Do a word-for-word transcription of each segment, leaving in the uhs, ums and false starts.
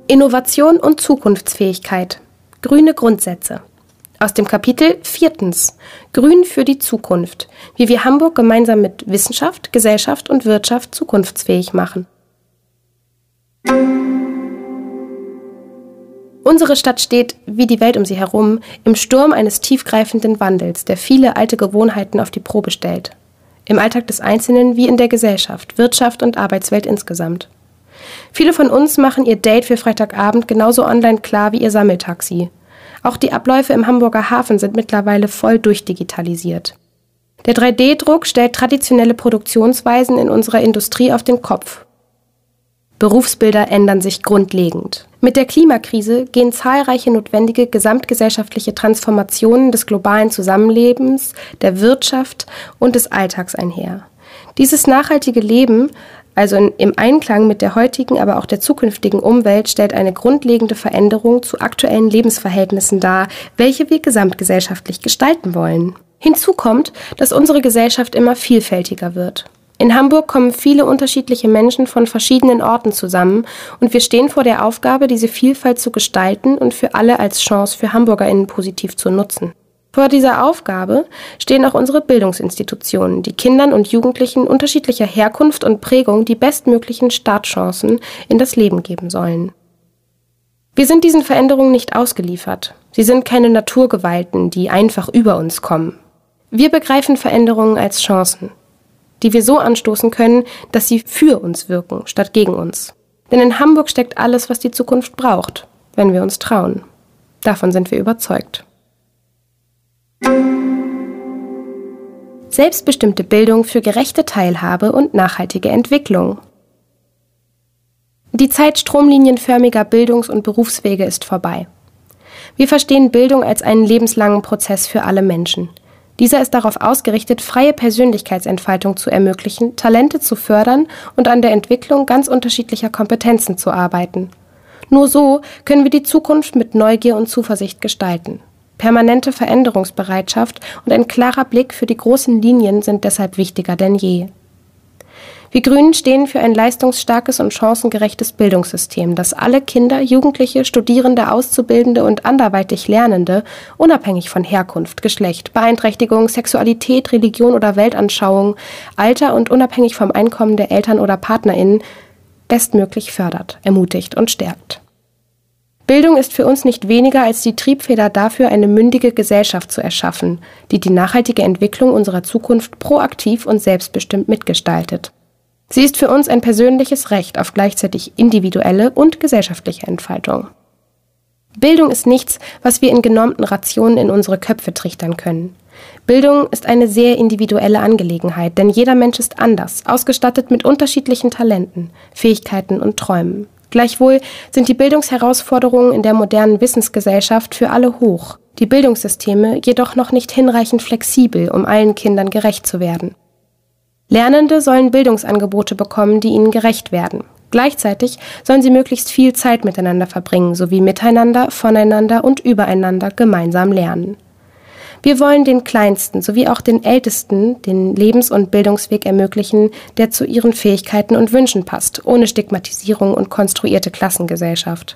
Innovation und Zukunftsfähigkeit. Grüne Grundsätze. Aus dem Kapitel viertens. Grün für die Zukunft. Wie wir Hamburg gemeinsam mit Wissenschaft, Gesellschaft und Wirtschaft zukunftsfähig machen. Unsere Stadt steht, wie die Welt um sie herum, im Sturm eines tiefgreifenden Wandels, der viele alte Gewohnheiten auf die Probe stellt. Im Alltag des Einzelnen wie in der Gesellschaft, Wirtschaft und Arbeitswelt insgesamt. Viele von uns machen ihr Date für Freitagabend genauso online klar wie ihr Sammeltaxi. Auch die Abläufe im Hamburger Hafen sind mittlerweile voll durchdigitalisiert. Der drei D Druck stellt traditionelle Produktionsweisen in unserer Industrie auf den Kopf. Berufsbilder ändern sich grundlegend. Mit der Klimakrise gehen zahlreiche notwendige gesamtgesellschaftliche Transformationen des globalen Zusammenlebens, der Wirtschaft und des Alltags einher. Dieses nachhaltige Leben, also in, im Einklang mit der heutigen, aber auch der zukünftigen Umwelt, stellt eine grundlegende Veränderung zu aktuellen Lebensverhältnissen dar, welche wir gesamtgesellschaftlich gestalten wollen. Hinzu kommt, dass unsere Gesellschaft immer vielfältiger wird. In Hamburg kommen viele unterschiedliche Menschen von verschiedenen Orten zusammen und wir stehen vor der Aufgabe, diese Vielfalt zu gestalten und für alle als Chance für HamburgerInnen positiv zu nutzen. Vor dieser Aufgabe stehen auch unsere Bildungsinstitutionen, die Kindern und Jugendlichen unterschiedlicher Herkunft und Prägung die bestmöglichen Startchancen in das Leben geben sollen. Wir sind diesen Veränderungen nicht ausgeliefert. Sie sind keine Naturgewalten, die einfach über uns kommen. Wir begreifen Veränderungen als Chancen, die wir so anstoßen können, dass sie für uns wirken, statt gegen uns. Denn in Hamburg steckt alles, was die Zukunft braucht, wenn wir uns trauen. Davon sind wir überzeugt. Selbstbestimmte Bildung für gerechte Teilhabe und nachhaltige Entwicklung. Die Zeit stromlinienförmiger Bildungs- und Berufswege ist vorbei. Wir verstehen Bildung als einen lebenslangen Prozess für alle Menschen. Dieser ist darauf ausgerichtet, freie Persönlichkeitsentfaltung zu ermöglichen, Talente zu fördern und an der Entwicklung ganz unterschiedlicher Kompetenzen zu arbeiten. Nur so können wir die Zukunft mit Neugier und Zuversicht gestalten. Permanente Veränderungsbereitschaft und ein klarer Blick für die großen Linien sind deshalb wichtiger denn je. Wir Grünen stehen für ein leistungsstarkes und chancengerechtes Bildungssystem, das alle Kinder, Jugendliche, Studierende, Auszubildende und anderweitig Lernende, unabhängig von Herkunft, Geschlecht, Beeinträchtigung, Sexualität, Religion oder Weltanschauung, Alter und unabhängig vom Einkommen der Eltern oder PartnerInnen, bestmöglich fördert, ermutigt und stärkt. Bildung ist für uns nicht weniger als die Triebfeder dafür, eine mündige Gesellschaft zu erschaffen, die die nachhaltige Entwicklung unserer Zukunft proaktiv und selbstbestimmt mitgestaltet. Sie ist für uns ein persönliches Recht auf gleichzeitig individuelle und gesellschaftliche Entfaltung. Bildung ist nichts, was wir in genormten Rationen in unsere Köpfe trichtern können. Bildung ist eine sehr individuelle Angelegenheit, denn jeder Mensch ist anders, ausgestattet mit unterschiedlichen Talenten, Fähigkeiten und Träumen. Gleichwohl sind die Bildungsherausforderungen in der modernen Wissensgesellschaft für alle hoch, die Bildungssysteme jedoch noch nicht hinreichend flexibel, um allen Kindern gerecht zu werden. Lernende sollen Bildungsangebote bekommen, die ihnen gerecht werden. Gleichzeitig sollen sie möglichst viel Zeit miteinander verbringen, sowie miteinander, voneinander und übereinander gemeinsam lernen. Wir wollen den Kleinsten sowie auch den Ältesten den Lebens- und Bildungsweg ermöglichen, der zu ihren Fähigkeiten und Wünschen passt, ohne Stigmatisierung und konstruierte Klassengesellschaft.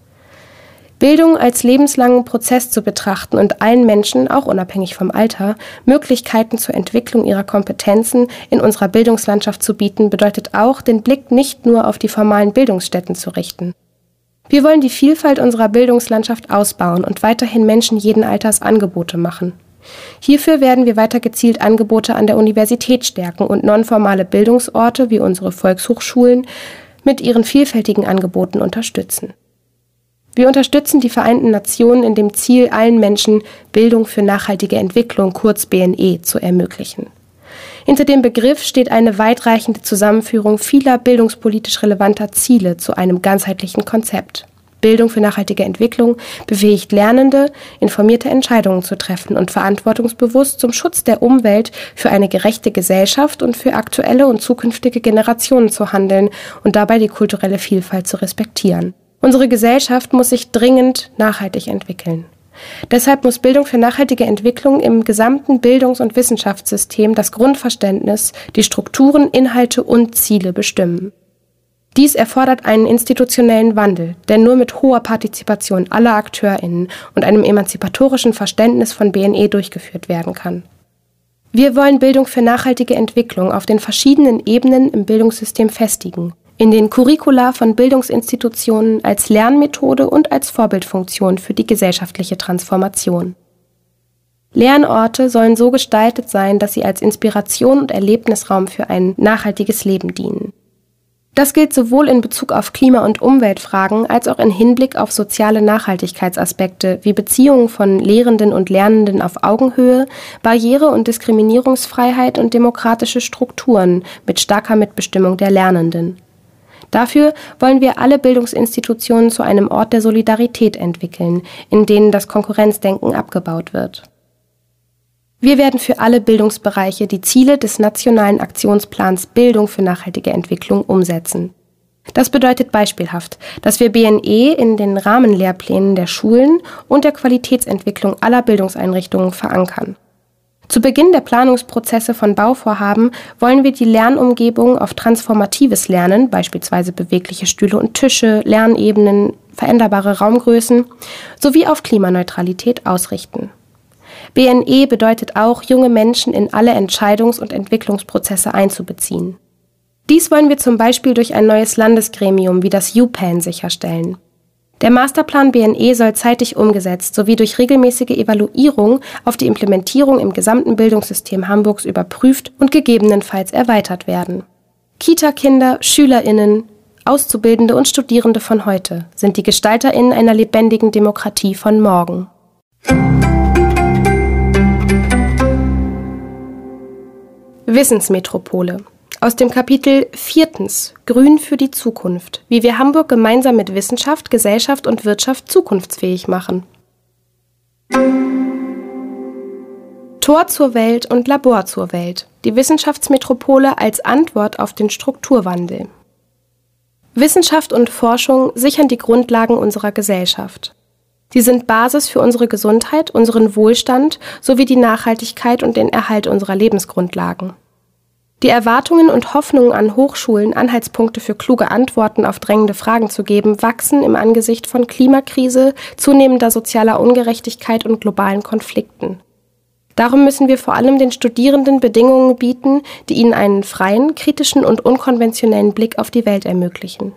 Bildung als lebenslangen Prozess zu betrachten und allen Menschen, auch unabhängig vom Alter, Möglichkeiten zur Entwicklung ihrer Kompetenzen in unserer Bildungslandschaft zu bieten, bedeutet auch, den Blick nicht nur auf die formalen Bildungsstätten zu richten. Wir wollen die Vielfalt unserer Bildungslandschaft ausbauen und weiterhin Menschen jeden Alters Angebote machen. Hierfür werden wir weiter gezielt Angebote an der Universität stärken und nonformale Bildungsorte wie unsere Volkshochschulen mit ihren vielfältigen Angeboten unterstützen. Wir unterstützen die Vereinten Nationen in dem Ziel, allen Menschen Bildung für nachhaltige Entwicklung, kurz B N E, zu ermöglichen. Hinter dem Begriff steht eine weitreichende Zusammenführung vieler bildungspolitisch relevanter Ziele zu einem ganzheitlichen Konzept. Bildung für nachhaltige Entwicklung befähigt Lernende, informierte Entscheidungen zu treffen und verantwortungsbewusst zum Schutz der Umwelt, für eine gerechte Gesellschaft und für aktuelle und zukünftige Generationen zu handeln und dabei die kulturelle Vielfalt zu respektieren. Unsere Gesellschaft muss sich dringend nachhaltig entwickeln. Deshalb muss Bildung für nachhaltige Entwicklung im gesamten Bildungs- und Wissenschaftssystem das Grundverständnis, die Strukturen, Inhalte und Ziele bestimmen. Dies erfordert einen institutionellen Wandel, der nur mit hoher Partizipation aller AkteurInnen und einem emanzipatorischen Verständnis von B N E durchgeführt werden kann. Wir wollen Bildung für nachhaltige Entwicklung auf den verschiedenen Ebenen im Bildungssystem festigen, in den Curricula von Bildungsinstitutionen als Lernmethode und als Vorbildfunktion für die gesellschaftliche Transformation. Lernorte sollen so gestaltet sein, dass sie als Inspiration und Erlebnisraum für ein nachhaltiges Leben dienen. Das gilt sowohl in Bezug auf Klima- und Umweltfragen als auch in Hinblick auf soziale Nachhaltigkeitsaspekte wie Beziehungen von Lehrenden und Lernenden auf Augenhöhe, Barriere- und Diskriminierungsfreiheit und demokratische Strukturen mit starker Mitbestimmung der Lernenden. Dafür wollen wir alle Bildungsinstitutionen zu einem Ort der Solidarität entwickeln, in denen das Konkurrenzdenken abgebaut wird. Wir werden für alle Bildungsbereiche die Ziele des Nationalen Aktionsplans Bildung für nachhaltige Entwicklung umsetzen. Das bedeutet beispielhaft, dass wir B N E in den Rahmenlehrplänen der Schulen und der Qualitätsentwicklung aller Bildungseinrichtungen verankern. Zu Beginn der Planungsprozesse von Bauvorhaben wollen wir die Lernumgebung auf transformatives Lernen, beispielsweise bewegliche Stühle und Tische, Lernebenen, veränderbare Raumgrößen, sowie auf Klimaneutralität ausrichten. B N E bedeutet auch, junge Menschen in alle Entscheidungs- und Entwicklungsprozesse einzubeziehen. Dies wollen wir zum Beispiel durch ein neues Landesgremium wie das U P A N sicherstellen. Der Masterplan B N E soll zeitig umgesetzt sowie durch regelmäßige Evaluierung auf die Implementierung im gesamten Bildungssystem Hamburgs überprüft und gegebenenfalls erweitert werden. Kita-Kinder, SchülerInnen, Auszubildende und Studierende von heute sind die GestalterInnen einer lebendigen Demokratie von morgen. Wissensmetropole. Aus dem Kapitel Viertens Grün für die Zukunft. Wie wir Hamburg gemeinsam mit Wissenschaft, Gesellschaft und Wirtschaft zukunftsfähig machen. Tor zur Welt und Labor zur Welt. Die Wissenschaftsmetropole als Antwort auf den Strukturwandel. Wissenschaft und Forschung sichern die Grundlagen unserer Gesellschaft. Sie sind Basis für unsere Gesundheit, unseren Wohlstand sowie die Nachhaltigkeit und den Erhalt unserer Lebensgrundlagen. Die Erwartungen und Hoffnungen an Hochschulen, Anhaltspunkte für kluge Antworten auf drängende Fragen zu geben, wachsen im Angesicht von Klimakrise, zunehmender sozialer Ungerechtigkeit und globalen Konflikten. Darum müssen wir vor allem den Studierenden Bedingungen bieten, die ihnen einen freien, kritischen und unkonventionellen Blick auf die Welt ermöglichen.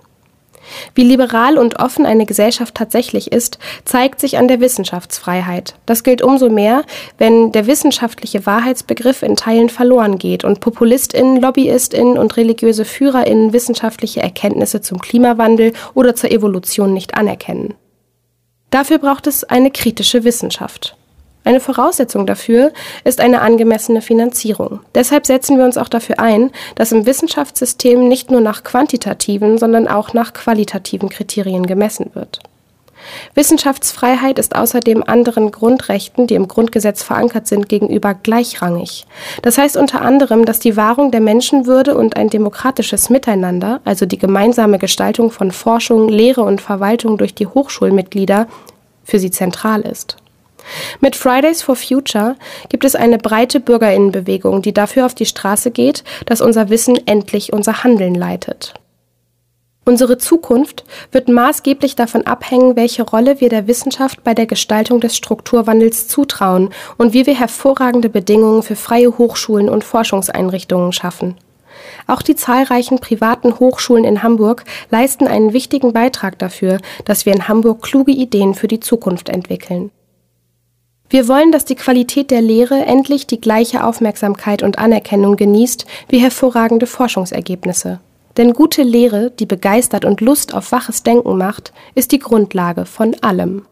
Wie liberal und offen eine Gesellschaft tatsächlich ist, zeigt sich an der Wissenschaftsfreiheit. Das gilt umso mehr, wenn der wissenschaftliche Wahrheitsbegriff in Teilen verloren geht und PopulistInnen, LobbyistInnen und religiöse FührerInnen wissenschaftliche Erkenntnisse zum Klimawandel oder zur Evolution nicht anerkennen. Dafür braucht es eine kritische Wissenschaft. Eine Voraussetzung dafür ist eine angemessene Finanzierung. Deshalb setzen wir uns auch dafür ein, dass im Wissenschaftssystem nicht nur nach quantitativen, sondern auch nach qualitativen Kriterien gemessen wird. Wissenschaftsfreiheit ist außerdem anderen Grundrechten, die im Grundgesetz verankert sind, gegenüber gleichrangig. Das heißt unter anderem, dass die Wahrung der Menschenwürde und ein demokratisches Miteinander, also die gemeinsame Gestaltung von Forschung, Lehre und Verwaltung durch die Hochschulmitglieder, für sie zentral ist. Mit Fridays for Future gibt es eine breite Bürgerinnenbewegung, die dafür auf die Straße geht, dass unser Wissen endlich unser Handeln leitet. Unsere Zukunft wird maßgeblich davon abhängen, welche Rolle wir der Wissenschaft bei der Gestaltung des Strukturwandels zutrauen und wie wir hervorragende Bedingungen für freie Hochschulen und Forschungseinrichtungen schaffen. Auch die zahlreichen privaten Hochschulen in Hamburg leisten einen wichtigen Beitrag dafür, dass wir in Hamburg kluge Ideen für die Zukunft entwickeln. Wir wollen, dass die Qualität der Lehre endlich die gleiche Aufmerksamkeit und Anerkennung genießt wie hervorragende Forschungsergebnisse. Denn gute Lehre, die begeistert und Lust auf waches Denken macht, ist die Grundlage von allem.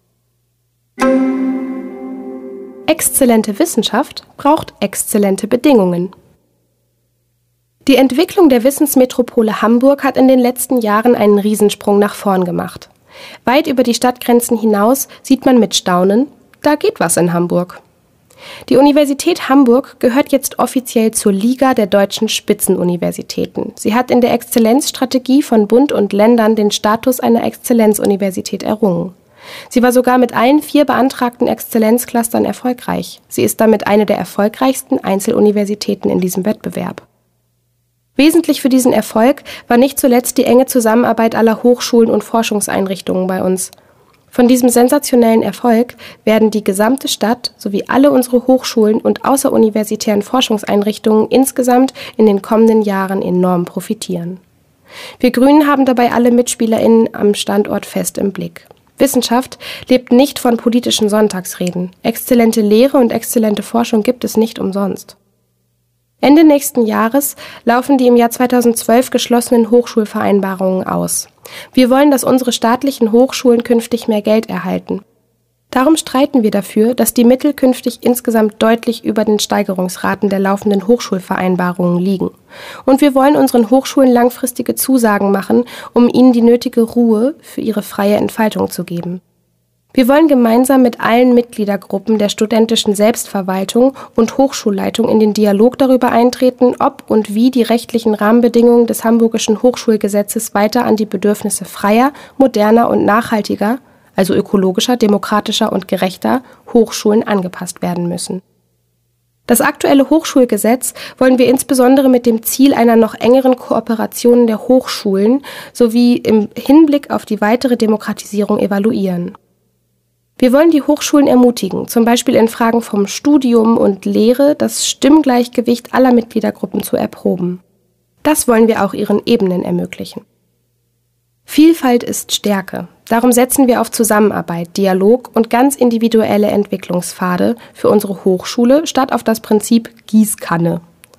Exzellente Wissenschaft braucht exzellente Bedingungen. Die Entwicklung der Wissensmetropole Hamburg hat in den letzten Jahren einen Riesensprung nach vorn gemacht. Weit über die Stadtgrenzen hinaus sieht man mit Staunen, da geht was in Hamburg. Die Universität Hamburg gehört jetzt offiziell zur Liga der deutschen Spitzenuniversitäten. Sie hat in der Exzellenzstrategie von Bund und Ländern den Status einer Exzellenzuniversität errungen. Sie war sogar mit allen vier beantragten Exzellenzclustern erfolgreich. Sie ist damit eine der erfolgreichsten Einzeluniversitäten in diesem Wettbewerb. Wesentlich für diesen Erfolg war nicht zuletzt die enge Zusammenarbeit aller Hochschulen und Forschungseinrichtungen bei uns. Von diesem sensationellen Erfolg werden die gesamte Stadt sowie alle unsere Hochschulen und außeruniversitären Forschungseinrichtungen insgesamt in den kommenden Jahren enorm profitieren. Wir Grünen haben dabei alle MitspielerInnen am Standort fest im Blick. Wissenschaft lebt nicht von politischen Sonntagsreden. Exzellente Lehre und exzellente Forschung gibt es nicht umsonst. Ende nächsten Jahres laufen die im Jahr zweitausendzwölf geschlossenen Hochschulvereinbarungen aus. Wir wollen, dass unsere staatlichen Hochschulen künftig mehr Geld erhalten. Darum streiten wir dafür, dass die Mittel künftig insgesamt deutlich über den Steigerungsraten der laufenden Hochschulvereinbarungen liegen. Und wir wollen unseren Hochschulen langfristige Zusagen machen, um ihnen die nötige Ruhe für ihre freie Entfaltung zu geben. Wir wollen gemeinsam mit allen Mitgliedergruppen der studentischen Selbstverwaltung und Hochschulleitung in den Dialog darüber eintreten, ob und wie die rechtlichen Rahmenbedingungen des Hamburgischen Hochschulgesetzes weiter an die Bedürfnisse freier, moderner und nachhaltiger, also ökologischer, demokratischer und gerechter Hochschulen angepasst werden müssen. Das aktuelle Hochschulgesetz wollen wir insbesondere mit dem Ziel einer noch engeren Kooperation der Hochschulen sowie im Hinblick auf die weitere Demokratisierung evaluieren. Wir wollen die Hochschulen ermutigen, zum Beispiel in Fragen vom Studium und Lehre das Stimmgleichgewicht aller Mitgliedergruppen zu erproben. Das wollen wir auch ihren Ebenen ermöglichen. Vielfalt ist Stärke. Darum setzen wir auf Zusammenarbeit, Dialog und ganz individuelle Entwicklungspfade für unsere Hochschule statt auf das Prinzip Gießkanne.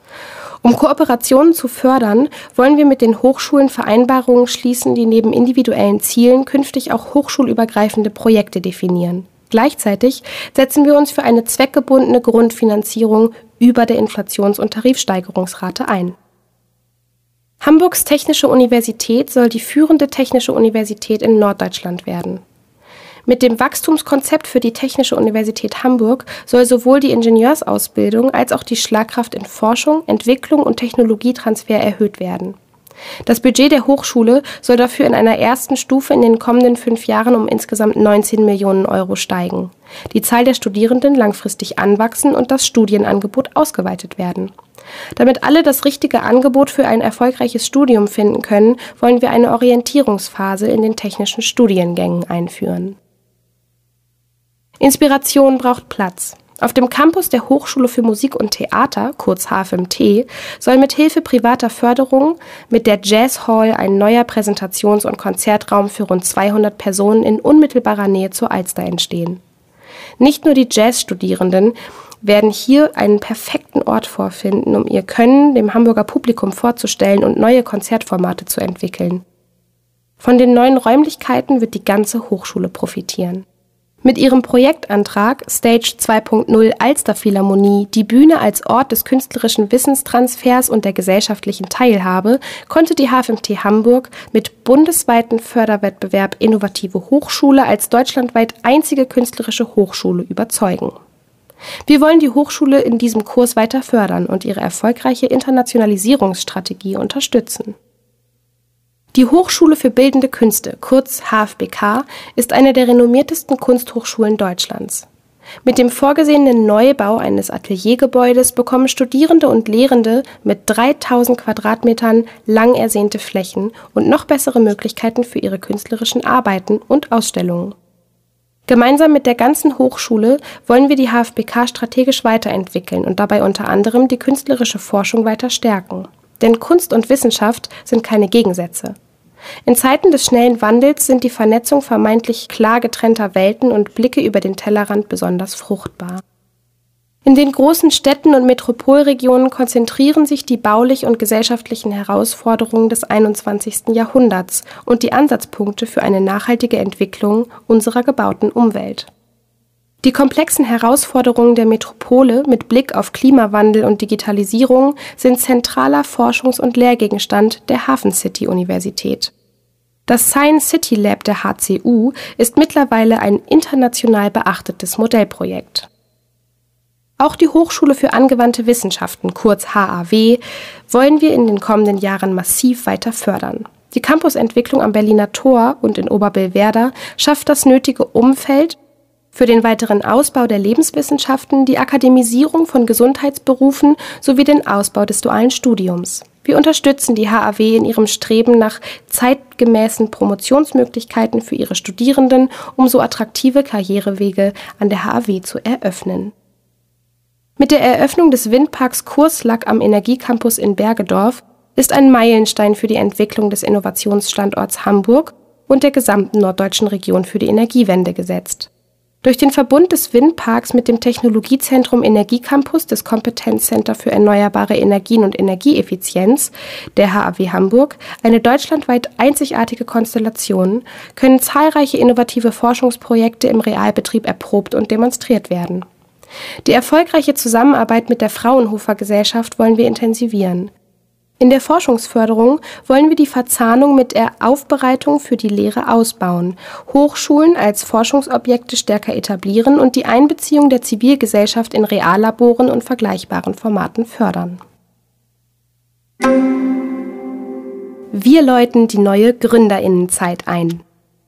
Um Kooperationen zu fördern, wollen wir mit den Hochschulen Vereinbarungen schließen, die neben individuellen Zielen künftig auch hochschulübergreifende Projekte definieren. Gleichzeitig setzen wir uns für eine zweckgebundene Grundfinanzierung über der Inflations- und Tarifsteigerungsrate ein. Hamburgs Technische Universität soll die führende technische Universität in Norddeutschland werden. Mit dem Wachstumskonzept für die Technische Universität Hamburg soll sowohl die Ingenieursausbildung als auch die Schlagkraft in Forschung, Entwicklung und Technologietransfer erhöht werden. Das Budget der Hochschule soll dafür in einer ersten Stufe in den kommenden fünf Jahren um insgesamt neunzehn Millionen Euro steigen, die Zahl der Studierenden langfristig anwachsen und das Studienangebot ausgeweitet werden. Damit alle das richtige Angebot für ein erfolgreiches Studium finden können, wollen wir eine Orientierungsphase in den technischen Studiengängen einführen. Inspiration braucht Platz. Auf dem Campus der Hochschule für Musik und Theater, kurz H F M T, soll mit Hilfe privater Förderung mit der Jazz Hall ein neuer Präsentations- und Konzertraum für rund zweihundert Personen in unmittelbarer Nähe zur Alster entstehen. Nicht nur die Jazzstudierenden werden hier einen perfekten Ort vorfinden, um ihr Können dem Hamburger Publikum vorzustellen und neue Konzertformate zu entwickeln. Von den neuen Räumlichkeiten wird die ganze Hochschule profitieren. Mit ihrem Projektantrag Stage zwei Punkt null Alsterphilharmonie, die Bühne als Ort des künstlerischen Wissenstransfers und der gesellschaftlichen Teilhabe, konnte die H F M T Hamburg mit bundesweiten Förderwettbewerb Innovative Hochschule als deutschlandweit einzige künstlerische Hochschule überzeugen. Wir wollen die Hochschule in diesem Kurs weiter fördern und ihre erfolgreiche Internationalisierungsstrategie unterstützen. Die Hochschule für Bildende Künste, kurz H F B K, ist eine der renommiertesten Kunsthochschulen Deutschlands. Mit dem vorgesehenen Neubau eines Ateliergebäudes bekommen Studierende und Lehrende mit dreitausend Quadratmetern lang ersehnte Flächen und noch bessere Möglichkeiten für ihre künstlerischen Arbeiten und Ausstellungen. Gemeinsam mit der ganzen Hochschule wollen wir die H F B K strategisch weiterentwickeln und dabei unter anderem die künstlerische Forschung weiter stärken. Denn Kunst und Wissenschaft sind keine Gegensätze. In Zeiten des schnellen Wandels sind die Vernetzung vermeintlich klar getrennter Welten und Blicke über den Tellerrand besonders fruchtbar. In den großen Städten und Metropolregionen konzentrieren sich die baulich und gesellschaftlichen Herausforderungen des einundzwanzigsten Jahrhunderts und die Ansatzpunkte für eine nachhaltige Entwicklung unserer gebauten Umwelt. Die komplexen Herausforderungen der Metropole mit Blick auf Klimawandel und Digitalisierung sind zentraler Forschungs- und Lehrgegenstand der Hafen City Universität. Das Science City Lab der H C U ist mittlerweile ein international beachtetes Modellprojekt. Auch die Hochschule für angewandte Wissenschaften, kurz H A W, wollen wir in den kommenden Jahren massiv weiter fördern. Die Campusentwicklung am Berliner Tor und in Oberbillwerder schafft das nötige Umfeld für den weiteren Ausbau der Lebenswissenschaften, die Akademisierung von Gesundheitsberufen sowie den Ausbau des dualen Studiums. Wir unterstützen die H A W in ihrem Streben nach zeitgemäßen Promotionsmöglichkeiten für ihre Studierenden, um so attraktive Karrierewege an der H A W zu eröffnen. Mit der Eröffnung des Windparks Kurslack am Energiecampus in Bergedorf ist ein Meilenstein für die Entwicklung des Innovationsstandorts Hamburg und der gesamten norddeutschen Region für die Energiewende gesetzt. Durch den Verbund des Windparks mit dem Technologiezentrum Energiecampus des Kompetenzcenter für erneuerbare Energien und Energieeffizienz, der H A W Hamburg, eine deutschlandweit einzigartige Konstellation, können zahlreiche innovative Forschungsprojekte im Realbetrieb erprobt und demonstriert werden. Die erfolgreiche Zusammenarbeit mit der Fraunhofer Gesellschaft wollen wir intensivieren. In der Forschungsförderung wollen wir die Verzahnung mit der Aufbereitung für die Lehre ausbauen, Hochschulen als Forschungsobjekte stärker etablieren und die Einbeziehung der Zivilgesellschaft in Reallaboren und vergleichbaren Formaten fördern. Wir läuten die neue GründerInnenzeit ein.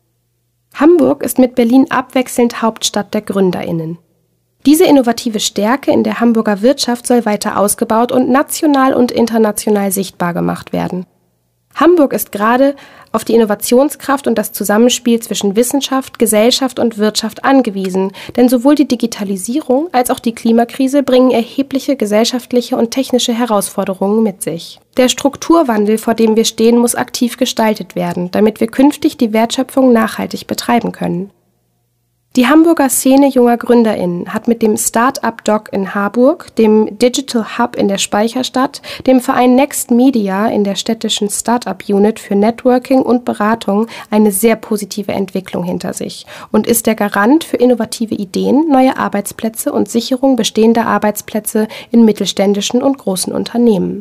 Hamburg ist mit Berlin abwechselnd Hauptstadt der GründerInnen. Diese innovative Stärke in der Hamburger Wirtschaft soll weiter ausgebaut und national und international sichtbar gemacht werden. Hamburg ist gerade auf die Innovationskraft und das Zusammenspiel zwischen Wissenschaft, Gesellschaft und Wirtschaft angewiesen, denn sowohl die Digitalisierung als auch die Klimakrise bringen erhebliche gesellschaftliche und technische Herausforderungen mit sich. Der Strukturwandel, vor dem wir stehen, muss aktiv gestaltet werden, damit wir künftig die Wertschöpfung nachhaltig betreiben können. Die Hamburger Szene junger GründerInnen hat mit dem Start-up-Doc in Harburg, dem Digital Hub in der Speicherstadt, dem Verein Next Media in der städtischen Start-up-Unit für Networking und Beratung eine sehr positive Entwicklung hinter sich und ist der Garant für innovative Ideen, neue Arbeitsplätze und Sicherung bestehender Arbeitsplätze in mittelständischen und großen Unternehmen.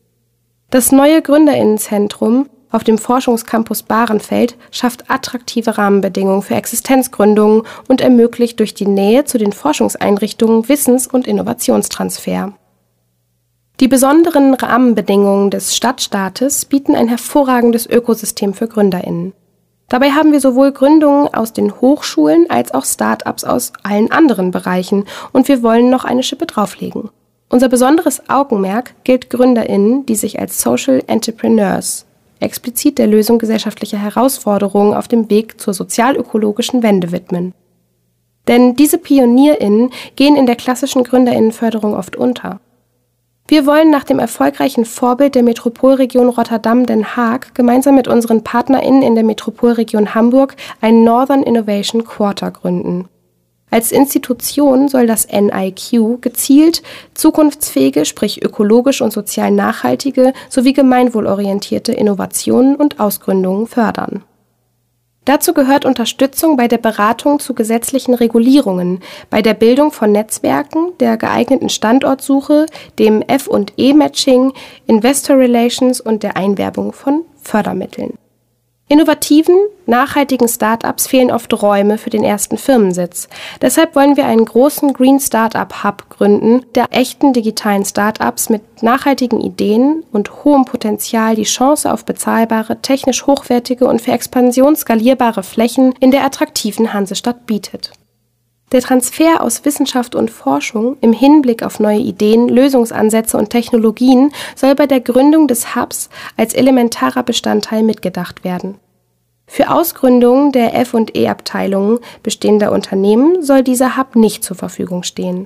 Das neue GründerInnenzentrum auf dem Forschungscampus Bahrenfeld schafft attraktive Rahmenbedingungen für Existenzgründungen und ermöglicht durch die Nähe zu den Forschungseinrichtungen Wissens- und Innovationstransfer. Die besonderen Rahmenbedingungen des Stadtstaates bieten ein hervorragendes Ökosystem für GründerInnen. Dabei haben wir sowohl Gründungen aus den Hochschulen als auch Start-ups aus allen anderen Bereichen und wir wollen noch eine Schippe drauflegen. Unser besonderes Augenmerk gilt GründerInnen, die sich als Social Entrepreneurs explizit der Lösung gesellschaftlicher Herausforderungen auf dem Weg zur sozial-ökologischen Wende widmen. Denn diese PionierInnen gehen in der klassischen GründerInnenförderung oft unter. Wir wollen nach dem erfolgreichen Vorbild der Metropolregion Rotterdam-Den Haag gemeinsam mit unseren PartnerInnen in der Metropolregion Hamburg ein Northern Innovation Quarter gründen. Als Institution soll das N I Q gezielt zukunftsfähige, sprich ökologisch und sozial nachhaltige sowie gemeinwohlorientierte Innovationen und Ausgründungen fördern. Dazu gehört Unterstützung bei der Beratung zu gesetzlichen Regulierungen, bei der Bildung von Netzwerken, der geeigneten Standortsuche, dem F und E-Matching, Investor Relations und der Einwerbung von Fördermitteln. Innovativen, nachhaltigen Start-ups fehlen oft Räume für den ersten Firmensitz. Deshalb wollen wir einen großen Green Startup Hub gründen, der echten digitalen Start-ups mit nachhaltigen Ideen und hohem Potenzial die Chance auf bezahlbare, technisch hochwertige und für Expansion skalierbare Flächen in der attraktiven Hansestadt bietet. Der Transfer aus Wissenschaft und Forschung im Hinblick auf neue Ideen, Lösungsansätze und Technologien soll bei der Gründung des Hubs als elementarer Bestandteil mitgedacht werden. Für Ausgründungen der F und E-Abteilungen bestehender Unternehmen soll dieser Hub nicht zur Verfügung stehen.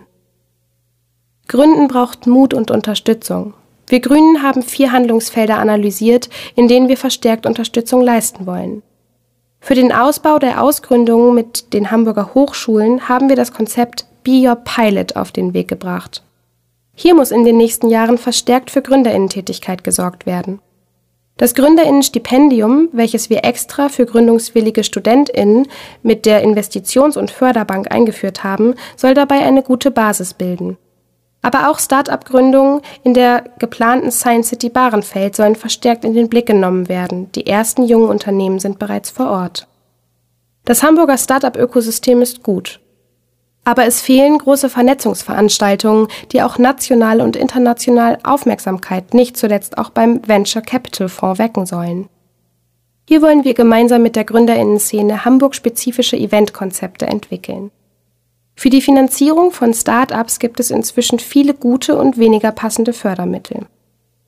Gründen braucht Mut und Unterstützung. Wir Grünen haben vier Handlungsfelder analysiert, in denen wir verstärkt Unterstützung leisten wollen. Für den Ausbau der Ausgründungen mit den Hamburger Hochschulen haben wir das Konzept Be Your Pilot auf den Weg gebracht. Hier muss in den nächsten Jahren verstärkt für GründerInnen-Tätigkeit gesorgt werden. Das GründerInnen-Stipendium, welches wir extra für gründungswillige StudentInnen mit der Investitions- und Förderbank eingeführt haben, soll dabei eine gute Basis bilden. Aber auch Start-up-Gründungen in der geplanten Science City Bahrenfeld sollen verstärkt in den Blick genommen werden. Die ersten jungen Unternehmen sind bereits vor Ort. Das Hamburger Start-up-Ökosystem ist gut. Aber es fehlen große Vernetzungsveranstaltungen, die auch national und international Aufmerksamkeit, nicht zuletzt auch beim Venture Capital Fonds, wecken sollen. Hier wollen wir gemeinsam mit der GründerInnen-Szene Hamburg-spezifische Eventkonzepte entwickeln. Für die Finanzierung von Start-ups gibt es inzwischen viele gute und weniger passende Fördermittel.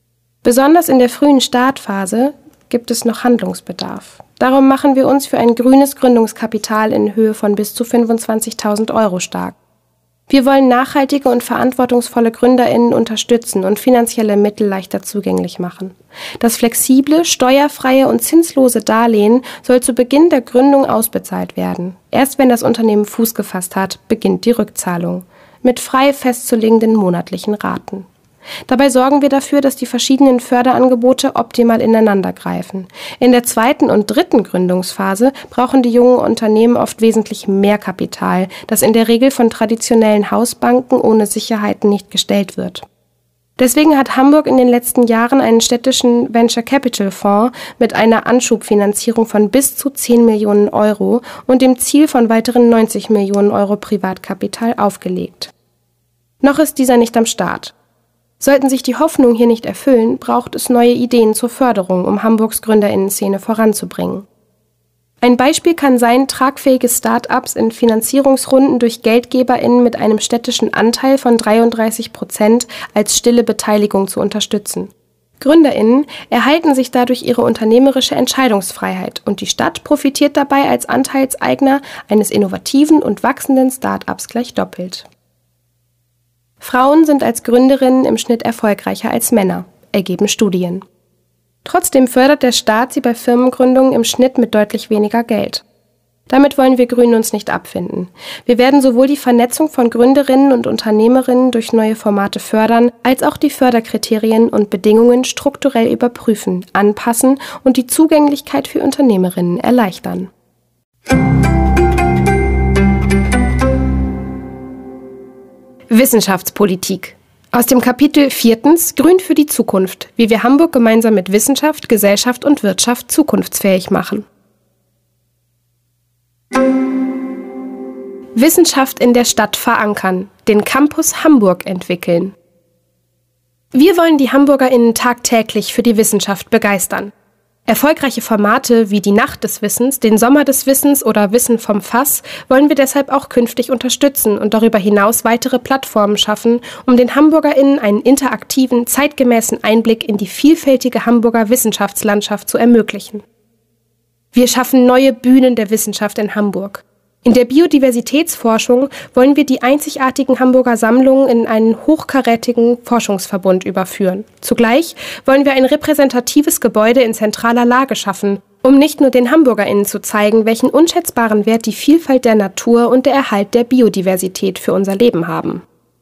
Besonders in der frühen Startphase gibt es noch Handlungsbedarf. Darum machen wir uns für ein grünes Gründungskapital in Höhe von bis zu fünfundzwanzigtausend Euro stark. Wir wollen nachhaltige und verantwortungsvolle GründerInnen unterstützen und finanzielle Mittel leichter zugänglich machen. Das flexible, steuerfreie und zinslose Darlehen soll zu Beginn der Gründung ausbezahlt werden. Erst wenn das Unternehmen Fuß gefasst hat, beginnt die Rückzahlung mit frei festzulegenden monatlichen Raten. Dabei sorgen wir dafür, dass die verschiedenen Förderangebote optimal ineinander greifen. In der zweiten und dritten Gründungsphase brauchen die jungen Unternehmen oft wesentlich mehr Kapital, das in der Regel von traditionellen Hausbanken ohne Sicherheiten nicht gestellt wird. Deswegen hat Hamburg in den letzten Jahren einen städtischen Venture Capital Fonds mit einer Anschubfinanzierung von bis zu zehn Millionen Euro und dem Ziel von weiteren neunzig Millionen Euro Privatkapital aufgelegt. Noch ist dieser nicht am Start. Sollten sich die Hoffnungen hier nicht erfüllen, braucht es neue Ideen zur Förderung, um Hamburgs GründerInnen-Szene voranzubringen. Ein Beispiel kann sein, tragfähige Start-ups in Finanzierungsrunden durch GeldgeberInnen mit einem städtischen Anteil von dreiunddreißig Prozent als stille Beteiligung zu unterstützen. GründerInnen erhalten sich dadurch ihre unternehmerische Entscheidungsfreiheit und die Stadt profitiert dabei als Anteilseigner eines innovativen und wachsenden Start-ups gleich doppelt. Frauen sind als Gründerinnen im Schnitt erfolgreicher als Männer, ergeben Studien. Trotzdem fördert der Staat sie bei Firmengründungen im Schnitt mit deutlich weniger Geld. Damit wollen wir Grünen uns nicht abfinden. Wir werden sowohl die Vernetzung von Gründerinnen und Unternehmerinnen durch neue Formate fördern, als auch die Förderkriterien und Bedingungen strukturell überprüfen, anpassen und die Zugänglichkeit für Unternehmerinnen erleichtern. Wissenschaftspolitik. Aus dem Kapitel viertens Grün für die Zukunft, wie wir Hamburg gemeinsam mit Wissenschaft, Gesellschaft und Wirtschaft zukunftsfähig machen. Wissenschaft in der Stadt verankern, den Campus Hamburg entwickeln. Wir wollen die HamburgerInnen tagtäglich für die Wissenschaft begeistern. Erfolgreiche Formate wie die Nacht des Wissens, den Sommer des Wissens oder Wissen vom Fass wollen wir deshalb auch künftig unterstützen und darüber hinaus weitere Plattformen schaffen, um den HamburgerInnen einen interaktiven, zeitgemäßen Einblick in die vielfältige Hamburger Wissenschaftslandschaft zu ermöglichen. Wir schaffen neue Bühnen der Wissenschaft in Hamburg. In der Biodiversitätsforschung wollen wir die einzigartigen Hamburger Sammlungen in einen hochkarätigen Forschungsverbund überführen. Zugleich wollen wir ein repräsentatives Gebäude in zentraler Lage schaffen, um nicht nur den HamburgerInnen zu zeigen, welchen unschätzbaren Wert die Vielfalt der Natur und der Erhalt der Biodiversität für unser Leben haben.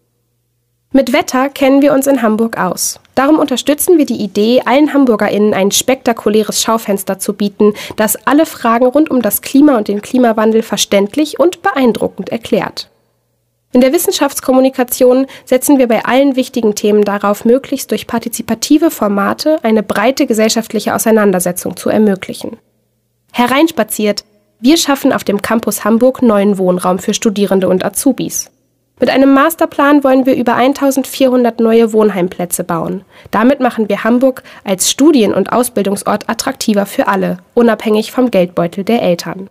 Mit Wetter kennen wir uns in Hamburg aus. Darum unterstützen wir die Idee, allen HamburgerInnen ein spektakuläres Schaufenster zu bieten, das alle Fragen rund um das Klima und den Klimawandel verständlich und beeindruckend erklärt. In der Wissenschaftskommunikation setzen wir bei allen wichtigen Themen darauf, möglichst durch partizipative Formate eine breite gesellschaftliche Auseinandersetzung zu ermöglichen. Hereinspaziert, wir schaffen auf dem Campus Hamburg neuen Wohnraum für Studierende und Azubis. Mit einem Masterplan wollen wir über eintausendvierhundert neue Wohnheimplätze bauen. Damit machen wir Hamburg als Studien- und Ausbildungsort attraktiver für alle, unabhängig vom Geldbeutel der Eltern.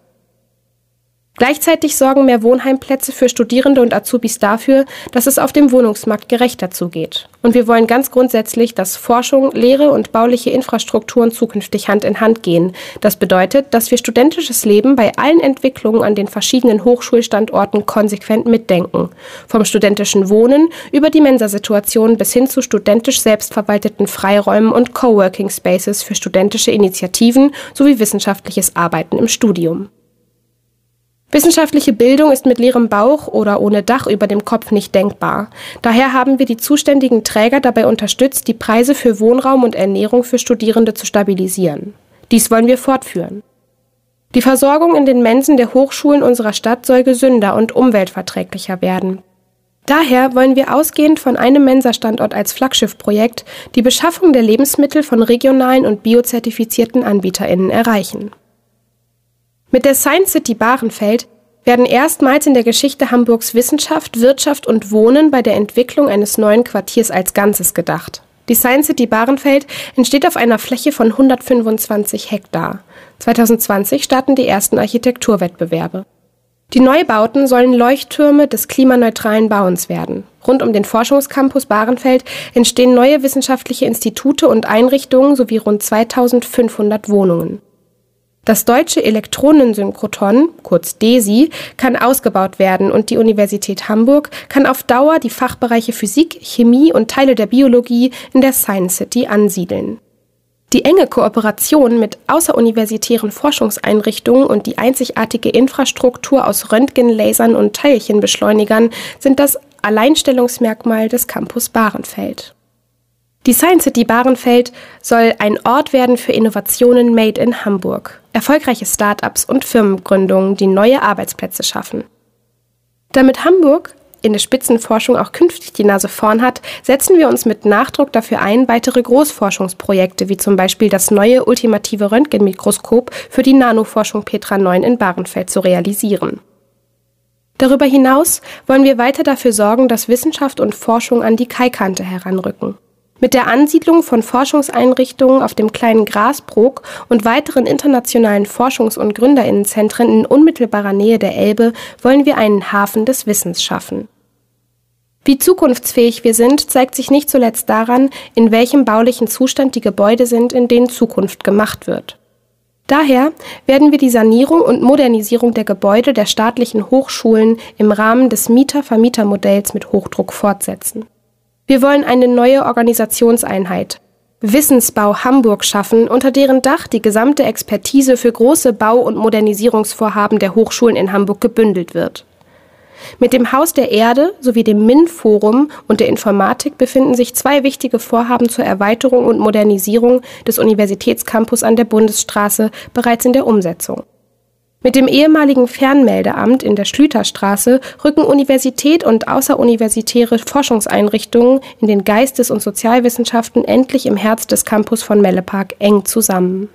Gleichzeitig sorgen mehr Wohnheimplätze für Studierende und Azubis dafür, dass es auf dem Wohnungsmarkt gerechter zugeht. Und wir wollen ganz grundsätzlich, dass Forschung, Lehre und bauliche Infrastrukturen zukünftig Hand in Hand gehen. Das bedeutet, dass wir studentisches Leben bei allen Entwicklungen an den verschiedenen Hochschulstandorten konsequent mitdenken. Vom studentischen Wohnen über die Mensasituation bis hin zu studentisch selbstverwalteten Freiräumen und Coworking Spaces für studentische Initiativen sowie wissenschaftliches Arbeiten im Studium. Wissenschaftliche Bildung ist mit leerem Bauch oder ohne Dach über dem Kopf nicht denkbar. Daher haben wir die zuständigen Träger dabei unterstützt, die Preise für Wohnraum und Ernährung für Studierende zu stabilisieren. Dies wollen wir fortführen. Die Versorgung in den Mensen der Hochschulen unserer Stadt soll gesünder und umweltverträglicher werden. Daher wollen wir ausgehend von einem Mensastandort als Flaggschiffprojekt die Beschaffung der Lebensmittel von regionalen und biozertifizierten AnbieterInnen erreichen. Mit der Science City Bahrenfeld werden erstmals in der Geschichte Hamburgs Wissenschaft, Wirtschaft und Wohnen bei der Entwicklung eines neuen Quartiers als Ganzes gedacht. Die Science City Bahrenfeld entsteht auf einer Fläche von hundertfünfundzwanzig Hektar. zweitausendzwanzig starten die ersten Architekturwettbewerbe. Die Neubauten sollen Leuchttürme des klimaneutralen Bauens werden. Rund um den Forschungscampus Bahrenfeld entstehen neue wissenschaftliche Institute und Einrichtungen sowie rund zweitausendfünfhundert Wohnungen. Das Deutsche Elektronensynchrotron, kurz D E S Y, kann ausgebaut werden und die Universität Hamburg kann auf Dauer die Fachbereiche Physik, Chemie und Teile der Biologie in der Science City ansiedeln. Die enge Kooperation mit außeruniversitären Forschungseinrichtungen und die einzigartige Infrastruktur aus Röntgenlasern und Teilchenbeschleunigern sind das Alleinstellungsmerkmal des Campus Bahrenfeld. Die Science City Bahrenfeld soll ein Ort werden für Innovationen made in Hamburg, erfolgreiche Start-ups und Firmengründungen, die neue Arbeitsplätze schaffen. Damit Hamburg in der Spitzenforschung auch künftig die Nase vorn hat, setzen wir uns mit Nachdruck dafür ein, weitere Großforschungsprojekte wie zum Beispiel das neue ultimative Röntgenmikroskop für die Nanoforschung Petra neun in Bahrenfeld zu realisieren. Darüber hinaus wollen wir weiter dafür sorgen, dass Wissenschaft und Forschung an die Kaikante heranrücken. Mit der Ansiedlung von Forschungseinrichtungen auf dem kleinen Grasbrook und weiteren internationalen Forschungs- und Gründerinnenzentren in unmittelbarer Nähe der Elbe wollen wir einen Hafen des Wissens schaffen. Wie zukunftsfähig wir sind, zeigt sich nicht zuletzt daran, in welchem baulichen Zustand die Gebäude sind, in denen Zukunft gemacht wird. Daher werden wir die Sanierung und Modernisierung der Gebäude der staatlichen Hochschulen im Rahmen des Mieter-Vermieter-Modells mit Hochdruck fortsetzen. Wir wollen eine neue Organisationseinheit, Wissensbau Hamburg, schaffen, unter deren Dach die gesamte Expertise für große Bau- und Modernisierungsvorhaben der Hochschulen in Hamburg gebündelt wird. Mit dem Haus der Erde sowie dem MINT-Forum und der Informatik befinden sich zwei wichtige Vorhaben zur Erweiterung und Modernisierung des Universitätscampus an der Bundesstraße bereits in der Umsetzung. Mit dem ehemaligen Fernmeldeamt in der Schlüterstraße rücken Universität und außeruniversitäre Forschungseinrichtungen in den Geistes- und Sozialwissenschaften endlich im Herz des Campus von Mellepark eng zusammen.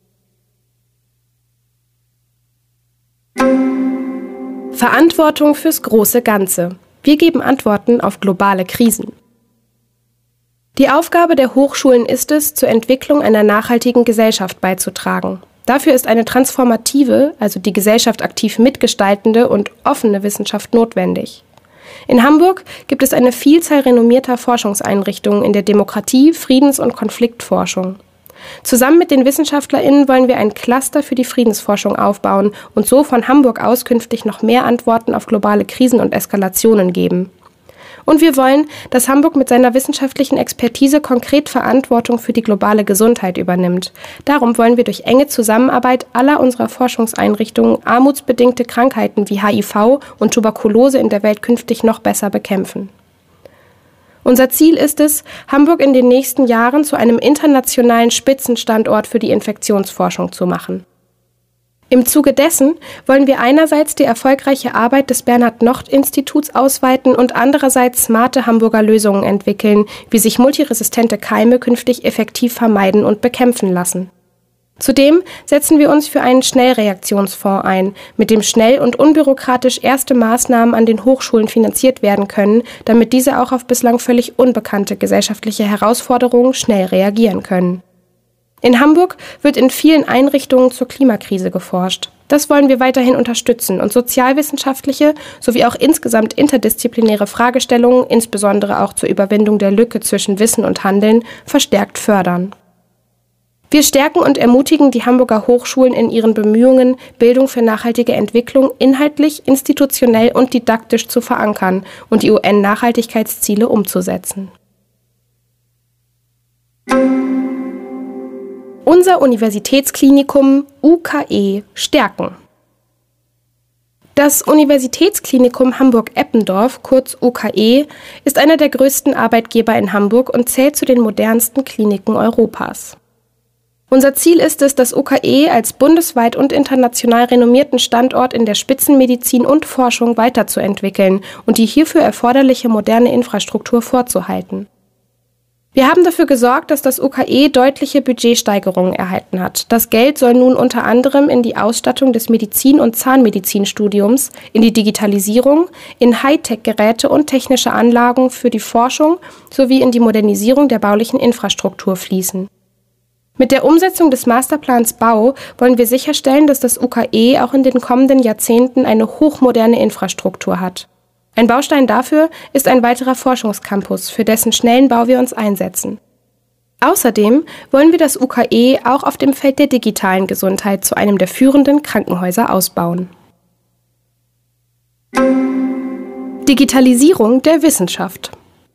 Verantwortung fürs große Ganze. Wir geben Antworten auf globale Krisen. Die Aufgabe der Hochschulen ist es, zur Entwicklung einer nachhaltigen Gesellschaft beizutragen. Dafür ist eine transformative, also die Gesellschaft aktiv mitgestaltende und offene Wissenschaft notwendig. In Hamburg gibt es eine Vielzahl renommierter Forschungseinrichtungen in der Demokratie-, Friedens- und Konfliktforschung. Zusammen mit den WissenschaftlerInnen wollen wir ein Cluster für die Friedensforschung aufbauen und so von Hamburg aus künftig noch mehr Antworten auf globale Krisen und Eskalationen geben. Und wir wollen, dass Hamburg mit seiner wissenschaftlichen Expertise konkret Verantwortung für die globale Gesundheit übernimmt. Darum wollen wir durch enge Zusammenarbeit aller unserer Forschungseinrichtungen armutsbedingte Krankheiten wie H I V und Tuberkulose in der Welt künftig noch besser bekämpfen. Unser Ziel ist es, Hamburg in den nächsten Jahren zu einem internationalen Spitzenstandort für die Infektionsforschung zu machen. Im Zuge dessen wollen wir einerseits die erfolgreiche Arbeit des Bernhard-Nocht-Instituts ausweiten und andererseits smarte Hamburger Lösungen entwickeln, wie sich multiresistente Keime künftig effektiv vermeiden und bekämpfen lassen. Zudem setzen wir uns für einen Schnellreaktionsfonds ein, mit dem schnell und unbürokratisch erste Maßnahmen an den Hochschulen finanziert werden können, damit diese auch auf bislang völlig unbekannte gesellschaftliche Herausforderungen schnell reagieren können. In Hamburg wird in vielen Einrichtungen zur Klimakrise geforscht. Das wollen wir weiterhin unterstützen und sozialwissenschaftliche sowie auch insgesamt interdisziplinäre Fragestellungen, insbesondere auch zur Überwindung der Lücke zwischen Wissen und Handeln, verstärkt fördern. Wir stärken und ermutigen die Hamburger Hochschulen in ihren Bemühungen, Bildung für nachhaltige Entwicklung inhaltlich, institutionell und didaktisch zu verankern und die U N-Nachhaltigkeitsziele umzusetzen. Unser Universitätsklinikum U K E stärken. Das Universitätsklinikum Hamburg-Eppendorf, kurz U K E, ist einer der größten Arbeitgeber in Hamburg und zählt zu den modernsten Kliniken Europas. Unser Ziel ist es, das U K E als bundesweit und international renommierten Standort in der Spitzenmedizin und Forschung weiterzuentwickeln und die hierfür erforderliche moderne Infrastruktur vorzuhalten. Wir haben dafür gesorgt, dass das U K E deutliche Budgetsteigerungen erhalten hat. Das Geld soll nun unter anderem in die Ausstattung des Medizin- und Zahnmedizinstudiums, in die Digitalisierung, in Hightech-Geräte und technische Anlagen für die Forschung sowie in die Modernisierung der baulichen Infrastruktur fließen. Mit der Umsetzung des Masterplans Bau wollen wir sicherstellen, dass das U K E auch in den kommenden Jahrzehnten eine hochmoderne Infrastruktur hat. Ein Baustein dafür ist ein weiterer Forschungscampus, für dessen schnellen Bau wir uns einsetzen. Außerdem wollen wir das U K E auch auf dem Feld der digitalen Gesundheit zu einem der führenden Krankenhäuser ausbauen. Digitalisierung der Wissenschaft.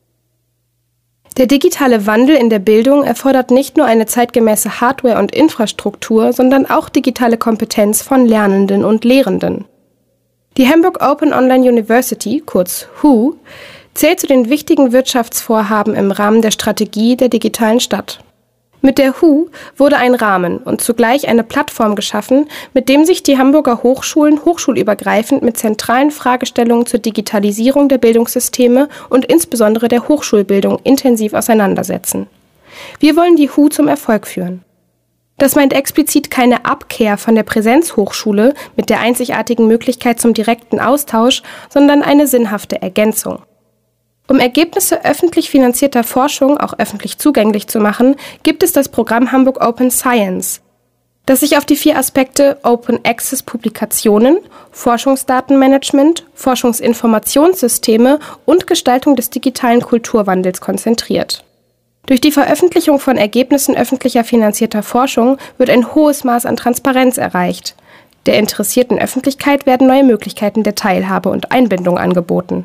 Der digitale Wandel in der Bildung erfordert nicht nur eine zeitgemäße Hardware und Infrastruktur, sondern auch digitale Kompetenz von Lernenden und Lehrenden. Die Hamburg Open Online University, kurz H U, zählt zu den wichtigen Wirtschaftsvorhaben im Rahmen der Strategie der digitalen Stadt. Mit der H U wurde ein Rahmen und zugleich eine Plattform geschaffen, mit dem sich die Hamburger Hochschulen hochschulübergreifend mit zentralen Fragestellungen zur Digitalisierung der Bildungssysteme und insbesondere der Hochschulbildung intensiv auseinandersetzen. Wir wollen die H U zum Erfolg führen. Das meint explizit keine Abkehr von der Präsenzhochschule mit der einzigartigen Möglichkeit zum direkten Austausch, sondern eine sinnhafte Ergänzung. Um Ergebnisse öffentlich finanzierter Forschung auch öffentlich zugänglich zu machen, gibt es das Programm Hamburg Open Science, das sich auf die vier Aspekte Open Access Publikationen, Forschungsdatenmanagement, Forschungsinformationssysteme und Gestaltung des digitalen Kulturwandels konzentriert. Durch die Veröffentlichung von Ergebnissen öffentlicher finanzierter Forschung wird ein hohes Maß an Transparenz erreicht. Der interessierten Öffentlichkeit werden neue Möglichkeiten der Teilhabe und Einbindung angeboten.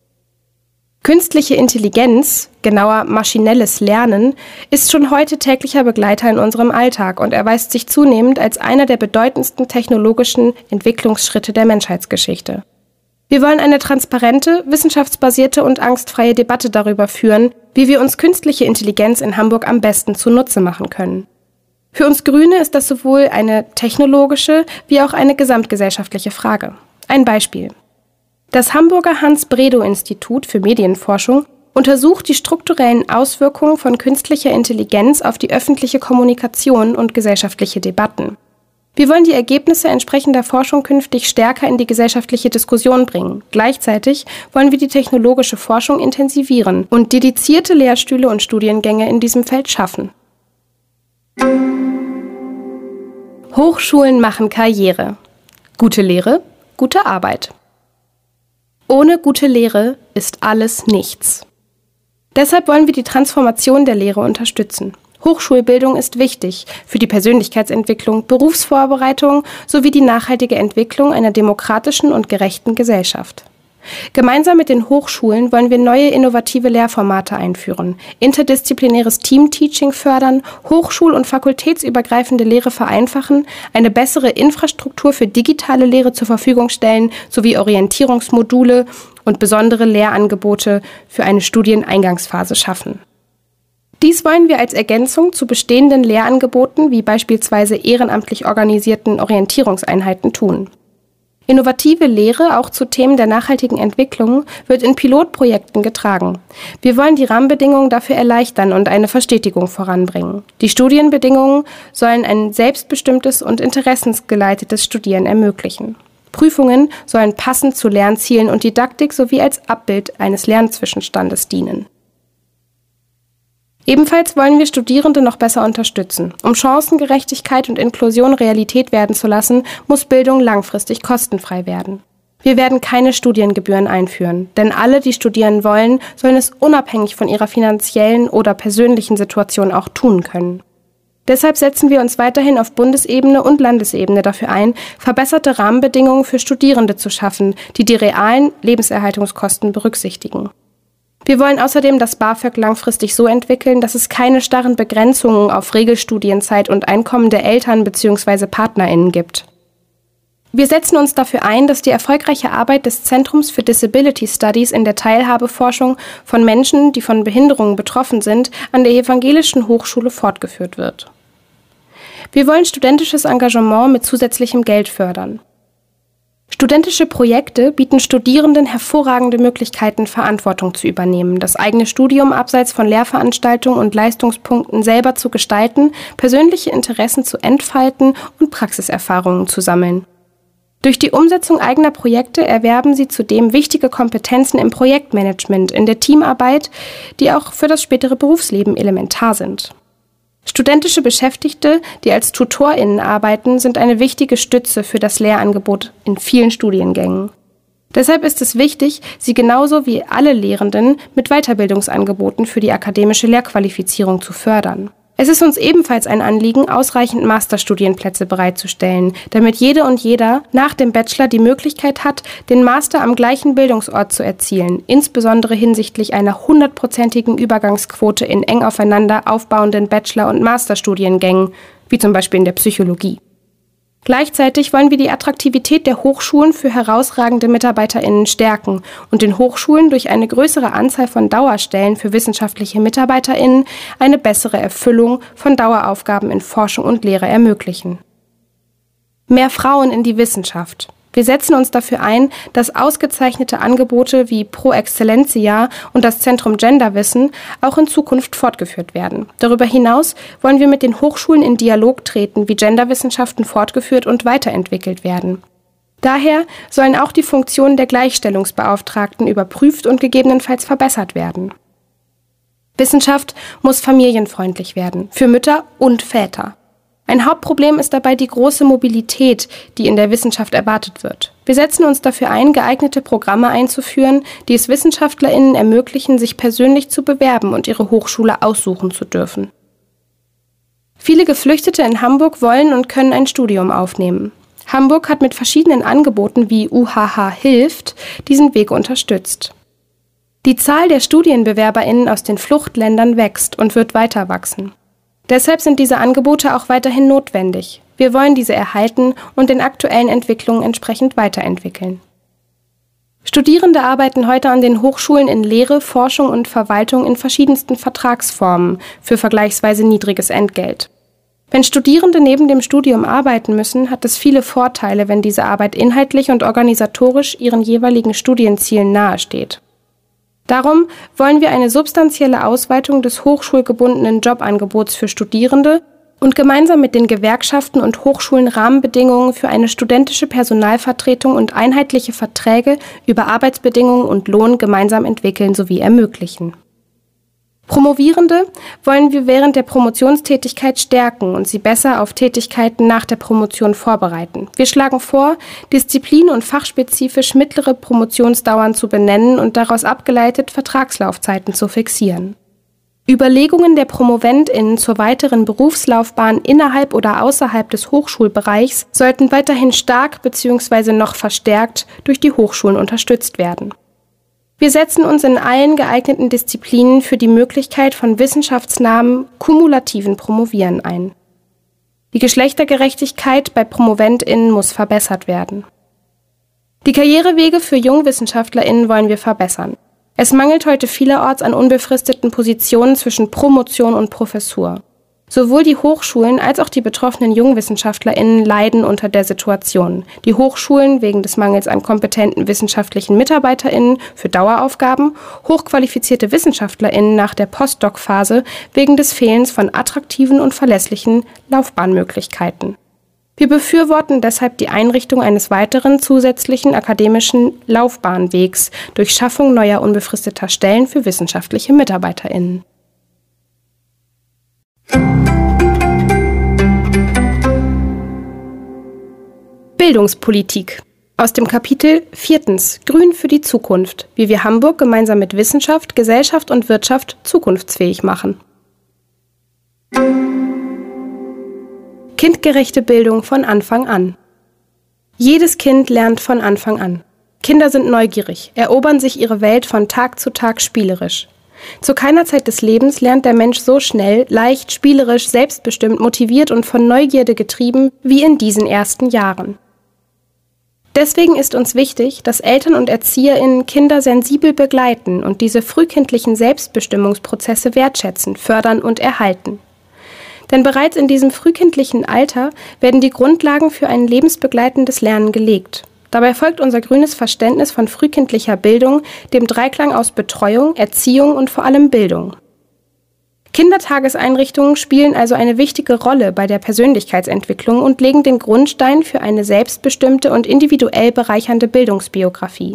Künstliche Intelligenz, genauer maschinelles Lernen, ist schon heute täglicher Begleiter in unserem Alltag und erweist sich zunehmend als einer der bedeutendsten technologischen Entwicklungsschritte der Menschheitsgeschichte. Wir wollen eine transparente, wissenschaftsbasierte und angstfreie Debatte darüber führen, wie wir uns künstliche Intelligenz in Hamburg am besten zunutze machen können. Für uns Grüne ist das sowohl eine technologische wie auch eine gesamtgesellschaftliche Frage. Ein Beispiel. Das Hamburger Hans-Bredow-Institut für Medienforschung untersucht die strukturellen Auswirkungen von künstlicher Intelligenz auf die öffentliche Kommunikation und gesellschaftliche Debatten. Wir wollen die Ergebnisse entsprechender Forschung künftig stärker in die gesellschaftliche Diskussion bringen. Gleichzeitig wollen wir die technologische Forschung intensivieren und dedizierte Lehrstühle und Studiengänge in diesem Feld schaffen. Hochschulen machen Karriere. Gute Lehre, gute Arbeit. Ohne gute Lehre ist alles nichts. Deshalb wollen wir die Transformation der Lehre unterstützen. Hochschulbildung ist wichtig für die Persönlichkeitsentwicklung, Berufsvorbereitung sowie die nachhaltige Entwicklung einer demokratischen und gerechten Gesellschaft. Gemeinsam mit den Hochschulen wollen wir neue innovative Lehrformate einführen, interdisziplinäres Teamteaching fördern, hochschul- und fakultätsübergreifende Lehre vereinfachen, eine bessere Infrastruktur für digitale Lehre zur Verfügung stellen sowie Orientierungsmodule und besondere Lehrangebote für eine Studieneingangsphase schaffen. Dies wollen wir als Ergänzung zu bestehenden Lehrangeboten wie beispielsweise ehrenamtlich organisierten Orientierungseinheiten tun. Innovative Lehre, auch zu Themen der nachhaltigen Entwicklung, wird in Pilotprojekten getragen. Wir wollen die Rahmenbedingungen dafür erleichtern und eine Verstetigung voranbringen. Die Studienbedingungen sollen ein selbstbestimmtes und interessensgeleitetes Studieren ermöglichen. Prüfungen sollen passend zu Lernzielen und Didaktik sowie als Abbild eines Lernzwischenstandes dienen. Ebenfalls wollen wir Studierende noch besser unterstützen. Um Chancengerechtigkeit und Inklusion Realität werden zu lassen, muss Bildung langfristig kostenfrei werden. Wir werden keine Studiengebühren einführen, denn alle, die studieren wollen, sollen es unabhängig von ihrer finanziellen oder persönlichen Situation auch tun können. Deshalb setzen wir uns weiterhin auf Bundesebene und Landesebene dafür ein, verbesserte Rahmenbedingungen für Studierende zu schaffen, die die realen Lebenserhaltungskosten berücksichtigen. Wir wollen außerdem das BAföG langfristig so entwickeln, dass es keine starren Begrenzungen auf Regelstudienzeit und Einkommen der Eltern bzw. PartnerInnen gibt. Wir setzen uns dafür ein, dass die erfolgreiche Arbeit des Zentrums für Disability Studies in der Teilhabeforschung von Menschen, die von Behinderungen betroffen sind, an der Evangelischen Hochschule fortgeführt wird. Wir wollen studentisches Engagement mit zusätzlichem Geld fördern. Studentische Projekte bieten Studierenden hervorragende Möglichkeiten, Verantwortung zu übernehmen, das eigene Studium abseits von Lehrveranstaltungen und Leistungspunkten selber zu gestalten, persönliche Interessen zu entfalten und Praxiserfahrungen zu sammeln. Durch die Umsetzung eigener Projekte erwerben sie zudem wichtige Kompetenzen im Projektmanagement, in der Teamarbeit, die auch für das spätere Berufsleben elementar sind. Studentische Beschäftigte, die als TutorInnen arbeiten, sind eine wichtige Stütze für das Lehrangebot in vielen Studiengängen. Deshalb ist es wichtig, sie genauso wie alle Lehrenden mit Weiterbildungsangeboten für die akademische Lehrqualifizierung zu fördern. Es ist uns ebenfalls ein Anliegen, ausreichend Masterstudienplätze bereitzustellen, damit jede und jeder nach dem Bachelor die Möglichkeit hat, den Master am gleichen Bildungsort zu erzielen, insbesondere hinsichtlich einer hundertprozentigen Übergangsquote in eng aufeinander aufbauenden Bachelor- und Masterstudiengängen, wie zum Beispiel in der Psychologie. Gleichzeitig wollen wir die Attraktivität der Hochschulen für herausragende MitarbeiterInnen stärken und den Hochschulen durch eine größere Anzahl von Dauerstellen für wissenschaftliche MitarbeiterInnen eine bessere Erfüllung von Daueraufgaben in Forschung und Lehre ermöglichen. Mehr Frauen in die Wissenschaft. Wir setzen uns dafür ein, dass ausgezeichnete Angebote wie Pro Excellencia und das Zentrum Genderwissen auch in Zukunft fortgeführt werden. Darüber hinaus wollen wir mit den Hochschulen in Dialog treten, wie Genderwissenschaften fortgeführt und weiterentwickelt werden. Daher sollen auch die Funktionen der Gleichstellungsbeauftragten überprüft und gegebenenfalls verbessert werden. Wissenschaft muss familienfreundlich werden, für Mütter und Väter. Ein Hauptproblem ist dabei die große Mobilität, die in der Wissenschaft erwartet wird. Wir setzen uns dafür ein, geeignete Programme einzuführen, die es WissenschaftlerInnen ermöglichen, sich persönlich zu bewerben und ihre Hochschule aussuchen zu dürfen. Viele Geflüchtete in Hamburg wollen und können ein Studium aufnehmen. Hamburg hat mit verschiedenen Angeboten wie U H H hilft diesen Weg unterstützt. Die Zahl der StudienbewerberInnen aus den Fluchtländern wächst und wird weiter wachsen. Deshalb sind diese Angebote auch weiterhin notwendig. Wir wollen diese erhalten und den aktuellen Entwicklungen entsprechend weiterentwickeln. Studierende arbeiten heute an den Hochschulen in Lehre, Forschung und Verwaltung in verschiedensten Vertragsformen für vergleichsweise niedriges Entgelt. Wenn Studierende neben dem Studium arbeiten müssen, hat es viele Vorteile, wenn diese Arbeit inhaltlich und organisatorisch ihren jeweiligen Studienzielen nahesteht. Darum wollen wir eine substanzielle Ausweitung des hochschulgebundenen Jobangebots für Studierende und gemeinsam mit den Gewerkschaften und Hochschulen Rahmenbedingungen für eine studentische Personalvertretung und einheitliche Verträge über Arbeitsbedingungen und Lohn gemeinsam entwickeln sowie ermöglichen. Promovierende wollen wir während der Promotionstätigkeit stärken und sie besser auf Tätigkeiten nach der Promotion vorbereiten. Wir schlagen vor, disziplin- und fachspezifisch mittlere Promotionsdauern zu benennen und daraus abgeleitet Vertragslaufzeiten zu fixieren. Überlegungen der PromoventInnen zur weiteren Berufslaufbahn innerhalb oder außerhalb des Hochschulbereichs sollten weiterhin stark bzw. noch verstärkt durch die Hochschulen unterstützt werden. Wir setzen uns in allen geeigneten Disziplinen für die Möglichkeit von wissenschaftsnahem, kumulativen Promovieren ein. Die Geschlechtergerechtigkeit bei PromoventInnen muss verbessert werden. Die Karrierewege für JungwissenschaftlerInnen wollen wir verbessern. Es mangelt heute vielerorts an unbefristeten Positionen zwischen Promotion und Professur. Sowohl die Hochschulen als auch die betroffenen JungwissenschaftlerInnen leiden unter der Situation. Die Hochschulen wegen des Mangels an kompetenten wissenschaftlichen MitarbeiterInnen für Daueraufgaben, hochqualifizierte WissenschaftlerInnen nach der Postdoc-Phase wegen des Fehlens von attraktiven und verlässlichen Laufbahnmöglichkeiten. Wir befürworten deshalb die Einrichtung eines weiteren zusätzlichen akademischen Laufbahnwegs durch Schaffung neuer unbefristeter Stellen für wissenschaftliche MitarbeiterInnen. Bildungspolitik. Aus dem Kapitel Viertens. Grün für die Zukunft. Wie wir Hamburg gemeinsam mit Wissenschaft, Gesellschaft und Wirtschaft zukunftsfähig machen. Kindgerechte Bildung von Anfang an. Jedes Kind lernt von Anfang an. Kinder sind neugierig, erobern sich ihre Welt von Tag zu Tag spielerisch. Zu keiner Zeit des Lebens lernt der Mensch so schnell, leicht, spielerisch, selbstbestimmt, motiviert und von Neugierde getrieben wie in diesen ersten Jahren. Deswegen ist uns wichtig, dass Eltern und ErzieherInnen Kinder sensibel begleiten und diese frühkindlichen Selbstbestimmungsprozesse wertschätzen, fördern und erhalten. Denn bereits in diesem frühkindlichen Alter werden die Grundlagen für ein lebensbegleitendes Lernen gelegt. Dabei folgt unser grünes Verständnis von frühkindlicher Bildung dem Dreiklang aus Betreuung, Erziehung und vor allem Bildung. Kindertageseinrichtungen spielen also eine wichtige Rolle bei der Persönlichkeitsentwicklung und legen den Grundstein für eine selbstbestimmte und individuell bereichernde Bildungsbiografie.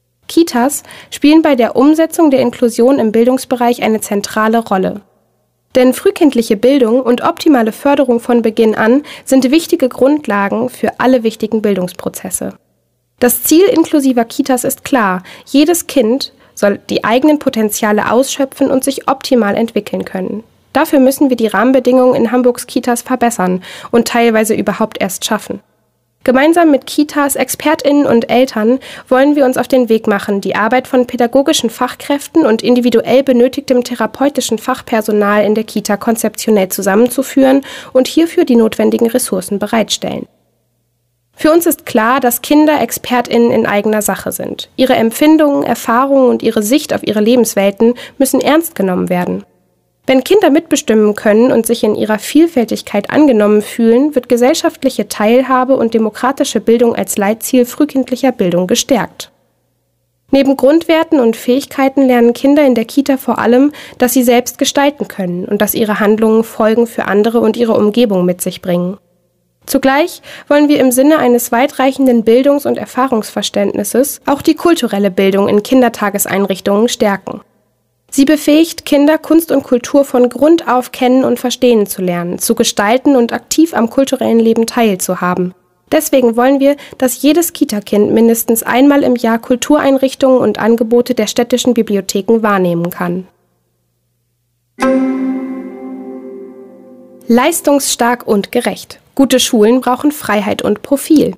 Kitas spielen bei der Umsetzung der Inklusion im Bildungsbereich eine zentrale Rolle. Denn frühkindliche Bildung und optimale Förderung von Beginn an sind wichtige Grundlagen für alle wichtigen Bildungsprozesse. Das Ziel inklusiver Kitas ist klar: Jedes Kind soll die eigenen Potenziale ausschöpfen und sich optimal entwickeln können. Dafür müssen wir die Rahmenbedingungen in Hamburgs Kitas verbessern und teilweise überhaupt erst schaffen. Gemeinsam mit Kitas, ExpertInnen und Eltern wollen wir uns auf den Weg machen, die Arbeit von pädagogischen Fachkräften und individuell benötigtem therapeutischen Fachpersonal in der Kita konzeptionell zusammenzuführen und hierfür die notwendigen Ressourcen bereitstellen. Für uns ist klar, dass Kinder ExpertInnen in eigener Sache sind. Ihre Empfindungen, Erfahrungen und ihre Sicht auf ihre Lebenswelten müssen ernst genommen werden. Wenn Kinder mitbestimmen können und sich in ihrer Vielfältigkeit angenommen fühlen, wird gesellschaftliche Teilhabe und demokratische Bildung als Leitziel frühkindlicher Bildung gestärkt. Neben Grundwerten und Fähigkeiten lernen Kinder in der Kita vor allem, dass sie selbst gestalten können und dass ihre Handlungen Folgen für andere und ihre Umgebung mit sich bringen. Zugleich wollen wir im Sinne eines weitreichenden Bildungs- und Erfahrungsverständnisses auch die kulturelle Bildung in Kindertageseinrichtungen stärken. Sie befähigt Kinder, Kunst und Kultur von Grund auf kennen und verstehen zu lernen, zu gestalten und aktiv am kulturellen Leben teilzuhaben. Deswegen wollen wir, dass jedes Kita-Kind mindestens einmal im Jahr Kultureinrichtungen und Angebote der städtischen Bibliotheken wahrnehmen kann. Leistungsstark und gerecht. Gute Schulen brauchen Freiheit und Profil.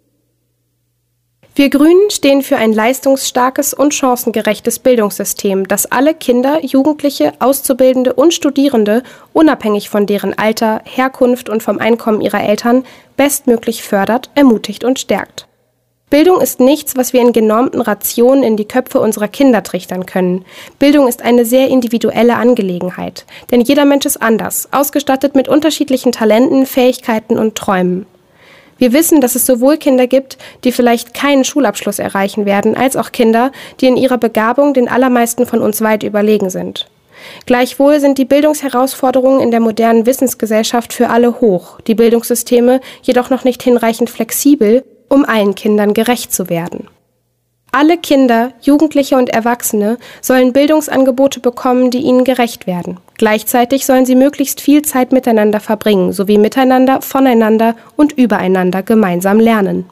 Wir Grünen stehen für ein leistungsstarkes und chancengerechtes Bildungssystem, das alle Kinder, Jugendliche, Auszubildende und Studierende, unabhängig von deren Alter, Herkunft und vom Einkommen ihrer Eltern, bestmöglich fördert, ermutigt und stärkt. Bildung ist nichts, was wir in genormten Rationen in die Köpfe unserer Kinder trichtern können. Bildung ist eine sehr individuelle Angelegenheit, denn jeder Mensch ist anders, ausgestattet mit unterschiedlichen Talenten, Fähigkeiten und Träumen. Wir wissen, dass es sowohl Kinder gibt, die vielleicht keinen Schulabschluss erreichen werden, als auch Kinder, die in ihrer Begabung den allermeisten von uns weit überlegen sind. Gleichwohl sind die Bildungsherausforderungen in der modernen Wissensgesellschaft für alle hoch, die Bildungssysteme jedoch noch nicht hinreichend flexibel, um allen Kindern gerecht zu werden. Alle Kinder, Jugendliche und Erwachsene sollen Bildungsangebote bekommen, die ihnen gerecht werden. Gleichzeitig sollen sie möglichst viel Zeit miteinander verbringen, sowie miteinander, voneinander und übereinander gemeinsam lernen.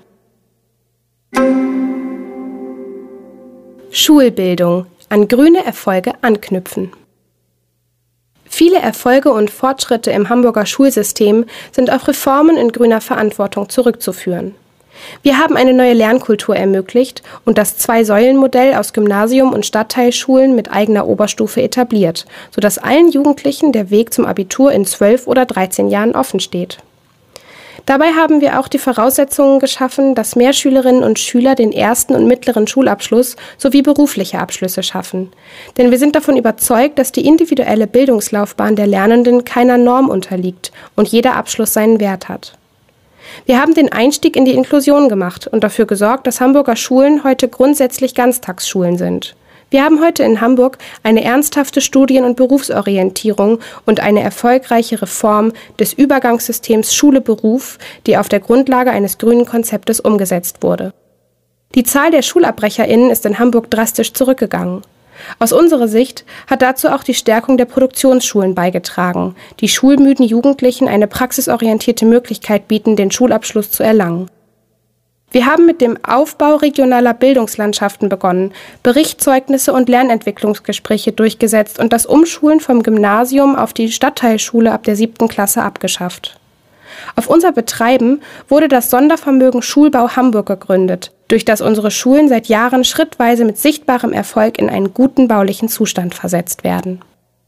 Schulbildung. An grüne Erfolge anknüpfen. Viele Erfolge und Fortschritte im Hamburger Schulsystem sind auf Reformen in grüner Verantwortung zurückzuführen. Wir haben eine neue Lernkultur ermöglicht und das Zwei-Säulen-Modell aus Gymnasium und Stadtteilschulen mit eigener Oberstufe etabliert, sodass allen Jugendlichen der Weg zum Abitur in zwölf oder dreizehn Jahren offen steht. Dabei haben wir auch die Voraussetzungen geschaffen, dass mehr Schülerinnen und Schüler den ersten und mittleren Schulabschluss sowie berufliche Abschlüsse schaffen. Denn wir sind davon überzeugt, dass die individuelle Bildungslaufbahn der Lernenden keiner Norm unterliegt und jeder Abschluss seinen Wert hat. Wir haben den Einstieg in die Inklusion gemacht und dafür gesorgt, dass Hamburger Schulen heute grundsätzlich Ganztagsschulen sind. Wir haben heute in Hamburg eine ernsthafte Studien- und Berufsorientierung und eine erfolgreiche Reform des Übergangssystems Schule-Beruf, die auf der Grundlage eines grünen Konzeptes umgesetzt wurde. Die Zahl der SchulabbrecherInnen ist in Hamburg drastisch zurückgegangen. Aus unserer Sicht hat dazu auch die Stärkung der Produktionsschulen beigetragen, die schulmüden Jugendlichen eine praxisorientierte Möglichkeit bieten, den Schulabschluss zu erlangen. Wir haben mit dem Aufbau regionaler Bildungslandschaften begonnen, Berichtszeugnisse und Lernentwicklungsgespräche durchgesetzt und das Umschulen vom Gymnasium auf die Stadtteilschule ab der siebten Klasse abgeschafft. Auf unser Betreiben wurde das Sondervermögen Schulbau Hamburg gegründet, durch das unsere Schulen seit Jahren schrittweise mit sichtbarem Erfolg in einen guten baulichen Zustand versetzt werden.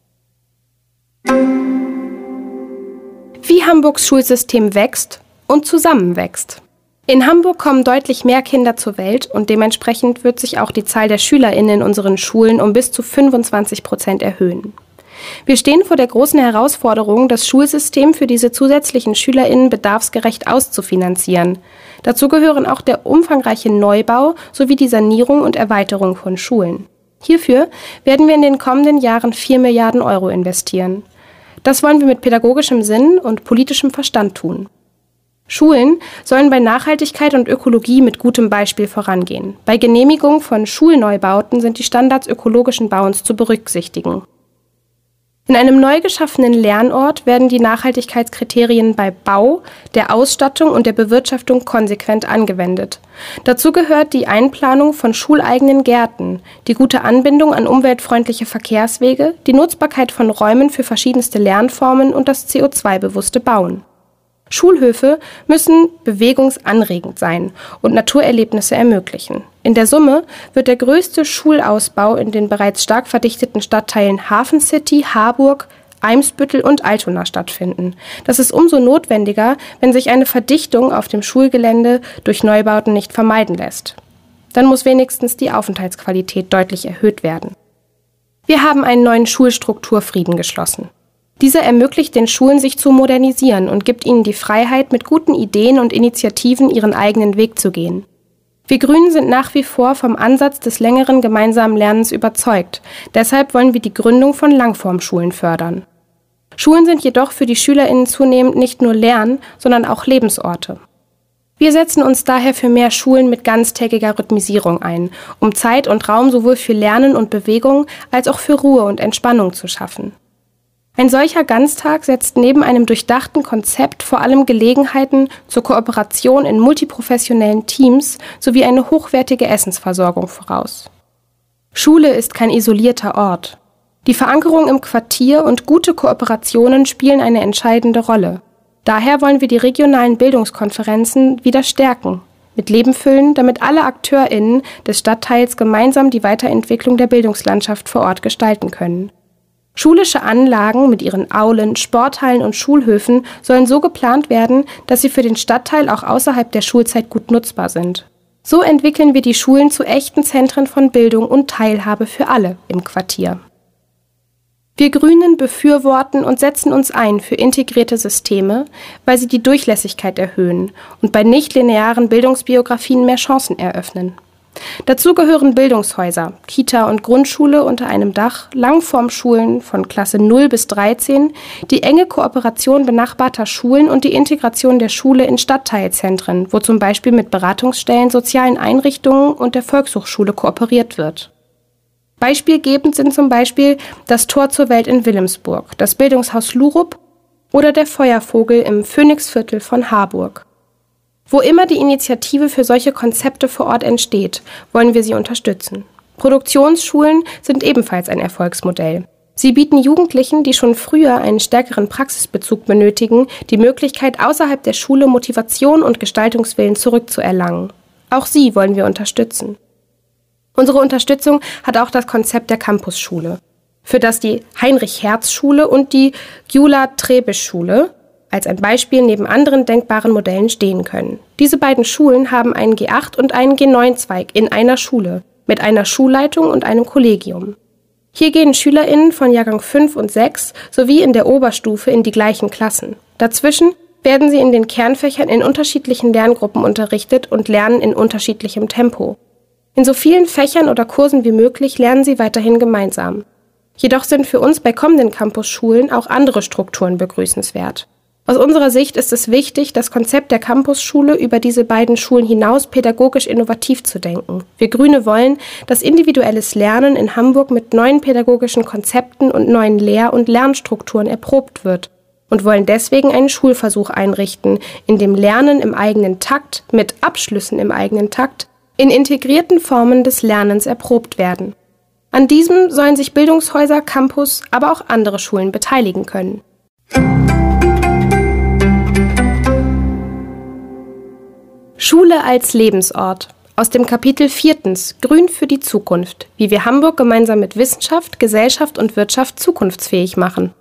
Wie Hamburgs Schulsystem wächst und zusammenwächst. In Hamburg kommen deutlich mehr Kinder zur Welt und dementsprechend wird sich auch die Zahl der SchülerInnen in unseren Schulen um bis zu fünfundzwanzig Prozent erhöhen. Wir stehen vor der großen Herausforderung, das Schulsystem für diese zusätzlichen SchülerInnen bedarfsgerecht auszufinanzieren. Dazu gehören auch der umfangreiche Neubau sowie die Sanierung und Erweiterung von Schulen. Hierfür werden wir in den kommenden Jahren vier Milliarden Euro investieren. Das wollen wir mit pädagogischem Sinn und politischem Verstand tun. Schulen sollen bei Nachhaltigkeit und Ökologie mit gutem Beispiel vorangehen. Bei Genehmigung von Schulneubauten sind die Standards ökologischen Bauens zu berücksichtigen. In einem neu geschaffenen Lernort werden die Nachhaltigkeitskriterien bei Bau, der Ausstattung und der Bewirtschaftung konsequent angewendet. Dazu gehört die Einplanung von schuleigenen Gärten, die gute Anbindung an umweltfreundliche Verkehrswege, die Nutzbarkeit von Räumen für verschiedenste Lernformen und das C O zwei bewusste Bauen. Schulhöfe müssen bewegungsanregend sein und Naturerlebnisse ermöglichen. In der Summe wird der größte Schulausbau in den bereits stark verdichteten Stadtteilen Hafen City, Harburg, Eimsbüttel und Altona stattfinden. Das ist umso notwendiger, wenn sich eine Verdichtung auf dem Schulgelände durch Neubauten nicht vermeiden lässt. Dann muss wenigstens die Aufenthaltsqualität deutlich erhöht werden. Wir haben einen neuen Schulstrukturfrieden geschlossen. Dieser ermöglicht den Schulen, sich zu modernisieren und gibt ihnen die Freiheit, mit guten Ideen und Initiativen ihren eigenen Weg zu gehen. Wir Grünen sind nach wie vor vom Ansatz des längeren gemeinsamen Lernens überzeugt. Deshalb wollen wir die Gründung von Langformschulen fördern. Schulen sind jedoch für die SchülerInnen zunehmend nicht nur Lern-, sondern auch Lebensorte. Wir setzen uns daher für mehr Schulen mit ganztägiger Rhythmisierung ein, um Zeit und Raum sowohl für Lernen und Bewegung als auch für Ruhe und Entspannung zu schaffen. Ein solcher Ganztag setzt neben einem durchdachten Konzept vor allem Gelegenheiten zur Kooperation in multiprofessionellen Teams sowie eine hochwertige Essensversorgung voraus. Schule ist kein isolierter Ort. Die Verankerung im Quartier und gute Kooperationen spielen eine entscheidende Rolle. Daher wollen wir die regionalen Bildungskonferenzen wieder stärken, mit Leben füllen, damit alle AkteurInnen des Stadtteils gemeinsam die Weiterentwicklung der Bildungslandschaft vor Ort gestalten können. Schulische Anlagen mit ihren Aulen, Sporthallen und Schulhöfen sollen so geplant werden, dass sie für den Stadtteil auch außerhalb der Schulzeit gut nutzbar sind. So entwickeln wir die Schulen zu echten Zentren von Bildung und Teilhabe für alle im Quartier. Wir Grünen befürworten und setzen uns ein für integrierte Systeme, weil sie die Durchlässigkeit erhöhen und bei nichtlinearen Bildungsbiografien mehr Chancen eröffnen. Dazu gehören Bildungshäuser, Kita und Grundschule unter einem Dach, Langformschulen von Klasse null bis dreizehn, die enge Kooperation benachbarter Schulen und die Integration der Schule in Stadtteilzentren, wo zum Beispiel mit Beratungsstellen, sozialen Einrichtungen und der Volkshochschule kooperiert wird. Beispielgebend sind zum Beispiel das Tor zur Welt in Wilhelmsburg, das Bildungshaus Lurup oder der Feuervogel im Phoenixviertel von Harburg. Wo immer die Initiative für solche Konzepte vor Ort entsteht, wollen wir sie unterstützen. Produktionsschulen sind ebenfalls ein Erfolgsmodell. Sie bieten Jugendlichen, die schon früher einen stärkeren Praxisbezug benötigen, die Möglichkeit, außerhalb der Schule Motivation und Gestaltungswillen zurückzuerlangen. Auch sie wollen wir unterstützen. Unsere Unterstützung hat auch das Konzept der Campusschule, für das die Heinrich-Hertz-Schule und die Gyula-Trebisch-Schule als ein Beispiel neben anderen denkbaren Modellen stehen können. Diese beiden Schulen haben einen G acht- und einen G neun-Zweig in einer Schule, mit einer Schulleitung und einem Kollegium. Hier gehen SchülerInnen von Jahrgang fünf und sechs sowie in der Oberstufe in die gleichen Klassen. Dazwischen werden sie in den Kernfächern in unterschiedlichen Lerngruppen unterrichtet und lernen in unterschiedlichem Tempo. In so vielen Fächern oder Kursen wie möglich lernen sie weiterhin gemeinsam. Jedoch sind für uns bei kommenden Campusschulen auch andere Strukturen begrüßenswert. Aus unserer Sicht ist es wichtig, das Konzept der Campusschule über diese beiden Schulen hinaus pädagogisch innovativ zu denken. Wir Grüne wollen, dass individuelles Lernen in Hamburg mit neuen pädagogischen Konzepten und neuen Lehr- und Lernstrukturen erprobt wird und wollen deswegen einen Schulversuch einrichten, in dem Lernen im eigenen Takt mit Abschlüssen im eigenen Takt in integrierten Formen des Lernens erprobt werden. An diesem sollen sich Bildungshäuser, Campus, aber auch andere Schulen beteiligen können. Schule als Lebensort. Aus dem Kapitel viertens Grün für die Zukunft. Wie wir Hamburg gemeinsam mit Wissenschaft, Gesellschaft und Wirtschaft zukunftsfähig machen.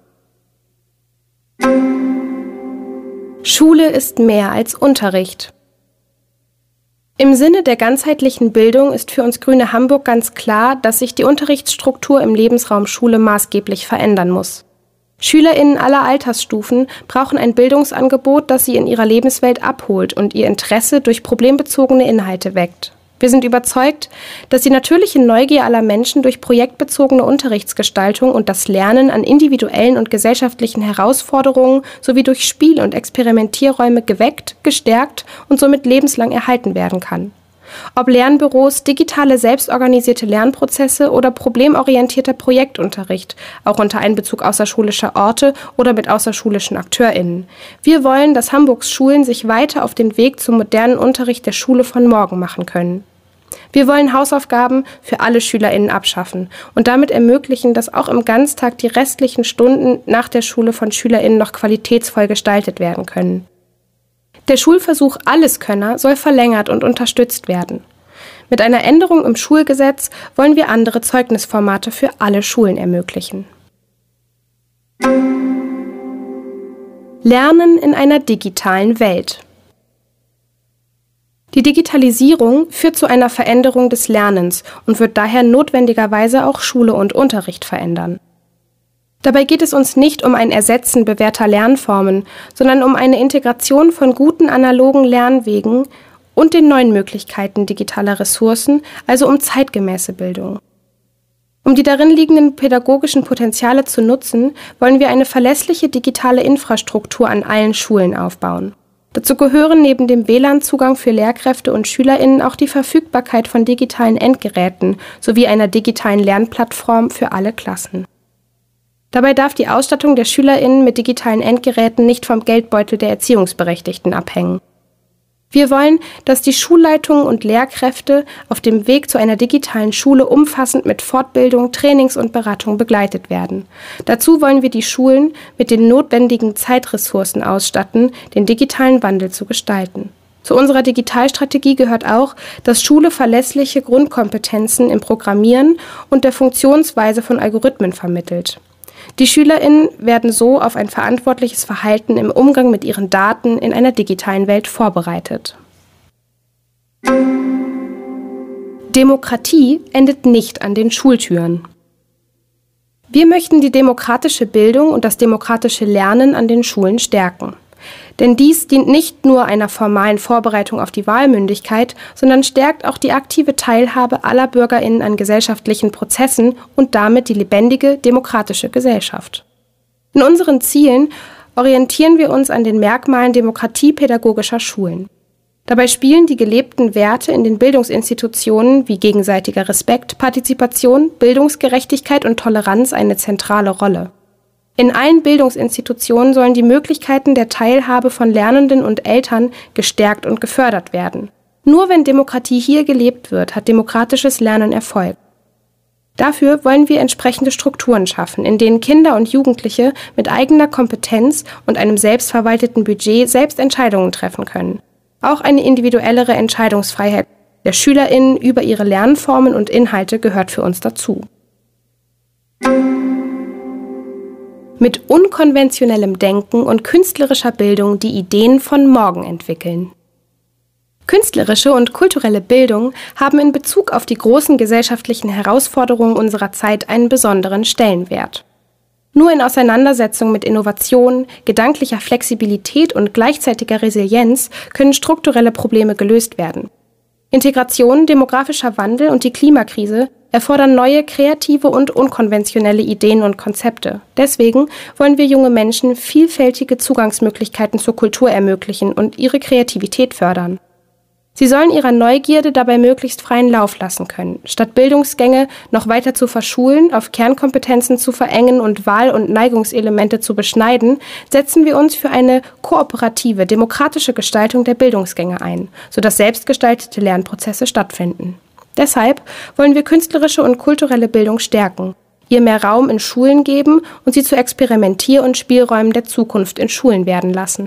Schule ist mehr als Unterricht. Im Sinne der ganzheitlichen Bildung ist für uns Grüne Hamburg ganz klar, dass sich die Unterrichtsstruktur im Lebensraum Schule maßgeblich verändern muss. SchülerInnen aller Altersstufen brauchen ein Bildungsangebot, das sie in ihrer Lebenswelt abholt und ihr Interesse durch problembezogene Inhalte weckt. Wir sind überzeugt, dass die natürliche Neugier aller Menschen durch projektbezogene Unterrichtsgestaltung und das Lernen an individuellen und gesellschaftlichen Herausforderungen sowie durch Spiel- und Experimentierräume geweckt, gestärkt und somit lebenslang erhalten werden kann. Ob Lernbüros, digitale selbstorganisierte Lernprozesse oder problemorientierter Projektunterricht, auch unter Einbezug außerschulischer Orte oder mit außerschulischen AkteurInnen. Wir wollen, dass Hamburgs Schulen sich weiter auf den Weg zum modernen Unterricht der Schule von morgen machen können. Wir wollen Hausaufgaben für alle SchülerInnen abschaffen und damit ermöglichen, dass auch im Ganztag die restlichen Stunden nach der Schule von SchülerInnen noch qualitätsvoll gestaltet werden können. Der Schulversuch Alleskönner soll verlängert und unterstützt werden. Mit einer Änderung im Schulgesetz wollen wir andere Zeugnisformate für alle Schulen ermöglichen. Lernen in einer digitalen Welt. Die Digitalisierung führt zu einer Veränderung des Lernens und wird daher notwendigerweise auch Schule und Unterricht verändern. Dabei geht es uns nicht um ein Ersetzen bewährter Lernformen, sondern um eine Integration von guten analogen Lernwegen und den neuen Möglichkeiten digitaler Ressourcen, also um zeitgemäße Bildung. Um die darin liegenden pädagogischen Potenziale zu nutzen, wollen wir eine verlässliche digitale Infrastruktur an allen Schulen aufbauen. Dazu gehören neben dem W L A N-Zugang für Lehrkräfte und SchülerInnen auch die Verfügbarkeit von digitalen Endgeräten sowie einer digitalen Lernplattform für alle Klassen. Dabei darf die Ausstattung der SchülerInnen mit digitalen Endgeräten nicht vom Geldbeutel der Erziehungsberechtigten abhängen. Wir wollen, dass die Schulleitungen und Lehrkräfte auf dem Weg zu einer digitalen Schule umfassend mit Fortbildung, Trainings und Beratung begleitet werden. Dazu wollen wir die Schulen mit den notwendigen Zeitressourcen ausstatten, den digitalen Wandel zu gestalten. Zu unserer Digitalstrategie gehört auch, dass Schule verlässliche Grundkompetenzen im Programmieren und der Funktionsweise von Algorithmen vermittelt. Die SchülerInnen werden so auf ein verantwortliches Verhalten im Umgang mit ihren Daten in einer digitalen Welt vorbereitet. Demokratie endet nicht an den Schultüren. Wir möchten die demokratische Bildung und das demokratische Lernen an den Schulen stärken. Denn dies dient nicht nur einer formalen Vorbereitung auf die Wahlmündigkeit, sondern stärkt auch die aktive Teilhabe aller BürgerInnen an gesellschaftlichen Prozessen und damit die lebendige, demokratische Gesellschaft. In unseren Zielen orientieren wir uns an den Merkmalen demokratiepädagogischer Schulen. Dabei spielen die gelebten Werte in den Bildungsinstitutionen wie gegenseitiger Respekt, Partizipation, Bildungsgerechtigkeit und Toleranz eine zentrale Rolle. In allen Bildungsinstitutionen sollen die Möglichkeiten der Teilhabe von Lernenden und Eltern gestärkt und gefördert werden. Nur wenn Demokratie hier gelebt wird, hat demokratisches Lernen Erfolg. Dafür wollen wir entsprechende Strukturen schaffen, in denen Kinder und Jugendliche mit eigener Kompetenz und einem selbstverwalteten Budget selbst Entscheidungen treffen können. Auch eine individuellere Entscheidungsfreiheit der SchülerInnen über ihre Lernformen und Inhalte gehört für uns dazu. Mit unkonventionellem Denken und künstlerischer Bildung die Ideen von morgen entwickeln. Künstlerische und kulturelle Bildung haben in Bezug auf die großen gesellschaftlichen Herausforderungen unserer Zeit einen besonderen Stellenwert. Nur in Auseinandersetzung mit Innovation, gedanklicher Flexibilität und gleichzeitiger Resilienz können strukturelle Probleme gelöst werden. Integration, demografischer Wandel und die Klimakrise erfordern neue, kreative und unkonventionelle Ideen und Konzepte. Deswegen wollen wir junge Menschen vielfältige Zugangsmöglichkeiten zur Kultur ermöglichen und ihre Kreativität fördern. Sie sollen ihrer Neugierde dabei möglichst freien Lauf lassen können. Statt Bildungsgänge noch weiter zu verschulen, auf Kernkompetenzen zu verengen und Wahl- und Neigungselemente zu beschneiden, setzen wir uns für eine kooperative, demokratische Gestaltung der Bildungsgänge ein, sodass selbstgestaltete Lernprozesse stattfinden. Deshalb wollen wir künstlerische und kulturelle Bildung stärken, ihr mehr Raum in Schulen geben und sie zu Experimentier- und Spielräumen der Zukunft in Schulen werden lassen.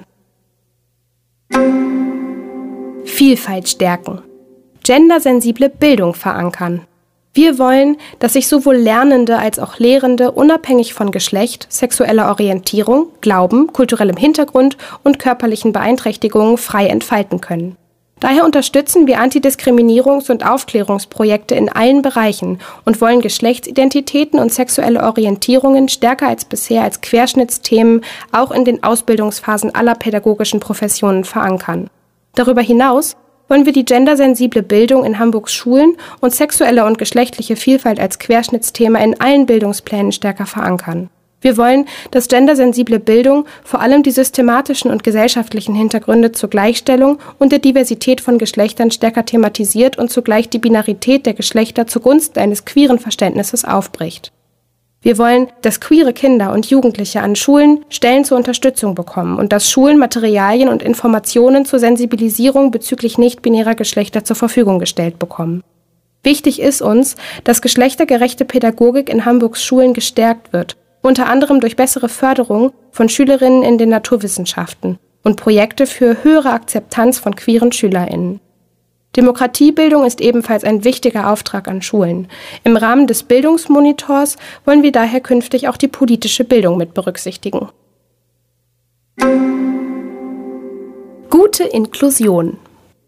Vielfalt stärken. Gendersensible Bildung verankern. Wir wollen, dass sich sowohl Lernende als auch Lehrende unabhängig von Geschlecht, sexueller Orientierung, Glauben, kulturellem Hintergrund und körperlichen Beeinträchtigungen frei entfalten können. Daher unterstützen wir Antidiskriminierungs- und Aufklärungsprojekte in allen Bereichen und wollen Geschlechtsidentitäten und sexuelle Orientierungen stärker als bisher als Querschnittsthemen auch in den Ausbildungsphasen aller pädagogischen Professionen verankern. Darüber hinaus wollen wir die gendersensible Bildung in Hamburgs Schulen und sexuelle und geschlechtliche Vielfalt als Querschnittsthema in allen Bildungsplänen stärker verankern. Wir wollen, dass gendersensible Bildung vor allem die systematischen und gesellschaftlichen Hintergründe zur Gleichstellung und der Diversität von Geschlechtern stärker thematisiert und zugleich die Binarität der Geschlechter zugunsten eines queeren Verständnisses aufbricht. Wir wollen, dass queere Kinder und Jugendliche an Schulen Stellen zur Unterstützung bekommen und dass Schulen Materialien und Informationen zur Sensibilisierung bezüglich nicht-binärer Geschlechter zur Verfügung gestellt bekommen. Wichtig ist uns, dass geschlechtergerechte Pädagogik in Hamburgs Schulen gestärkt wird, unter anderem durch bessere Förderung von Schülerinnen in den Naturwissenschaften und Projekte für höhere Akzeptanz von queeren SchülerInnen. Demokratiebildung ist ebenfalls ein wichtiger Auftrag an Schulen. Im Rahmen des Bildungsmonitors wollen wir daher künftig auch die politische Bildung mit berücksichtigen. Gute Inklusion.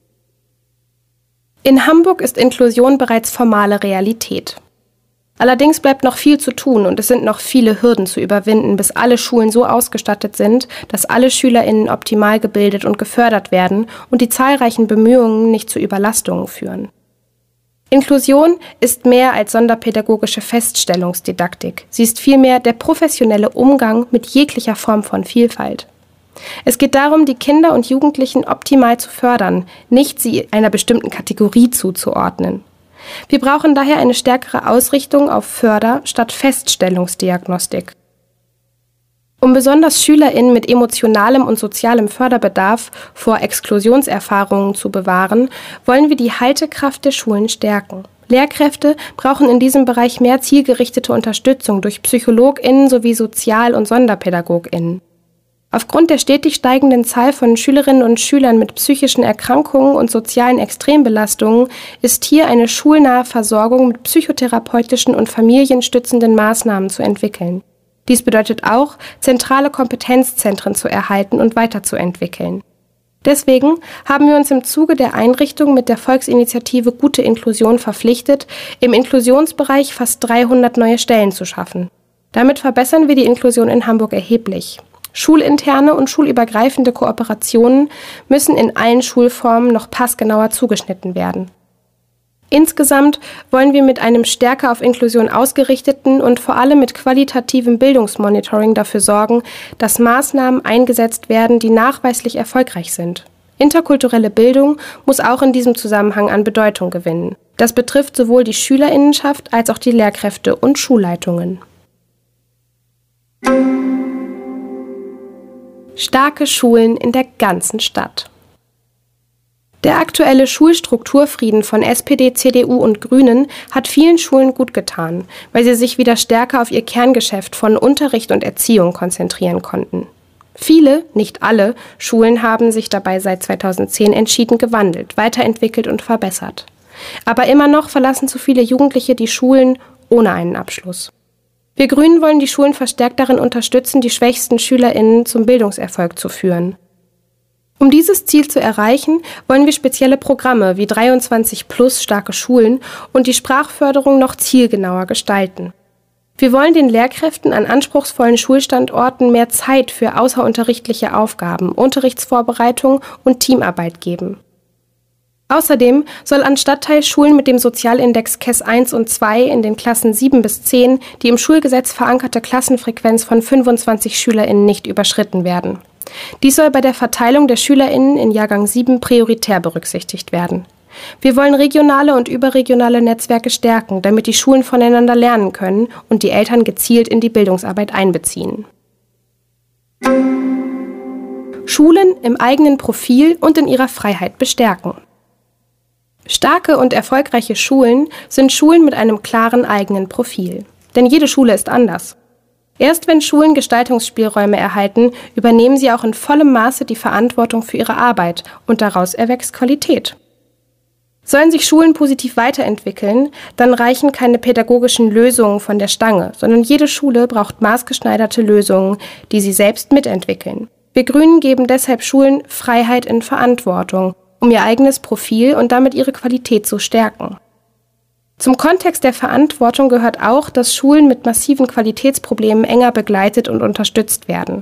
In Hamburg ist Inklusion bereits formale Realität. Allerdings bleibt noch viel zu tun und es sind noch viele Hürden zu überwinden, bis alle Schulen so ausgestattet sind, dass alle SchülerInnen optimal gebildet und gefördert werden und die zahlreichen Bemühungen nicht zu Überlastungen führen. Inklusion ist mehr als sonderpädagogische Feststellungsdidaktik. Sie ist vielmehr der professionelle Umgang mit jeglicher Form von Vielfalt. Es geht darum, die Kinder und Jugendlichen optimal zu fördern, nicht sie einer bestimmten Kategorie zuzuordnen. Wir brauchen daher eine stärkere Ausrichtung auf Förder- statt Feststellungsdiagnostik. Um besonders SchülerInnen mit emotionalem und sozialem Förderbedarf vor Exklusionserfahrungen zu bewahren, wollen wir die Haltekraft der Schulen stärken. Lehrkräfte brauchen in diesem Bereich mehr zielgerichtete Unterstützung durch PsychologInnen sowie Sozial- und SonderpädagogInnen. Aufgrund der stetig steigenden Zahl von Schülerinnen und Schülern mit psychischen Erkrankungen und sozialen Extrembelastungen ist hier eine schulnahe Versorgung mit psychotherapeutischen und familienstützenden Maßnahmen zu entwickeln. Dies bedeutet auch, zentrale Kompetenzzentren zu erhalten und weiterzuentwickeln. Deswegen haben wir uns im Zuge der Einrichtung mit der Volksinitiative Gute Inklusion verpflichtet, im Inklusionsbereich fast dreihundert neue Stellen zu schaffen. Damit verbessern wir die Inklusion in Hamburg erheblich. Schulinterne und schulübergreifende Kooperationen müssen in allen Schulformen noch passgenauer zugeschnitten werden. Insgesamt wollen wir mit einem stärker auf Inklusion ausgerichteten und vor allem mit qualitativem Bildungsmonitoring dafür sorgen, dass Maßnahmen eingesetzt werden, die nachweislich erfolgreich sind. Interkulturelle Bildung muss auch in diesem Zusammenhang an Bedeutung gewinnen. Das betrifft sowohl die SchülerInnenschaft als auch die Lehrkräfte und Schulleitungen. Starke Schulen in der ganzen Stadt. Der aktuelle Schulstrukturfrieden von S P D, C D U und Grünen hat vielen Schulen gut getan, weil sie sich wieder stärker auf ihr Kerngeschäft von Unterricht und Erziehung konzentrieren konnten. Viele, nicht alle, Schulen haben sich dabei seit zweitausendzehn entschieden gewandelt, weiterentwickelt und verbessert. Aber immer noch verlassen zu viele Jugendliche die Schulen ohne einen Abschluss. Wir Grünen wollen die Schulen verstärkt darin unterstützen, die schwächsten SchülerInnen zum Bildungserfolg zu führen. Um dieses Ziel zu erreichen, wollen wir spezielle Programme wie dreiundzwanzig plus starke Schulen und die Sprachförderung noch zielgenauer gestalten. Wir wollen den Lehrkräften an anspruchsvollen Schulstandorten mehr Zeit für außerunterrichtliche Aufgaben, Unterrichtsvorbereitung und Teamarbeit geben. Außerdem soll an Stadtteilschulen mit dem Sozialindex K E S eins und zwei in den Klassen sieben bis zehn die im Schulgesetz verankerte Klassenfrequenz von fünfundzwanzig SchülerInnen nicht überschritten werden. Dies soll bei der Verteilung der SchülerInnen in Jahrgang sieben prioritär berücksichtigt werden. Wir wollen regionale und überregionale Netzwerke stärken, damit die Schulen voneinander lernen können und die Eltern gezielt in die Bildungsarbeit einbeziehen. Schulen im eigenen Profil und in ihrer Freiheit bestärken. Starke und erfolgreiche Schulen sind Schulen mit einem klaren eigenen Profil. Denn jede Schule ist anders. Erst wenn Schulen Gestaltungsspielräume erhalten, übernehmen sie auch in vollem Maße die Verantwortung für ihre Arbeit und daraus erwächst Qualität. Sollen sich Schulen positiv weiterentwickeln, dann reichen keine pädagogischen Lösungen von der Stange, sondern jede Schule braucht maßgeschneiderte Lösungen, die sie selbst mitentwickeln. Wir Grünen geben deshalb Schulen Freiheit in Verantwortung, um ihr eigenes Profil und damit ihre Qualität zu stärken. Zum Kontext der Verantwortung gehört auch, dass Schulen mit massiven Qualitätsproblemen enger begleitet und unterstützt werden.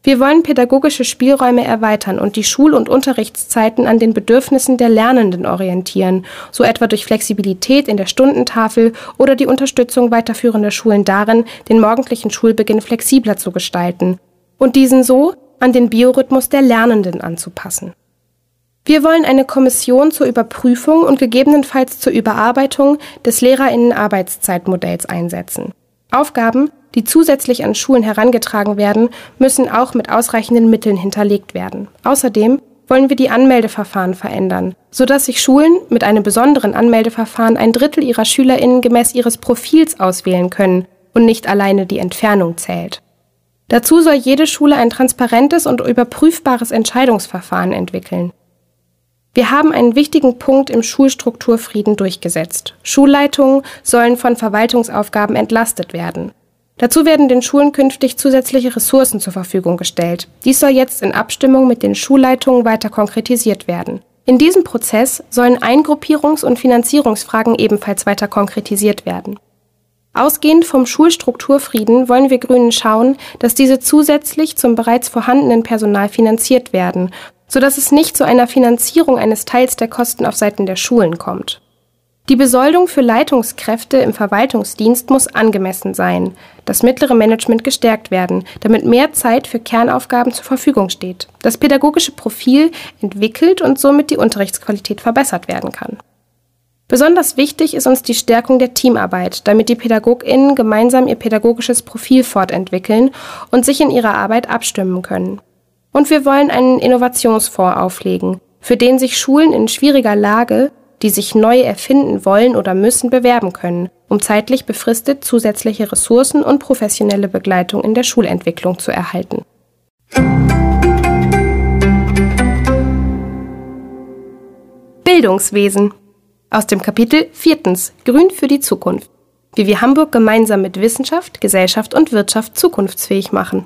Wir wollen pädagogische Spielräume erweitern und die Schul- und Unterrichtszeiten an den Bedürfnissen der Lernenden orientieren, so etwa durch Flexibilität in der Stundentafel oder die Unterstützung weiterführender Schulen darin, den morgendlichen Schulbeginn flexibler zu gestalten und diesen so an den Biorhythmus der Lernenden anzupassen. Wir wollen eine Kommission zur Überprüfung und gegebenenfalls zur Überarbeitung des LehrerInnen-Arbeitszeitmodells einsetzen. Aufgaben, die zusätzlich an Schulen herangetragen werden, müssen auch mit ausreichenden Mitteln hinterlegt werden. Außerdem wollen wir die Anmeldeverfahren verändern, sodass sich Schulen mit einem besonderen Anmeldeverfahren ein Drittel ihrer SchülerInnen gemäß ihres Profils auswählen können und nicht alleine die Entfernung zählt. Dazu soll jede Schule ein transparentes und überprüfbares Entscheidungsverfahren entwickeln. Wir haben einen wichtigen Punkt im Schulstrukturfrieden durchgesetzt. Schulleitungen sollen von Verwaltungsaufgaben entlastet werden. Dazu werden den Schulen künftig zusätzliche Ressourcen zur Verfügung gestellt. Dies soll jetzt in Abstimmung mit den Schulleitungen weiter konkretisiert werden. In diesem Prozess sollen Eingruppierungs- und Finanzierungsfragen ebenfalls weiter konkretisiert werden. Ausgehend vom Schulstrukturfrieden wollen wir Grünen schauen, dass diese zusätzlich zum bereits vorhandenen Personal finanziert werden, sodass es nicht zu einer Finanzierung eines Teils der Kosten auf Seiten der Schulen kommt. Die Besoldung für Leitungskräfte im Verwaltungsdienst muss angemessen sein, das mittlere Management gestärkt werden, damit mehr Zeit für Kernaufgaben zur Verfügung steht, das pädagogische Profil entwickelt und somit die Unterrichtsqualität verbessert werden kann. Besonders wichtig ist uns die Stärkung der Teamarbeit, damit die PädagogInnen gemeinsam ihr pädagogisches Profil fortentwickeln und sich in ihrer Arbeit abstimmen können. Und wir wollen einen Innovationsfonds auflegen, für den sich Schulen in schwieriger Lage, die sich neu erfinden wollen oder müssen, bewerben können, um zeitlich befristet zusätzliche Ressourcen und professionelle Begleitung in der Schulentwicklung zu erhalten. Bildungswesen. Aus dem Kapitel viertens Grün für die Zukunft. Wie wir Hamburg gemeinsam mit Wissenschaft, Gesellschaft und Wirtschaft zukunftsfähig machen.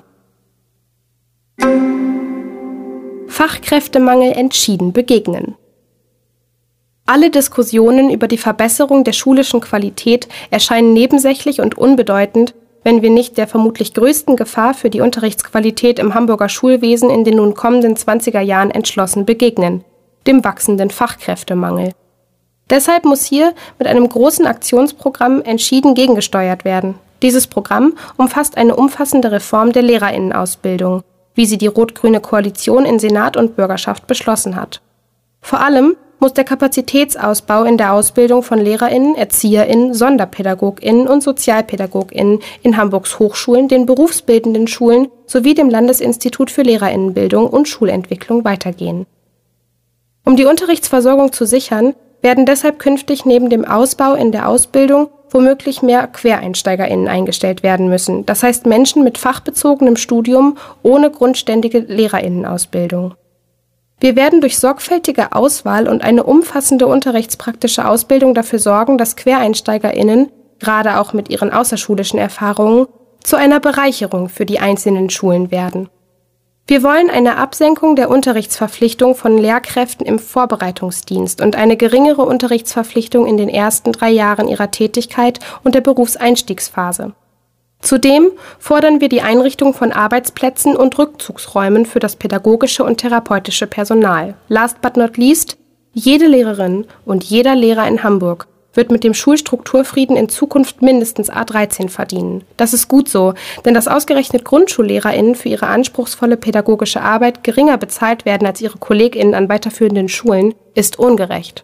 Fachkräftemangel entschieden begegnen. Alle Diskussionen über die Verbesserung der schulischen Qualität erscheinen nebensächlich und unbedeutend, wenn wir nicht der vermutlich größten Gefahr für die Unterrichtsqualität im Hamburger Schulwesen in den nun kommenden zwanziger Jahren entschlossen begegnen, dem wachsenden Fachkräftemangel. Deshalb muss hier mit einem großen Aktionsprogramm entschieden gegengesteuert werden. Dieses Programm umfasst eine umfassende Reform der LehrerInnenausbildung, wie sie die rot-grüne Koalition in Senat und Bürgerschaft beschlossen hat. Vor allem muss der Kapazitätsausbau in der Ausbildung von LehrerInnen, ErzieherInnen, SonderpädagogInnen und SozialpädagogInnen in Hamburgs Hochschulen, den berufsbildenden Schulen sowie dem Landesinstitut für LehrerInnenbildung und Schulentwicklung weitergehen. Um die Unterrichtsversorgung zu sichern, werden deshalb künftig neben dem Ausbau in der Ausbildung womöglich mehr QuereinsteigerInnen eingestellt werden müssen, das heißt Menschen mit fachbezogenem Studium ohne grundständige LehrerInnenausbildung. Wir werden durch sorgfältige Auswahl und eine umfassende unterrichtspraktische Ausbildung dafür sorgen, dass QuereinsteigerInnen, gerade auch mit ihren außerschulischen Erfahrungen, zu einer Bereicherung für die einzelnen Schulen werden. Wir wollen eine Absenkung der Unterrichtsverpflichtung von Lehrkräften im Vorbereitungsdienst und eine geringere Unterrichtsverpflichtung in den ersten drei Jahren ihrer Tätigkeit und der Berufseinstiegsphase. Zudem fordern wir die Einrichtung von Arbeitsplätzen und Rückzugsräumen für das pädagogische und therapeutische Personal. Last but not least, jede Lehrerin und jeder Lehrer in Hamburg wird mit dem Schulstrukturfrieden in Zukunft mindestens A dreizehn verdienen. Das ist gut so, denn dass ausgerechnet GrundschullehrerInnen für ihre anspruchsvolle pädagogische Arbeit geringer bezahlt werden als ihre KollegInnen an weiterführenden Schulen, ist ungerecht.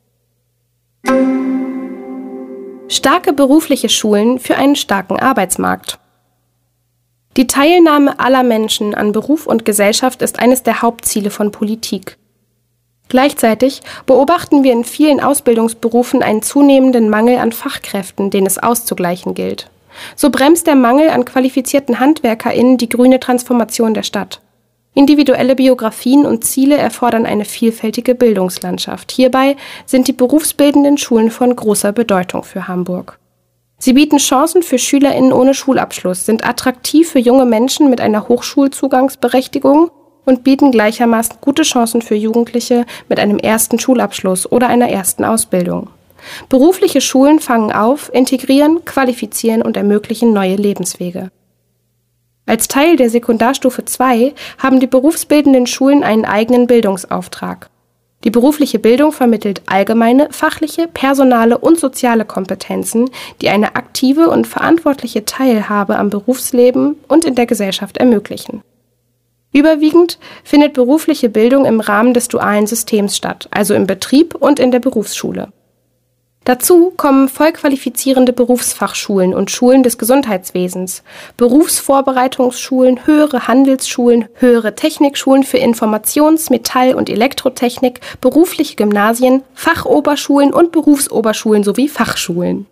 Starke berufliche Schulen für einen starken Arbeitsmarkt. Die Teilnahme aller Menschen an Beruf und Gesellschaft ist eines der Hauptziele von Politik. Gleichzeitig beobachten wir in vielen Ausbildungsberufen einen zunehmenden Mangel an Fachkräften, den es auszugleichen gilt. So bremst der Mangel an qualifizierten HandwerkerInnen die grüne Transformation der Stadt. Individuelle Biografien und Ziele erfordern eine vielfältige Bildungslandschaft. Hierbei sind die berufsbildenden Schulen von großer Bedeutung für Hamburg. Sie bieten Chancen für SchülerInnen ohne Schulabschluss, sind attraktiv für junge Menschen mit einer Hochschulzugangsberechtigung und bieten gleichermaßen gute Chancen für Jugendliche mit einem ersten Schulabschluss oder einer ersten Ausbildung. Berufliche Schulen fangen auf, integrieren, qualifizieren und ermöglichen neue Lebenswege. Als Teil der Sekundarstufe zwei haben die berufsbildenden Schulen einen eigenen Bildungsauftrag. Die berufliche Bildung vermittelt allgemeine, fachliche, personale und soziale Kompetenzen, die eine aktive und verantwortliche Teilhabe am Berufsleben und in der Gesellschaft ermöglichen. Überwiegend findet berufliche Bildung im Rahmen des dualen Systems statt, also im Betrieb und in der Berufsschule. Dazu kommen vollqualifizierende Berufsfachschulen und Schulen des Gesundheitswesens, Berufsvorbereitungsschulen, höhere Handelsschulen, höhere Technikschulen für Informations-, Metall- und Elektrotechnik, berufliche Gymnasien, Fachoberschulen und Berufsoberschulen sowie Fachschulen.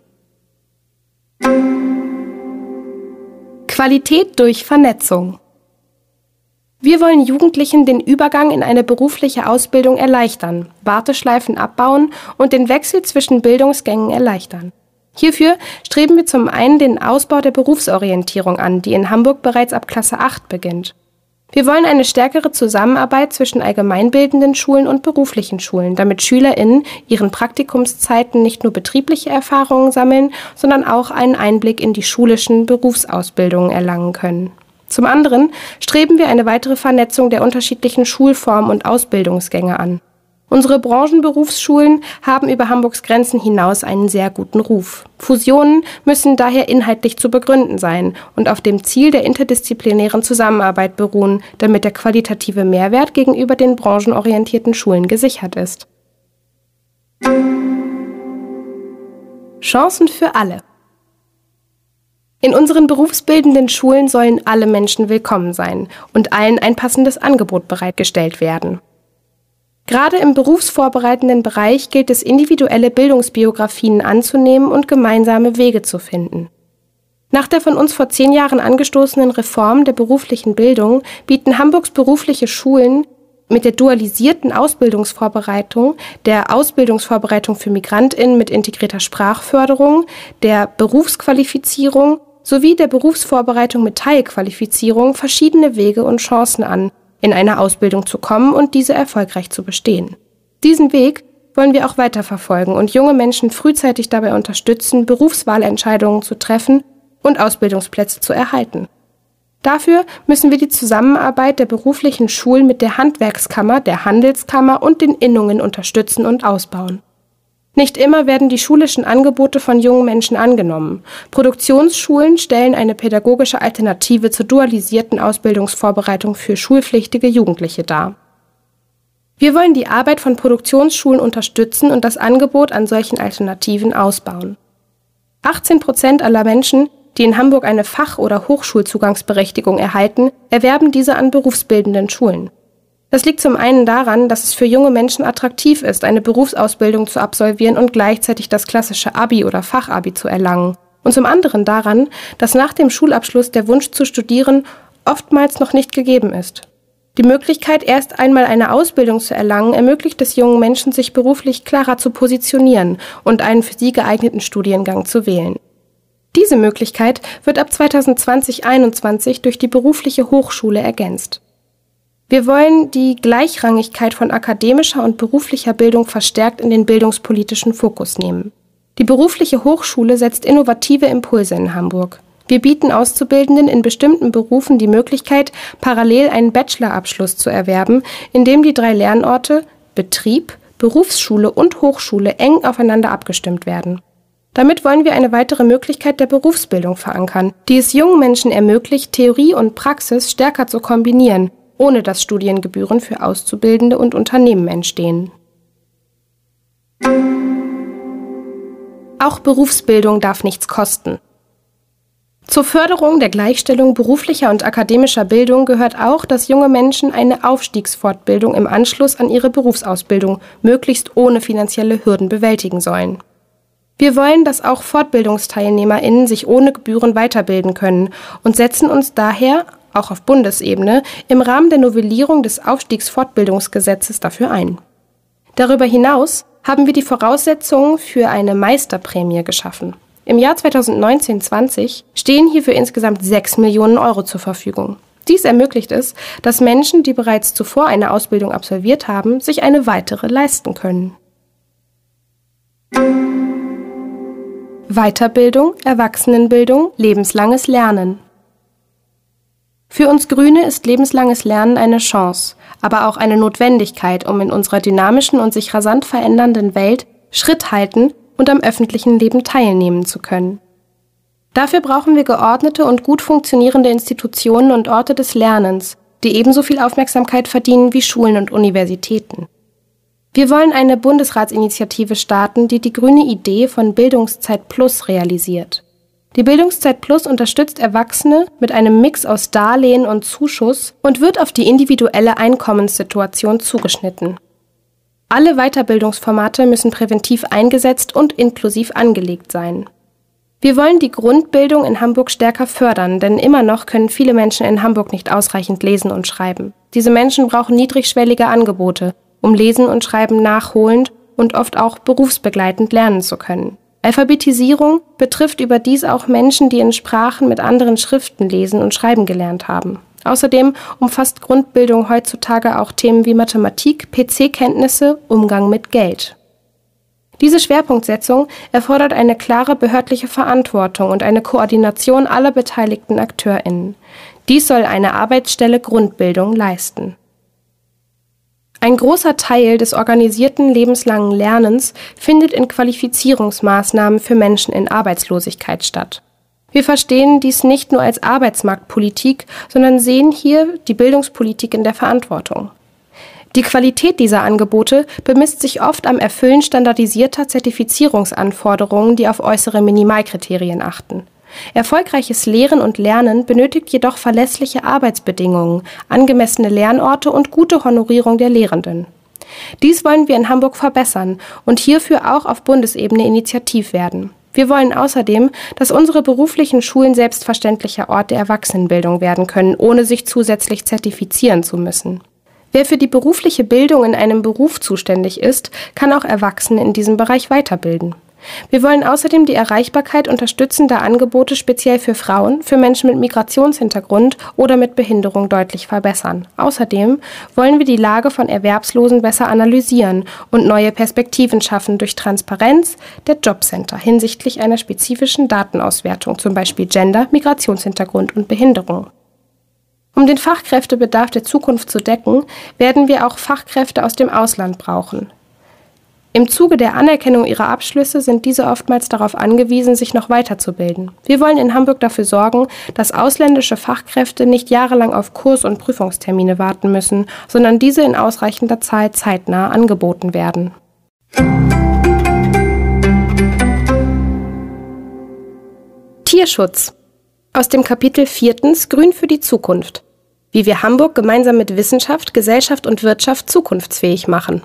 Qualität durch Vernetzung. Wir wollen Jugendlichen den Übergang in eine berufliche Ausbildung erleichtern, Warteschleifen abbauen und den Wechsel zwischen Bildungsgängen erleichtern. Hierfür streben wir zum einen den Ausbau der Berufsorientierung an, die in Hamburg bereits ab Klasse acht beginnt. Wir wollen eine stärkere Zusammenarbeit zwischen allgemeinbildenden Schulen und beruflichen Schulen, damit SchülerInnen ihren Praktikumszeiten nicht nur betriebliche Erfahrungen sammeln, sondern auch einen Einblick in die schulischen Berufsausbildungen erlangen können. Zum anderen streben wir eine weitere Vernetzung der unterschiedlichen Schulformen und Ausbildungsgänge an. Unsere Branchenberufsschulen haben über Hamburgs Grenzen hinaus einen sehr guten Ruf. Fusionen müssen daher inhaltlich zu begründen sein und auf dem Ziel der interdisziplinären Zusammenarbeit beruhen, damit der qualitative Mehrwert gegenüber den branchenorientierten Schulen gesichert ist. Chancen für alle. In unseren berufsbildenden Schulen sollen alle Menschen willkommen sein und allen ein passendes Angebot bereitgestellt werden. Gerade im berufsvorbereitenden Bereich gilt es, individuelle Bildungsbiografien anzunehmen und gemeinsame Wege zu finden. Nach der von uns vor zehn Jahren angestoßenen Reform der beruflichen Bildung bieten Hamburgs berufliche Schulen mit der dualisierten Ausbildungsvorbereitung, der Ausbildungsvorbereitung für MigrantInnen mit integrierter Sprachförderung, der Berufsqualifizierung sowie der Berufsvorbereitung mit Teilqualifizierung verschiedene Wege und Chancen an, in eine Ausbildung zu kommen und diese erfolgreich zu bestehen. Diesen Weg wollen wir auch weiterverfolgen und junge Menschen frühzeitig dabei unterstützen, Berufswahlentscheidungen zu treffen und Ausbildungsplätze zu erhalten. Dafür müssen wir die Zusammenarbeit der beruflichen Schulen mit der Handwerkskammer, der Handelskammer und den Innungen unterstützen und ausbauen. Nicht immer werden die schulischen Angebote von jungen Menschen angenommen. Produktionsschulen stellen eine pädagogische Alternative zur dualisierten Ausbildungsvorbereitung für schulpflichtige Jugendliche dar. Wir wollen die Arbeit von Produktionsschulen unterstützen und das Angebot an solchen Alternativen ausbauen. achtzehn Prozent aller Menschen, die in Hamburg eine Fach- oder Hochschulzugangsberechtigung erhalten, erwerben diese an berufsbildenden Schulen. Das liegt zum einen daran, dass es für junge Menschen attraktiv ist, eine Berufsausbildung zu absolvieren und gleichzeitig das klassische Abi oder Fachabi zu erlangen. Und zum anderen daran, dass nach dem Schulabschluss der Wunsch zu studieren oftmals noch nicht gegeben ist. Die Möglichkeit, erst einmal eine Ausbildung zu erlangen, ermöglicht es jungen Menschen, sich beruflich klarer zu positionieren und einen für sie geeigneten Studiengang zu wählen. Diese Möglichkeit wird ab zweitausendzwanzig einundzwanzig durch die berufliche Hochschule ergänzt. Wir wollen die Gleichrangigkeit von akademischer und beruflicher Bildung verstärkt in den bildungspolitischen Fokus nehmen. Die berufliche Hochschule setzt innovative Impulse in Hamburg. Wir bieten Auszubildenden in bestimmten Berufen die Möglichkeit, parallel einen Bachelorabschluss zu erwerben, indem die drei Lernorte Betrieb, Berufsschule und Hochschule eng aufeinander abgestimmt werden. Damit wollen wir eine weitere Möglichkeit der Berufsbildung verankern, die es jungen Menschen ermöglicht, Theorie und Praxis stärker zu kombinieren, ohne dass Studiengebühren für Auszubildende und Unternehmen entstehen. Auch Berufsbildung darf nichts kosten. Zur Förderung der Gleichstellung beruflicher und akademischer Bildung gehört auch, dass junge Menschen eine Aufstiegsfortbildung im Anschluss an ihre Berufsausbildung möglichst ohne finanzielle Hürden bewältigen sollen. Wir wollen, dass auch FortbildungsteilnehmerInnen sich ohne Gebühren weiterbilden können und setzen uns daher, auch auf Bundesebene, im Rahmen der Novellierung des Aufstiegsfortbildungsgesetzes dafür ein. Darüber hinaus haben wir die Voraussetzungen für eine Meisterprämie geschaffen. Im Jahr zweitausendneunzehn zwanzig stehen hierfür insgesamt sechs Millionen Euro zur Verfügung. Dies ermöglicht es, dass Menschen, die bereits zuvor eine Ausbildung absolviert haben, sich eine weitere leisten können. Weiterbildung, Erwachsenenbildung, lebenslanges Lernen. Für uns Grüne ist lebenslanges Lernen eine Chance, aber auch eine Notwendigkeit, um in unserer dynamischen und sich rasant verändernden Welt Schritt halten und am öffentlichen Leben teilnehmen zu können. Dafür brauchen wir geordnete und gut funktionierende Institutionen und Orte des Lernens, die ebenso viel Aufmerksamkeit verdienen wie Schulen und Universitäten. Wir wollen eine Bundesratsinitiative starten, die die grüne Idee von Bildungszeit Plus realisiert. Die Bildungszeit Plus unterstützt Erwachsene mit einem Mix aus Darlehen und Zuschuss und wird auf die individuelle Einkommenssituation zugeschnitten. Alle Weiterbildungsformate müssen präventiv eingesetzt und inklusiv angelegt sein. Wir wollen die Grundbildung in Hamburg stärker fördern, denn immer noch können viele Menschen in Hamburg nicht ausreichend lesen und schreiben. Diese Menschen brauchen niedrigschwellige Angebote, um Lesen und Schreiben nachholend und oft auch berufsbegleitend lernen zu können. Alphabetisierung betrifft überdies auch Menschen, die in Sprachen mit anderen Schriften lesen und schreiben gelernt haben. Außerdem umfasst Grundbildung heutzutage auch Themen wie Mathematik, P C-Kenntnisse, Umgang mit Geld. Diese Schwerpunktsetzung erfordert eine klare behördliche Verantwortung und eine Koordination aller beteiligten AkteurInnen. Dies soll eine Arbeitsstelle Grundbildung leisten. Ein großer Teil des organisierten lebenslangen Lernens findet in Qualifizierungsmaßnahmen für Menschen in Arbeitslosigkeit statt. Wir verstehen dies nicht nur als Arbeitsmarktpolitik, sondern sehen hier die Bildungspolitik in der Verantwortung. Die Qualität dieser Angebote bemisst sich oft am Erfüllen standardisierter Zertifizierungsanforderungen, die auf äußere Minimalkriterien achten. Erfolgreiches Lehren und Lernen benötigt jedoch verlässliche Arbeitsbedingungen, angemessene Lernorte und gute Honorierung der Lehrenden. Dies wollen wir in Hamburg verbessern und hierfür auch auf Bundesebene initiativ werden. Wir wollen außerdem, dass unsere beruflichen Schulen selbstverständlicher Ort der Erwachsenenbildung werden können, ohne sich zusätzlich zertifizieren zu müssen. Wer für die berufliche Bildung in einem Beruf zuständig ist, kann auch Erwachsene in diesem Bereich weiterbilden. Wir wollen außerdem die Erreichbarkeit unterstützender Angebote speziell für Frauen, für Menschen mit Migrationshintergrund oder mit Behinderung deutlich verbessern. Außerdem wollen wir die Lage von Erwerbslosen besser analysieren und neue Perspektiven schaffen durch Transparenz der Jobcenter hinsichtlich einer spezifischen Datenauswertung, zum Beispiel Gender, Migrationshintergrund und Behinderung. Um den Fachkräftebedarf der Zukunft zu decken, werden wir auch Fachkräfte aus dem Ausland brauchen. Im Zuge der Anerkennung ihrer Abschlüsse sind diese oftmals darauf angewiesen, sich noch weiterzubilden. Wir wollen in Hamburg dafür sorgen, dass ausländische Fachkräfte nicht jahrelang auf Kurs- und Prüfungstermine warten müssen, sondern diese in ausreichender Zahl zeitnah angeboten werden. Tierschutz. Aus dem Kapitel viertens Grün für die Zukunft. Wie wir Hamburg gemeinsam mit Wissenschaft, Gesellschaft und Wirtschaft zukunftsfähig machen.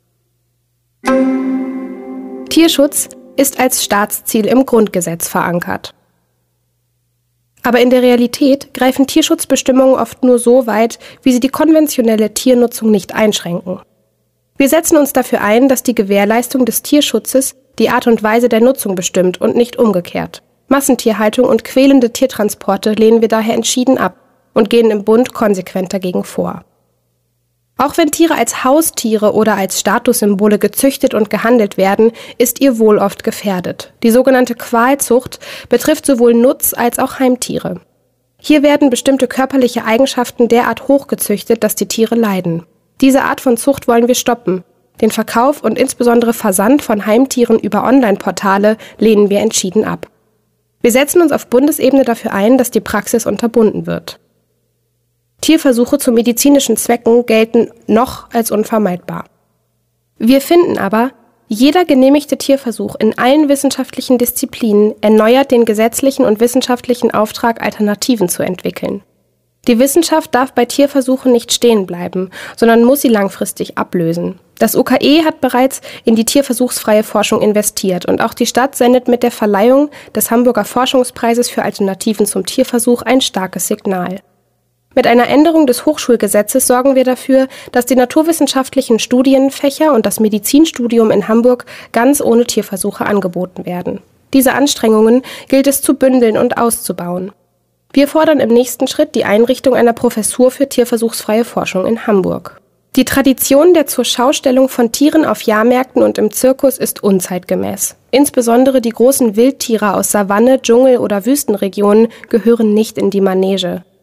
Tierschutz ist als Staatsziel im Grundgesetz verankert. Aber in der Realität greifen Tierschutzbestimmungen oft nur so weit, wie sie die konventionelle Tiernutzung nicht einschränken. Wir setzen uns dafür ein, dass die Gewährleistung des Tierschutzes die Art und Weise der Nutzung bestimmt und nicht umgekehrt. Massentierhaltung und quälende Tiertransporte lehnen wir daher entschieden ab und gehen im Bund konsequent dagegen vor. Auch wenn Tiere als Haustiere oder als Statussymbole gezüchtet und gehandelt werden, ist ihr Wohl oft gefährdet. Die sogenannte Qualzucht betrifft sowohl Nutz- als auch Heimtiere. Hier werden bestimmte körperliche Eigenschaften derart hochgezüchtet, dass die Tiere leiden. Diese Art von Zucht wollen wir stoppen. Den Verkauf und insbesondere Versand von Heimtieren über Online-Portale lehnen wir entschieden ab. Wir setzen uns auf Bundesebene dafür ein, dass die Praxis unterbunden wird. Tierversuche zu medizinischen Zwecken gelten noch als unvermeidbar. Wir finden aber, jeder genehmigte Tierversuch in allen wissenschaftlichen Disziplinen erneuert den gesetzlichen und wissenschaftlichen Auftrag, Alternativen zu entwickeln. Die Wissenschaft darf bei Tierversuchen nicht stehen bleiben, sondern muss sie langfristig ablösen. Das U K E hat bereits in die tierversuchsfreie Forschung investiert und auch die Stadt sendet mit der Verleihung des Hamburger Forschungspreises für Alternativen zum Tierversuch ein starkes Signal. Mit einer Änderung des Hochschulgesetzes sorgen wir dafür, dass die naturwissenschaftlichen Studienfächer und das Medizinstudium in Hamburg ganz ohne Tierversuche angeboten werden. Diese Anstrengungen gilt es zu bündeln und auszubauen. Wir fordern im nächsten Schritt die Einrichtung einer Professur für tierversuchsfreie Forschung in Hamburg. Die Tradition der Zurschaustellung von Tieren auf Jahrmärkten und im Zirkus ist unzeitgemäß. Insbesondere die großen Wildtiere aus Savanne, Dschungel oder Wüstenregionen gehören nicht in die Manege.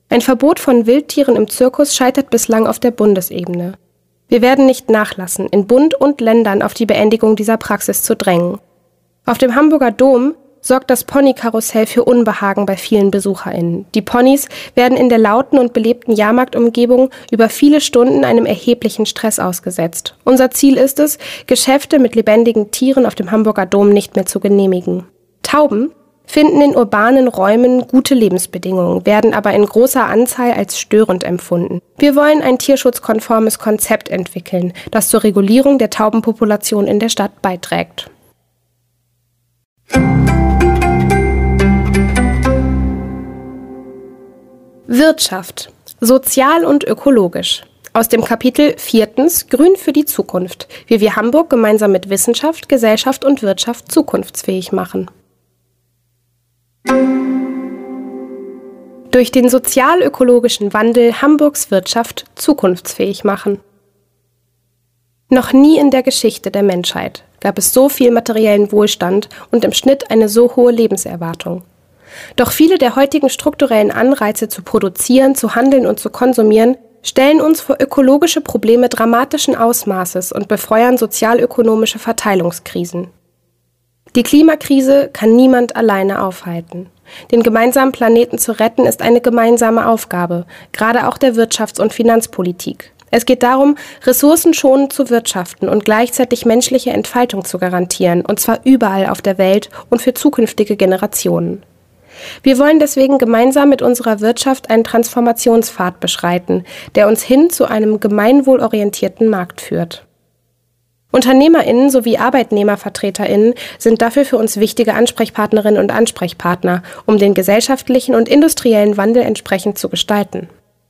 Ein Verbot von Wildtieren im Zirkus scheitert bislang auf der Bundesebene. Wir werden nicht nachlassen, in Bund und Ländern auf die Beendigung dieser Praxis zu drängen. Auf dem Hamburger Dom sorgt das Ponykarussell für Unbehagen bei vielen BesucherInnen. Die Ponys werden in der lauten und belebten Jahrmarktumgebung über viele Stunden einem erheblichen Stress ausgesetzt. Unser Ziel ist es, Geschäfte mit lebendigen Tieren auf dem Hamburger Dom nicht mehr zu genehmigen. Tauben finden in urbanen Räumen gute Lebensbedingungen, werden aber in großer Anzahl als störend empfunden. Wir wollen ein tierschutzkonformes Konzept entwickeln, das zur Regulierung der Taubenpopulation in der Stadt beiträgt. Wirtschaft. Sozial und ökologisch. Aus dem Kapitel Viertens Grün für die Zukunft, wie wir Hamburg gemeinsam mit Wissenschaft, Gesellschaft und Wirtschaft zukunftsfähig machen. Durch den sozial-ökologischen Wandel Hamburgs Wirtschaft zukunftsfähig machen. Noch nie in der Geschichte der Menschheit gab es so viel materiellen Wohlstand und im Schnitt eine so hohe Lebenserwartung. Doch viele der heutigen strukturellen Anreize zu produzieren, zu handeln und zu konsumieren, stellen uns vor ökologische Probleme dramatischen Ausmaßes und befeuern sozialökonomische Verteilungskrisen. Die Klimakrise kann niemand alleine aufhalten. Den gemeinsamen Planeten zu retten ist eine gemeinsame Aufgabe, gerade auch der Wirtschafts- und Finanzpolitik. Es geht darum, ressourcenschonend zu wirtschaften und gleichzeitig menschliche Entfaltung zu garantieren, und zwar überall auf der Welt und für zukünftige Generationen. Wir wollen deswegen gemeinsam mit unserer Wirtschaft einen Transformationspfad beschreiten, der uns hin zu einem gemeinwohlorientierten Markt führt. UnternehmerInnen sowie ArbeitnehmervertreterInnen sind dafür für uns wichtige Ansprechpartnerinnen und Ansprechpartner, um den gesellschaftlichen und industriellen Wandel entsprechend zu gestalten.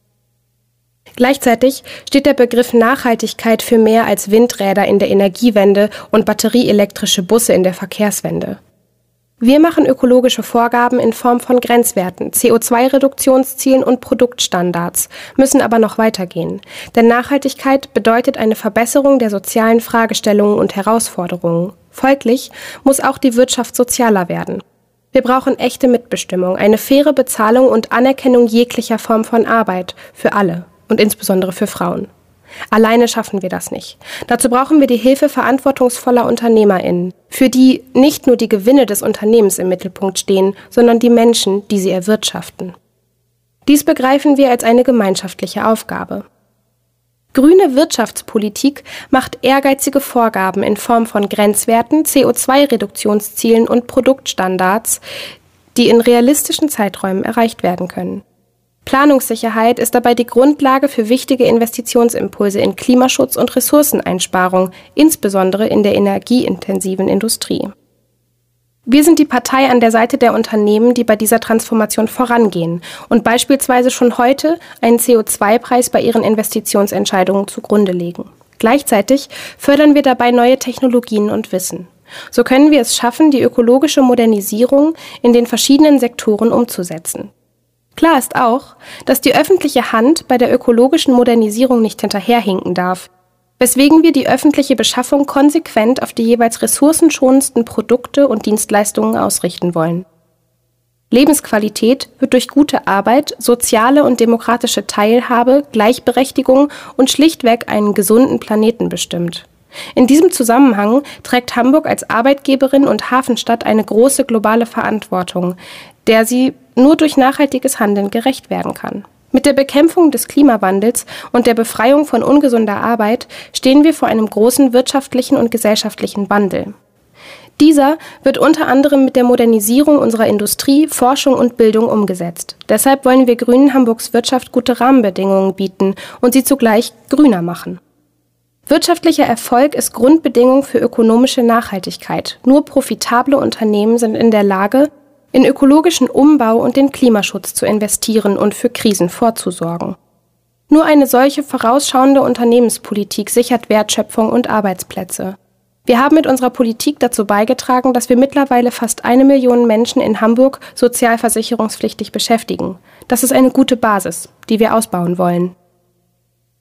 Gleichzeitig steht der Begriff Nachhaltigkeit für mehr als Windräder in der Energiewende und batterieelektrische Busse in der Verkehrswende. Wir machen ökologische Vorgaben in Form von Grenzwerten, C O zwei Reduktionszielen und Produktstandards, müssen aber noch weitergehen. Denn Nachhaltigkeit bedeutet eine Verbesserung der sozialen Fragestellungen und Herausforderungen. Folglich muss auch die Wirtschaft sozialer werden. Wir brauchen echte Mitbestimmung, eine faire Bezahlung und Anerkennung jeglicher Form von Arbeit für alle und insbesondere für Frauen. Alleine schaffen wir das nicht. Dazu brauchen wir die Hilfe verantwortungsvoller UnternehmerInnen, für die nicht nur die Gewinne des Unternehmens im Mittelpunkt stehen, sondern die Menschen, die sie erwirtschaften. Dies begreifen wir als eine gemeinschaftliche Aufgabe. Grüne Wirtschaftspolitik macht ehrgeizige Vorgaben in Form von Grenzwerten, C O zwei Reduktionszielen und Produktstandards, die in realistischen Zeiträumen erreicht werden können. Planungssicherheit ist dabei die Grundlage für wichtige Investitionsimpulse in Klimaschutz und Ressourceneinsparung, insbesondere in der energieintensiven Industrie. Wir sind die Partei an der Seite der Unternehmen, die bei dieser Transformation vorangehen und beispielsweise schon heute einen C O zwei Preis bei ihren Investitionsentscheidungen zugrunde legen. Gleichzeitig fördern wir dabei neue Technologien und Wissen. So können wir es schaffen, die ökologische Modernisierung in den verschiedenen Sektoren umzusetzen. Klar ist auch, dass die öffentliche Hand bei der ökologischen Modernisierung nicht hinterherhinken darf, weswegen wir die öffentliche Beschaffung konsequent auf die jeweils ressourcenschonendsten Produkte und Dienstleistungen ausrichten wollen. Lebensqualität wird durch gute Arbeit, soziale und demokratische Teilhabe, Gleichberechtigung und schlichtweg einen gesunden Planeten bestimmt. In diesem Zusammenhang trägt Hamburg als Arbeitgeberin und Hafenstadt eine große globale Verantwortung, der sie nur durch nachhaltiges Handeln gerecht werden kann. Mit der Bekämpfung des Klimawandels und der Befreiung von ungesunder Arbeit stehen wir vor einem großen wirtschaftlichen und gesellschaftlichen Wandel. Dieser wird unter anderem mit der Modernisierung unserer Industrie, Forschung und Bildung umgesetzt. Deshalb wollen wir Grünen Hamburgs Wirtschaft gute Rahmenbedingungen bieten und sie zugleich grüner machen. Wirtschaftlicher Erfolg ist Grundbedingung für ökonomische Nachhaltigkeit. Nur profitable Unternehmen sind in der Lage, in ökologischen Umbau und den Klimaschutz zu investieren und für Krisen vorzusorgen. Nur eine solche vorausschauende Unternehmenspolitik sichert Wertschöpfung und Arbeitsplätze. Wir haben mit unserer Politik dazu beigetragen, dass wir mittlerweile fast eine Million Menschen in Hamburg sozialversicherungspflichtig beschäftigen. Das ist eine gute Basis, die wir ausbauen wollen.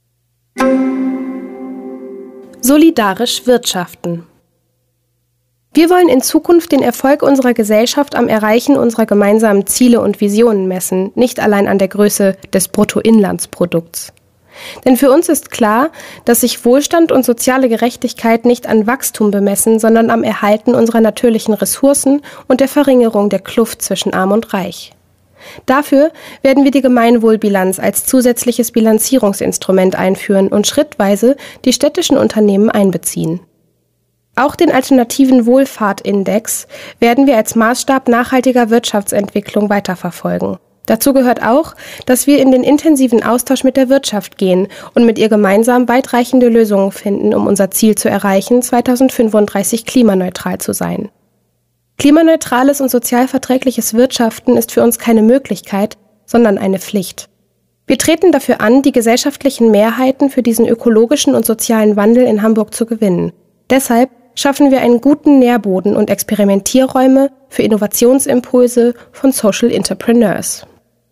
Solidarisch wirtschaften. Wir wollen in Zukunft den Erfolg unserer Gesellschaft am Erreichen unserer gemeinsamen Ziele und Visionen messen, nicht allein an der Größe des Bruttoinlandsprodukts. Denn für uns ist klar, dass sich Wohlstand und soziale Gerechtigkeit nicht an Wachstum bemessen, sondern am Erhalten unserer natürlichen Ressourcen und der Verringerung der Kluft zwischen Arm und Reich. Dafür werden wir die Gemeinwohlbilanz als zusätzliches Bilanzierungsinstrument einführen und schrittweise die städtischen Unternehmen einbeziehen. Auch den alternativen Wohlfahrtindex werden wir als Maßstab nachhaltiger Wirtschaftsentwicklung weiterverfolgen. Dazu gehört auch, dass wir in den intensiven Austausch mit der Wirtschaft gehen und mit ihr gemeinsam weitreichende Lösungen finden, um unser Ziel zu erreichen, zweitausendfünfunddreißig klimaneutral zu sein. Klimaneutrales und sozial verträgliches Wirtschaften ist für uns keine Möglichkeit, sondern eine Pflicht. Wir treten dafür an, die gesellschaftlichen Mehrheiten für diesen ökologischen und sozialen Wandel in Hamburg zu gewinnen. Deshalb schaffen wir einen guten Nährboden und Experimentierräume für Innovationsimpulse von Social Entrepreneurs.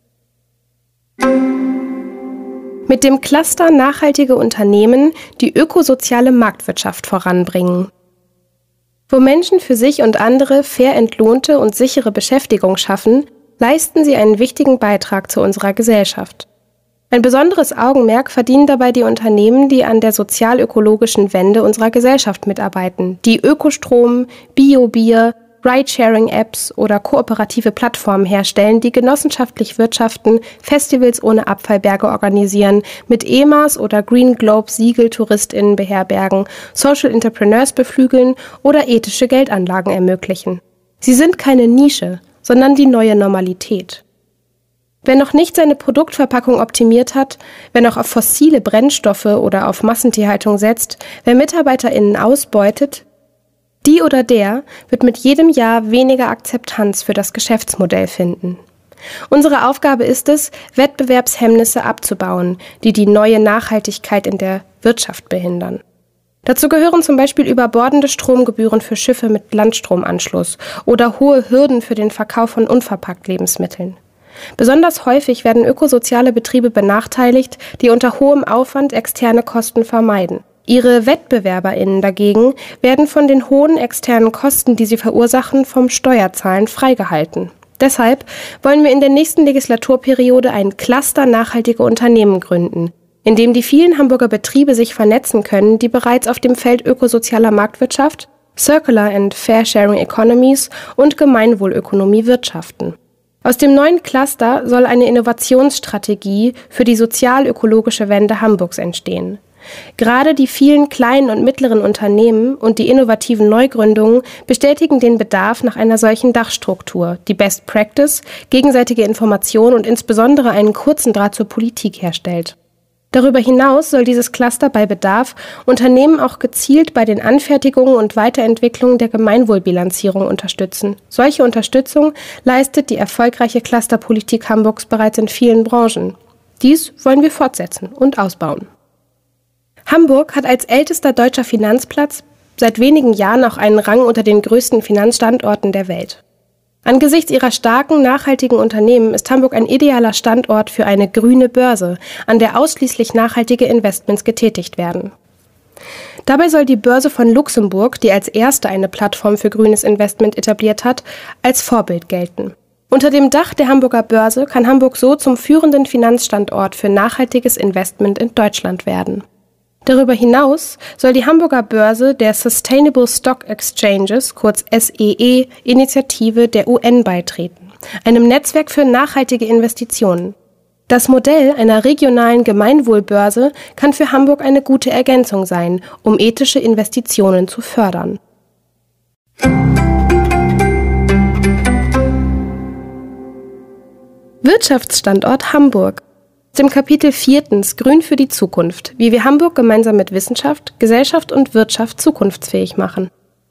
Mit dem Cluster nachhaltige Unternehmen die ökosoziale Marktwirtschaft voranbringen. Wo Menschen für sich und andere fair entlohnte und sichere Beschäftigung schaffen, leisten sie einen wichtigen Beitrag zu unserer Gesellschaft. Ein besonderes Augenmerk verdienen dabei die Unternehmen, die an der sozial-ökologischen Wende unserer Gesellschaft mitarbeiten, die Ökostrom, Biobier, Ride-Sharing-Apps oder kooperative Plattformen herstellen, die genossenschaftlich wirtschaften, Festivals ohne Abfallberge organisieren, mit E M As oder Green Globe Siegel-TouristInnen beherbergen, Social Entrepreneurs beflügeln oder ethische Geldanlagen ermöglichen. Sie sind keine Nische, sondern die neue Normalität. Wer noch nicht seine Produktverpackung optimiert hat, wer noch auf fossile Brennstoffe oder auf Massentierhaltung setzt, wer MitarbeiterInnen ausbeutet, die oder der wird mit jedem Jahr weniger Akzeptanz für das Geschäftsmodell finden. Unsere Aufgabe ist es, Wettbewerbshemmnisse abzubauen, die die neue Nachhaltigkeit in der Wirtschaft behindern. Dazu gehören zum Beispiel überbordende Stromgebühren für Schiffe mit Landstromanschluss oder hohe Hürden für den Verkauf von unverpackt Lebensmitteln. Besonders häufig werden ökosoziale Betriebe benachteiligt, die unter hohem Aufwand externe Kosten vermeiden. Ihre WettbewerberInnen dagegen werden von den hohen externen Kosten, die sie verursachen, vom Steuerzahlen freigehalten. Deshalb wollen wir in der nächsten Legislaturperiode ein Cluster nachhaltige Unternehmen gründen, in dem die vielen Hamburger Betriebe sich vernetzen können, die bereits auf dem Feld ökosozialer Marktwirtschaft, Circular and Fair Sharing Economies und Gemeinwohlökonomie wirtschaften. Aus dem neuen Cluster soll eine Innovationsstrategie für die sozial-ökologische Wende Hamburgs entstehen. Gerade die vielen kleinen und mittleren Unternehmen und die innovativen Neugründungen bestätigen den Bedarf nach einer solchen Dachstruktur, die Best Practice, gegenseitige Information und insbesondere einen kurzen Draht zur Politik herstellt. Darüber hinaus soll dieses Cluster bei Bedarf Unternehmen auch gezielt bei den Anfertigungen und Weiterentwicklungen der Gemeinwohlbilanzierung unterstützen. Solche Unterstützung leistet die erfolgreiche Clusterpolitik Hamburgs bereits in vielen Branchen. Dies wollen wir fortsetzen und ausbauen. Hamburg hat als ältester deutscher Finanzplatz seit wenigen Jahren auch einen Rang unter den größten Finanzstandorten der Welt. Angesichts ihrer starken, nachhaltigen Unternehmen ist Hamburg ein idealer Standort für eine grüne Börse, an der ausschließlich nachhaltige Investments getätigt werden. Dabei soll die Börse von Luxemburg, die als erste eine Plattform für grünes Investment etabliert hat, als Vorbild gelten. Unter dem Dach der Hamburger Börse kann Hamburg so zum führenden Finanzstandort für nachhaltiges Investment in Deutschland werden. Darüber hinaus soll die Hamburger Börse der Sustainable Stock Exchanges, kurz S E E, Initiative der U N beitreten, einem Netzwerk für nachhaltige Investitionen. Das Modell einer regionalen Gemeinwohlbörse kann für Hamburg eine gute Ergänzung sein, um ethische Investitionen zu fördern. Wirtschaftsstandort Hamburg. Dem Kapitel viertens Grün für die Zukunft, wie wir Hamburg gemeinsam mit Wissenschaft, Gesellschaft und Wirtschaft zukunftsfähig machen.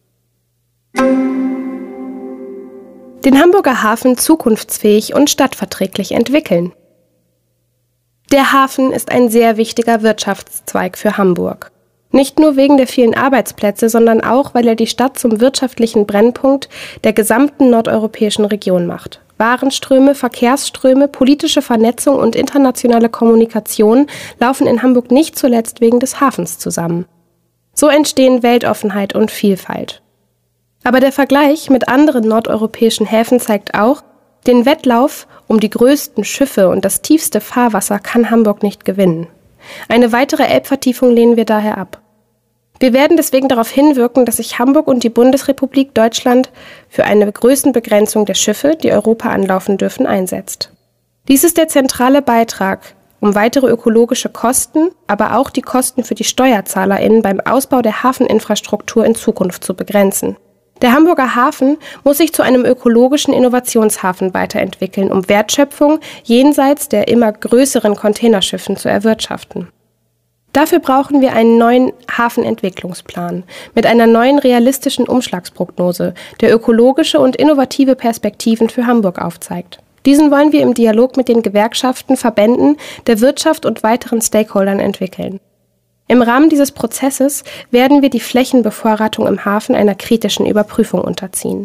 Den Hamburger Hafen zukunftsfähig und stadtverträglich entwickeln. Der Hafen ist ein sehr wichtiger Wirtschaftszweig für Hamburg. Nicht nur wegen der vielen Arbeitsplätze, sondern auch, weil er die Stadt zum wirtschaftlichen Brennpunkt der gesamten nordeuropäischen Region macht. Warenströme, Verkehrsströme, politische Vernetzung und internationale Kommunikation laufen in Hamburg nicht zuletzt wegen des Hafens zusammen. So entstehen Weltoffenheit und Vielfalt. Aber der Vergleich mit anderen nordeuropäischen Häfen zeigt auch, den Wettlauf um die größten Schiffe und das tiefste Fahrwasser kann Hamburg nicht gewinnen. Eine weitere Elbvertiefung lehnen wir daher ab. Wir werden deswegen darauf hinwirken, dass sich Hamburg und die Bundesrepublik Deutschland für eine Größenbegrenzung der Schiffe, die Europa anlaufen dürfen, einsetzt. Dies ist der zentrale Beitrag, um weitere ökologische Kosten, aber auch die Kosten für die SteuerzahlerInnen beim Ausbau der Hafeninfrastruktur in Zukunft zu begrenzen. Der Hamburger Hafen muss sich zu einem ökologischen Innovationshafen weiterentwickeln, um Wertschöpfung jenseits der immer größeren Containerschiffen zu erwirtschaften. Dafür brauchen wir einen neuen Hafenentwicklungsplan mit einer neuen realistischen Umschlagsprognose, der ökologische und innovative Perspektiven für Hamburg aufzeigt. Diesen wollen wir im Dialog mit den Gewerkschaften, Verbänden, der Wirtschaft und weiteren Stakeholdern entwickeln. Im Rahmen dieses Prozesses werden wir die Flächenbevorratung im Hafen einer kritischen Überprüfung unterziehen.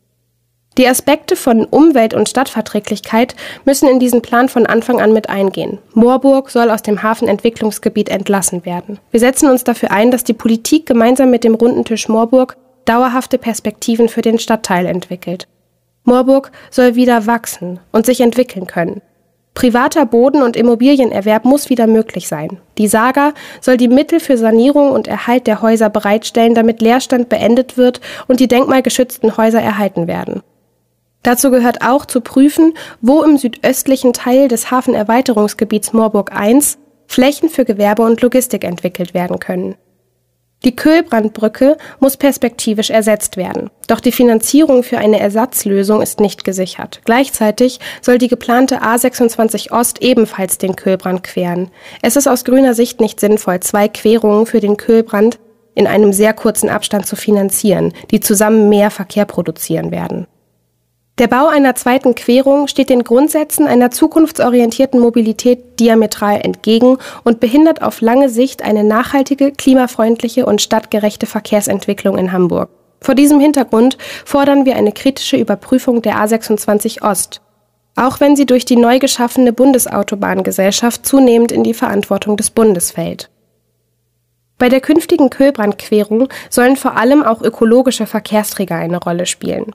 Die Aspekte von Umwelt- und Stadtverträglichkeit müssen in diesen Plan von Anfang an mit eingehen. Moorburg soll aus dem Hafenentwicklungsgebiet entlassen werden. Wir setzen uns dafür ein, dass die Politik gemeinsam mit dem Runden Tisch Moorburg dauerhafte Perspektiven für den Stadtteil entwickelt. Moorburg soll wieder wachsen und sich entwickeln können. Privater Boden- und Immobilienerwerb muss wieder möglich sein. Die Saga soll die Mittel für Sanierung und Erhalt der Häuser bereitstellen, damit Leerstand beendet wird und die denkmalgeschützten Häuser erhalten werden. Dazu gehört auch zu prüfen, wo im südöstlichen Teil des Hafenerweiterungsgebiets Moorburg eins Flächen für Gewerbe und Logistik entwickelt werden können. Die Köhlbrandbrücke muss perspektivisch ersetzt werden. Doch die Finanzierung für eine Ersatzlösung ist nicht gesichert. Gleichzeitig soll die geplante A sechsundzwanzig Ost ebenfalls den Köhlbrand queren. Es ist aus grüner Sicht nicht sinnvoll, zwei Querungen für den Köhlbrand in einem sehr kurzen Abstand zu finanzieren, die zusammen mehr Verkehr produzieren werden. Der Bau einer zweiten Querung steht den Grundsätzen einer zukunftsorientierten Mobilität diametral entgegen und behindert auf lange Sicht eine nachhaltige, klimafreundliche und stadtgerechte Verkehrsentwicklung in Hamburg. Vor diesem Hintergrund fordern wir eine kritische Überprüfung der A sechsundzwanzig Ost, auch wenn sie durch die neu geschaffene Bundesautobahngesellschaft zunehmend in die Verantwortung des Bundes fällt. Bei der künftigen Köhlbrandquerung sollen vor allem auch ökologische Verkehrsträger eine Rolle spielen.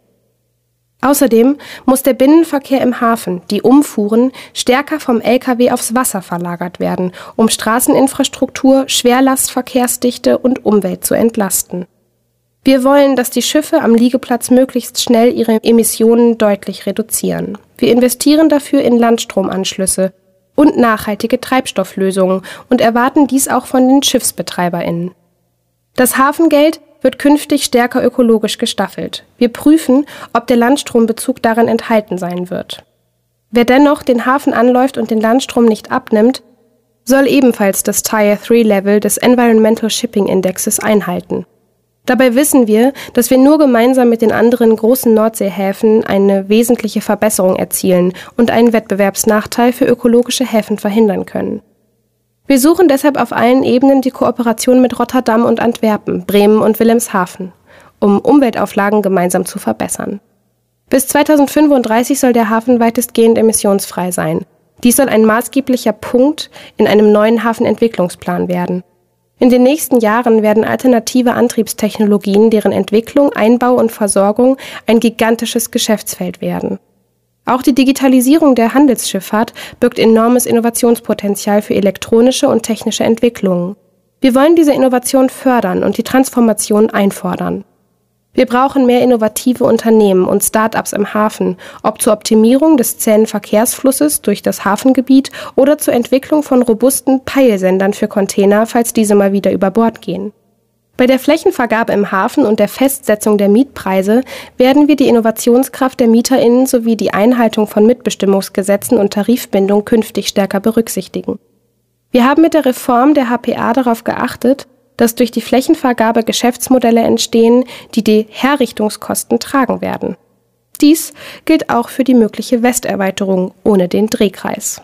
Außerdem muss der Binnenverkehr im Hafen, die Umfuhren, stärker vom L K W aufs Wasser verlagert werden, um Straßeninfrastruktur, Schwerlastverkehrsdichte und Umwelt zu entlasten. Wir wollen, dass die Schiffe am Liegeplatz möglichst schnell ihre Emissionen deutlich reduzieren. Wir investieren dafür in Landstromanschlüsse und nachhaltige Treibstofflösungen und erwarten dies auch von den SchiffsbetreiberInnen. Das Hafengeld wird künftig stärker ökologisch gestaffelt. Wir prüfen, ob der Landstrombezug darin enthalten sein wird. Wer dennoch den Hafen anläuft und den Landstrom nicht abnimmt, soll ebenfalls das Tier drei Level des Environmental Shipping Indexes einhalten. Dabei wissen wir, dass wir nur gemeinsam mit den anderen großen Nordseehäfen eine wesentliche Verbesserung erzielen und einen Wettbewerbsnachteil für ökologische Häfen verhindern können. Wir suchen deshalb auf allen Ebenen die Kooperation mit Rotterdam und Antwerpen, Bremen und Wilhelmshaven, um Umweltauflagen gemeinsam zu verbessern. Bis zweitausendfünfunddreißig soll der Hafen weitestgehend emissionsfrei sein. Dies soll ein maßgeblicher Punkt in einem neuen Hafenentwicklungsplan werden. In den nächsten Jahren werden alternative Antriebstechnologien, deren Entwicklung, Einbau und Versorgung ein gigantisches Geschäftsfeld werden. Auch die Digitalisierung der Handelsschifffahrt birgt enormes Innovationspotenzial für elektronische und technische Entwicklungen. Wir wollen diese Innovation fördern und die Transformation einfordern. Wir brauchen mehr innovative Unternehmen und Start-ups im Hafen, ob zur Optimierung des zähen Verkehrsflusses durch das Hafengebiet oder zur Entwicklung von robusten Peilsendern für Container, falls diese mal wieder über Bord gehen. Bei der Flächenvergabe im Hafen und der Festsetzung der Mietpreise werden wir die Innovationskraft der MieterInnen sowie die Einhaltung von Mitbestimmungsgesetzen und Tarifbindung künftig stärker berücksichtigen. Wir haben mit der Reform der H P A darauf geachtet, dass durch die Flächenvergabe Geschäftsmodelle entstehen, die die Herrichtungskosten tragen werden. Dies gilt auch für die mögliche Westerweiterung ohne den Drehkreis.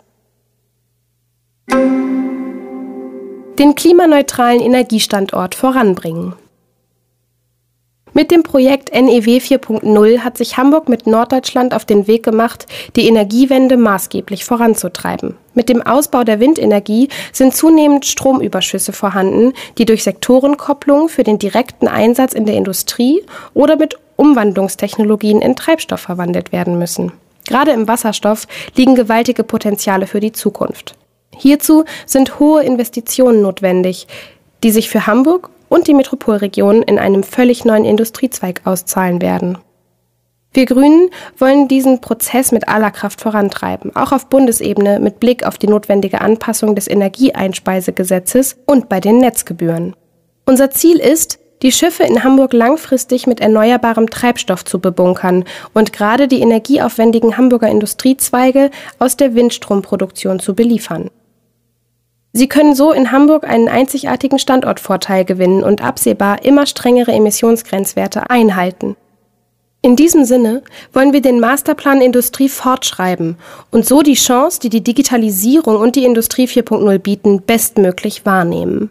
Den klimaneutralen Energiestandort voranbringen. Mit dem Projekt N E W vier Punkt null hat sich Hamburg mit Norddeutschland auf den Weg gemacht, die Energiewende maßgeblich voranzutreiben. Mit dem Ausbau der Windenergie sind zunehmend Stromüberschüsse vorhanden, die durch Sektorenkopplung für den direkten Einsatz in der Industrie oder mit Umwandlungstechnologien in Treibstoff verwandelt werden müssen. Gerade im Wasserstoff liegen gewaltige Potenziale für die Zukunft. Hierzu sind hohe Investitionen notwendig, die sich für Hamburg und die Metropolregion in einem völlig neuen Industriezweig auszahlen werden. Wir Grünen wollen diesen Prozess mit aller Kraft vorantreiben, auch auf Bundesebene mit Blick auf die notwendige Anpassung des Energieeinspeisegesetzes und bei den Netzgebühren. Unser Ziel ist, die Schiffe in Hamburg langfristig mit erneuerbarem Treibstoff zu bebunkern und gerade die energieaufwendigen Hamburger Industriezweige aus der Windstromproduktion zu beliefern. Sie können so in Hamburg einen einzigartigen Standortvorteil gewinnen und absehbar immer strengere Emissionsgrenzwerte einhalten. In diesem Sinne wollen wir den Masterplan Industrie fortschreiben und so die Chance, die die Digitalisierung und die Industrie vier Punkt null bieten, bestmöglich wahrnehmen.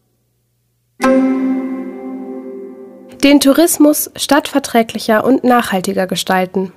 Den Tourismus stadtverträglicher und nachhaltiger gestalten.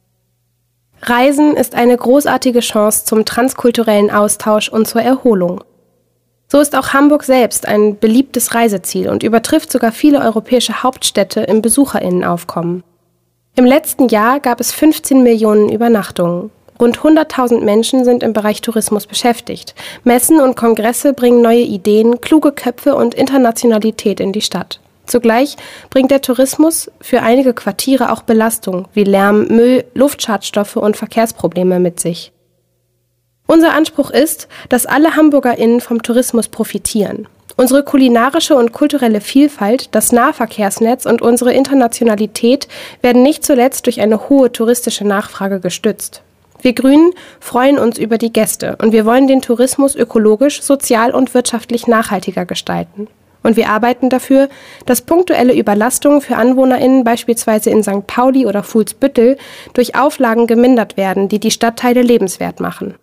Reisen ist eine großartige Chance zum transkulturellen Austausch und zur Erholung. So ist auch Hamburg selbst ein beliebtes Reiseziel und übertrifft sogar viele europäische Hauptstädte im BesucherInnenaufkommen. Im letzten Jahr gab es fünfzehn Millionen Übernachtungen. Rund hunderttausend Menschen sind im Bereich Tourismus beschäftigt. Messen und Kongresse bringen neue Ideen, kluge Köpfe und Internationalität in die Stadt. Zugleich bringt der Tourismus für einige Quartiere auch Belastung wie Lärm, Müll, Luftschadstoffe und Verkehrsprobleme mit sich. Unser Anspruch ist, dass alle HamburgerInnen vom Tourismus profitieren. Unsere kulinarische und kulturelle Vielfalt, das Nahverkehrsnetz und unsere Internationalität werden nicht zuletzt durch eine hohe touristische Nachfrage gestützt. Wir Grünen freuen uns über die Gäste und wir wollen den Tourismus ökologisch, sozial und wirtschaftlich nachhaltiger gestalten. Und wir arbeiten dafür, dass punktuelle Überlastungen für AnwohnerInnen beispielsweise in Sankt Pauli oder Fuhlsbüttel durch Auflagen gemindert werden, die die Stadtteile lebenswert machen.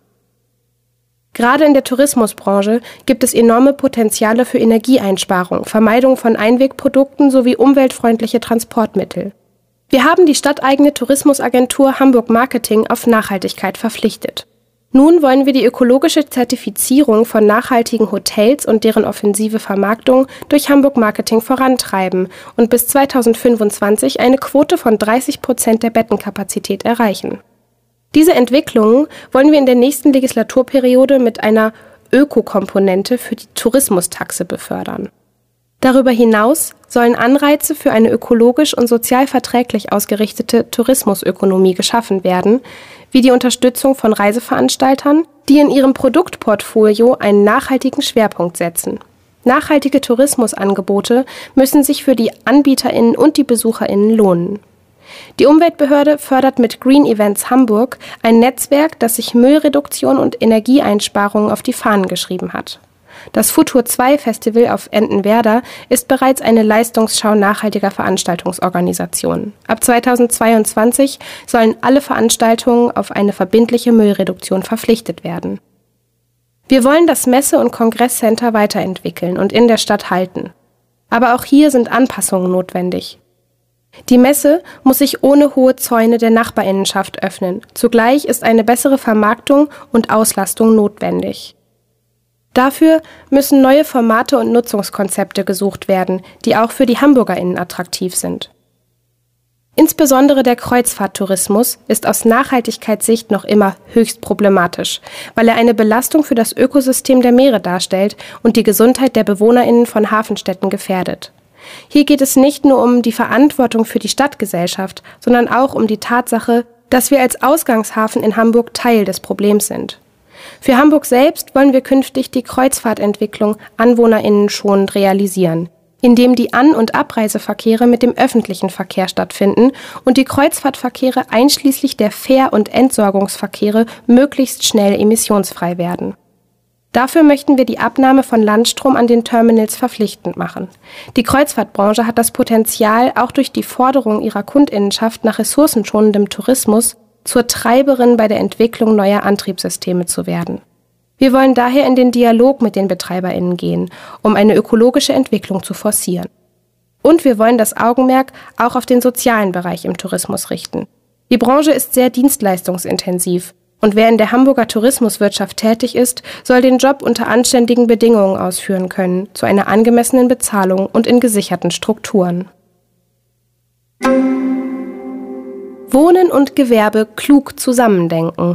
Gerade in der Tourismusbranche gibt es enorme Potenziale für Energieeinsparung, Vermeidung von Einwegprodukten sowie umweltfreundliche Transportmittel. Wir haben die stadteigene Tourismusagentur Hamburg Marketing auf Nachhaltigkeit verpflichtet. Nun wollen wir die ökologische Zertifizierung von nachhaltigen Hotels und deren offensive Vermarktung durch Hamburg Marketing vorantreiben und bis zweitausendfünfundzwanzig eine Quote von dreißig Prozent der Bettenkapazität erreichen. Diese Entwicklungen wollen wir in der nächsten Legislaturperiode mit einer Ökokomponente für die Tourismustaxe befördern. Darüber hinaus sollen Anreize für eine ökologisch und sozial verträglich ausgerichtete Tourismusökonomie geschaffen werden, wie die Unterstützung von Reiseveranstaltern, die in ihrem Produktportfolio einen nachhaltigen Schwerpunkt setzen. Nachhaltige Tourismusangebote müssen sich für die AnbieterInnen und die BesucherInnen lohnen. Die Umweltbehörde fördert mit Green Events Hamburg ein Netzwerk, das sich Müllreduktion und Energieeinsparungen auf die Fahnen geschrieben hat. Das Futur zwei Festival auf Entenwerder ist bereits eine Leistungsschau nachhaltiger Veranstaltungsorganisationen. Ab zweitausendzweiundzwanzig sollen alle Veranstaltungen auf eine verbindliche Müllreduktion verpflichtet werden. Wir wollen das Messe- und Kongresscenter weiterentwickeln und in der Stadt halten. Aber auch hier sind Anpassungen notwendig. Die Messe muss sich ohne hohe Zäune der Nachbarinnenschaft öffnen. Zugleich ist eine bessere Vermarktung und Auslastung notwendig. Dafür müssen neue Formate und Nutzungskonzepte gesucht werden, die auch für die HamburgerInnen attraktiv sind. Insbesondere der Kreuzfahrttourismus ist aus Nachhaltigkeitssicht noch immer höchst problematisch, weil er eine Belastung für das Ökosystem der Meere darstellt und die Gesundheit der BewohnerInnen von Hafenstädten gefährdet. Hier geht es nicht nur um die Verantwortung für die Stadtgesellschaft, sondern auch um die Tatsache, dass wir als Ausgangshafen in Hamburg Teil des Problems sind. Für Hamburg selbst wollen wir künftig die Kreuzfahrtentwicklung AnwohnerInnen schonend realisieren, indem die An- und Abreiseverkehre mit dem öffentlichen Verkehr stattfinden und die Kreuzfahrtverkehre einschließlich der Fähr- und Entsorgungsverkehre möglichst schnell emissionsfrei werden. Dafür möchten wir die Abnahme von Landstrom an den Terminals verpflichtend machen. Die Kreuzfahrtbranche hat das Potenzial, auch durch die Forderung ihrer KundInnenschaft nach ressourcenschonendem Tourismus zur Treiberin bei der Entwicklung neuer Antriebssysteme zu werden. Wir wollen daher in den Dialog mit den BetreiberInnen gehen, um eine ökologische Entwicklung zu forcieren. Und wir wollen das Augenmerk auch auf den sozialen Bereich im Tourismus richten. Die Branche ist sehr dienstleistungsintensiv und wer in der Hamburger Tourismuswirtschaft tätig ist, soll den Job unter anständigen Bedingungen ausführen können, zu einer angemessenen Bezahlung und in gesicherten Strukturen. Wohnen und Gewerbe klug zusammendenken.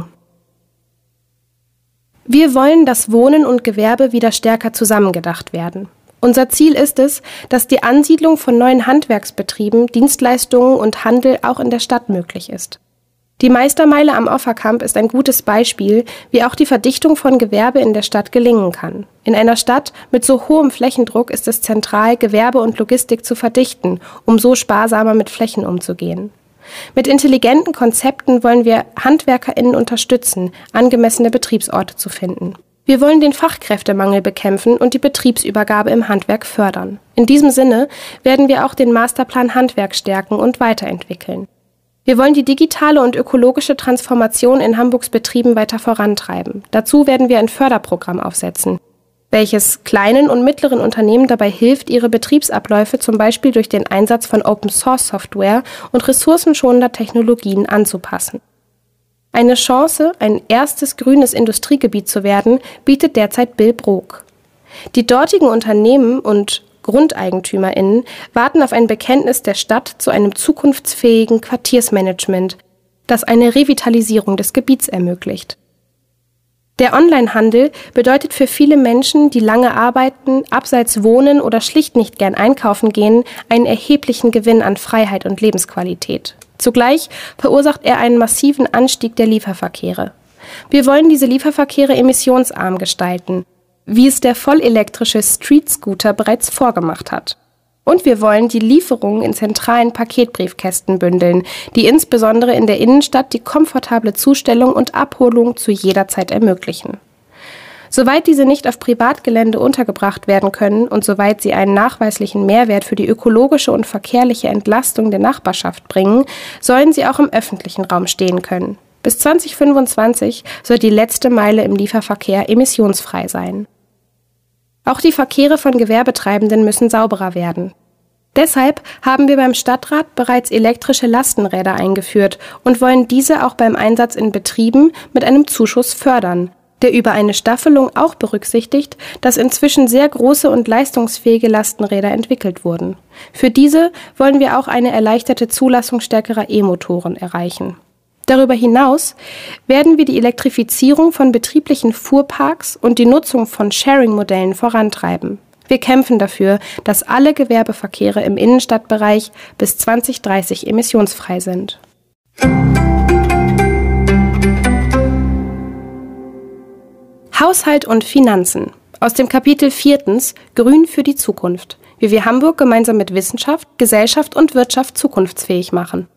Wir wollen, dass Wohnen und Gewerbe wieder stärker zusammengedacht werden. Unser Ziel ist es, dass die Ansiedlung von neuen Handwerksbetrieben, Dienstleistungen und Handel auch in der Stadt möglich ist. Die Meistermeile am Offerkamp ist ein gutes Beispiel, wie auch die Verdichtung von Gewerbe in der Stadt gelingen kann. In einer Stadt mit so hohem Flächendruck ist es zentral, Gewerbe und Logistik zu verdichten, um so sparsamer mit Flächen umzugehen. Mit intelligenten Konzepten wollen wir HandwerkerInnen unterstützen, angemessene Betriebsorte zu finden. Wir wollen den Fachkräftemangel bekämpfen und die Betriebsübergabe im Handwerk fördern. In diesem Sinne werden wir auch den Masterplan Handwerk stärken und weiterentwickeln. Wir wollen die digitale und ökologische Transformation in Hamburgs Betrieben weiter vorantreiben. Dazu werden wir ein Förderprogramm aufsetzen, welches kleinen und mittleren Unternehmen dabei hilft, ihre Betriebsabläufe zum Beispiel durch den Einsatz von Open-Source-Software und ressourcenschonender Technologien anzupassen. Eine Chance, ein erstes grünes Industriegebiet zu werden, bietet derzeit Billbrook. Die dortigen Unternehmen und GrundeigentümerInnen warten auf ein Bekenntnis der Stadt zu einem zukunftsfähigen Quartiersmanagement, das eine Revitalisierung des Gebiets ermöglicht. Der Onlinehandel bedeutet für viele Menschen, die lange arbeiten, abseits wohnen oder schlicht nicht gern einkaufen gehen, einen erheblichen Gewinn an Freiheit und Lebensqualität. Zugleich verursacht er einen massiven Anstieg der Lieferverkehre. Wir wollen diese Lieferverkehre emissionsarm gestalten, wie es der vollelektrische Street Scooter bereits vorgemacht hat. Und wir wollen die Lieferungen in zentralen Paketbriefkästen bündeln, die insbesondere in der Innenstadt die komfortable Zustellung und Abholung zu jeder Zeit ermöglichen. Soweit diese nicht auf Privatgelände untergebracht werden können und soweit sie einen nachweislichen Mehrwert für die ökologische und verkehrliche Entlastung der Nachbarschaft bringen, sollen sie auch im öffentlichen Raum stehen können. Bis zwanzig fünfundzwanzig soll die letzte Meile im Lieferverkehr emissionsfrei sein. Auch die Verkehre von Gewerbetreibenden müssen sauberer werden. Deshalb haben wir beim Stadtrat bereits elektrische Lastenräder eingeführt und wollen diese auch beim Einsatz in Betrieben mit einem Zuschuss fördern, der über eine Staffelung auch berücksichtigt, dass inzwischen sehr große und leistungsfähige Lastenräder entwickelt wurden. Für diese wollen wir auch eine erleichterte Zulassung stärkerer E-Motoren erreichen. Darüber hinaus werden wir die Elektrifizierung von betrieblichen Fuhrparks und die Nutzung von Sharing-Modellen vorantreiben. Wir kämpfen dafür, dass alle Gewerbeverkehre im Innenstadtbereich bis zwanzig dreißig emissionsfrei sind. Haushalt und Finanzen. Aus dem Kapitel viertens Grün für die Zukunft. Wie wir Hamburg gemeinsam mit Wissenschaft, Gesellschaft und Wirtschaft zukunftsfähig machen.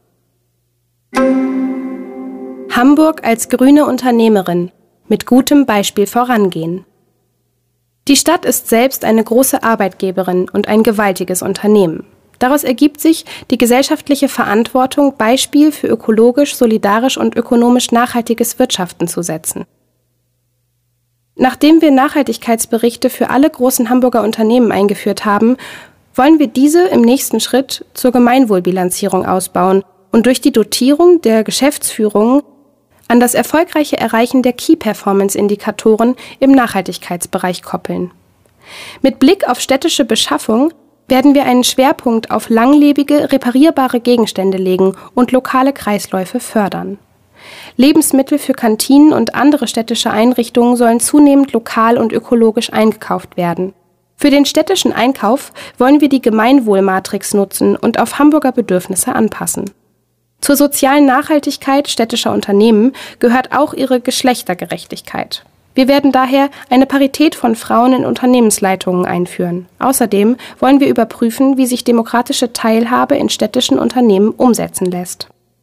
Hamburg als grüne Unternehmerin. Mit gutem Beispiel vorangehen. Die Stadt ist selbst eine große Arbeitgeberin und ein gewaltiges Unternehmen. Daraus ergibt sich die gesellschaftliche Verantwortung, Beispiel für ökologisch, solidarisch und ökonomisch nachhaltiges Wirtschaften zu setzen. Nachdem wir Nachhaltigkeitsberichte für alle großen Hamburger Unternehmen eingeführt haben, wollen wir diese im nächsten Schritt zur Gemeinwohlbilanzierung ausbauen und durch die Dotierung der Geschäftsführung an das erfolgreiche Erreichen der Key-Performance-Indikatoren im Nachhaltigkeitsbereich koppeln. Mit Blick auf städtische Beschaffung werden wir einen Schwerpunkt auf langlebige, reparierbare Gegenstände legen und lokale Kreisläufe fördern. Lebensmittel für Kantinen und andere städtische Einrichtungen sollen zunehmend lokal und ökologisch eingekauft werden. Für den städtischen Einkauf wollen wir die Gemeinwohlmatrix nutzen und auf Hamburger Bedürfnisse anpassen. Zur sozialen Nachhaltigkeit städtischer Unternehmen gehört auch ihre Geschlechtergerechtigkeit. Wir werden daher eine Parität von Frauen in Unternehmensleitungen einführen. Außerdem wollen wir überprüfen, wie sich demokratische Teilhabe in städtischen Unternehmen umsetzen lässt.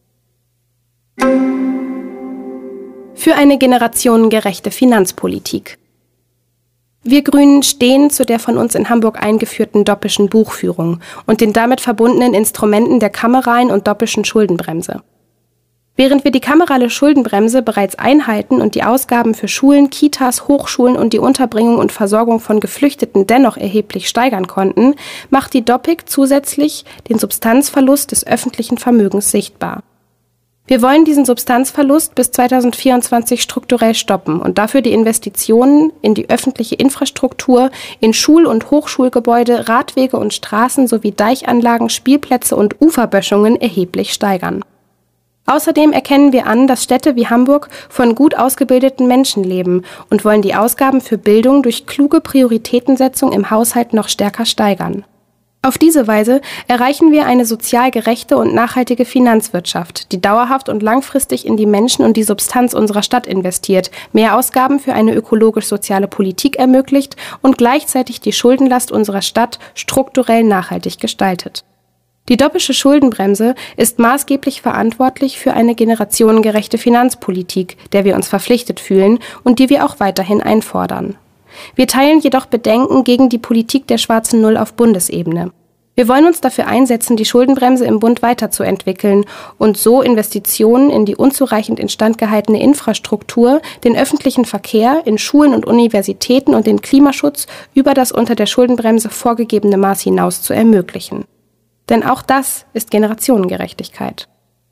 Für eine generationengerechte Finanzpolitik. Wir Grünen stehen zu der von uns in Hamburg eingeführten doppelten Buchführung und den damit verbundenen Instrumenten der kameralen und doppelten Schuldenbremse. Während wir die kamerale Schuldenbremse bereits einhalten und die Ausgaben für Schulen, Kitas, Hochschulen und die Unterbringung und Versorgung von Geflüchteten dennoch erheblich steigern konnten, macht die Doppik zusätzlich den Substanzverlust des öffentlichen Vermögens sichtbar. Wir wollen diesen Substanzverlust bis zweitausendvierundzwanzig strukturell stoppen und dafür die Investitionen in die öffentliche Infrastruktur, in Schul- und Hochschulgebäude, Radwege und Straßen sowie Deichanlagen, Spielplätze und Uferböschungen erheblich steigern. Außerdem erkennen wir an, dass Städte wie Hamburg von gut ausgebildeten Menschen leben und wollen die Ausgaben für Bildung durch kluge Prioritätensetzung im Haushalt noch stärker steigern. Auf diese Weise erreichen wir eine sozial gerechte und nachhaltige Finanzwirtschaft, die dauerhaft und langfristig in die Menschen und die Substanz unserer Stadt investiert, mehr Ausgaben für eine ökologisch-soziale Politik ermöglicht und gleichzeitig die Schuldenlast unserer Stadt strukturell nachhaltig gestaltet. Die Doppelsche Schuldenbremse ist maßgeblich verantwortlich für eine generationengerechte Finanzpolitik, der wir uns verpflichtet fühlen und die wir auch weiterhin einfordern. Wir teilen jedoch Bedenken gegen die Politik der schwarzen Null auf Bundesebene. Wir wollen uns dafür einsetzen, die Schuldenbremse im Bund weiterzuentwickeln und so Investitionen in die unzureichend instand gehaltene Infrastruktur, den öffentlichen Verkehr, in Schulen und Universitäten und den Klimaschutz über das unter der Schuldenbremse vorgegebene Maß hinaus zu ermöglichen. Denn auch das ist Generationengerechtigkeit.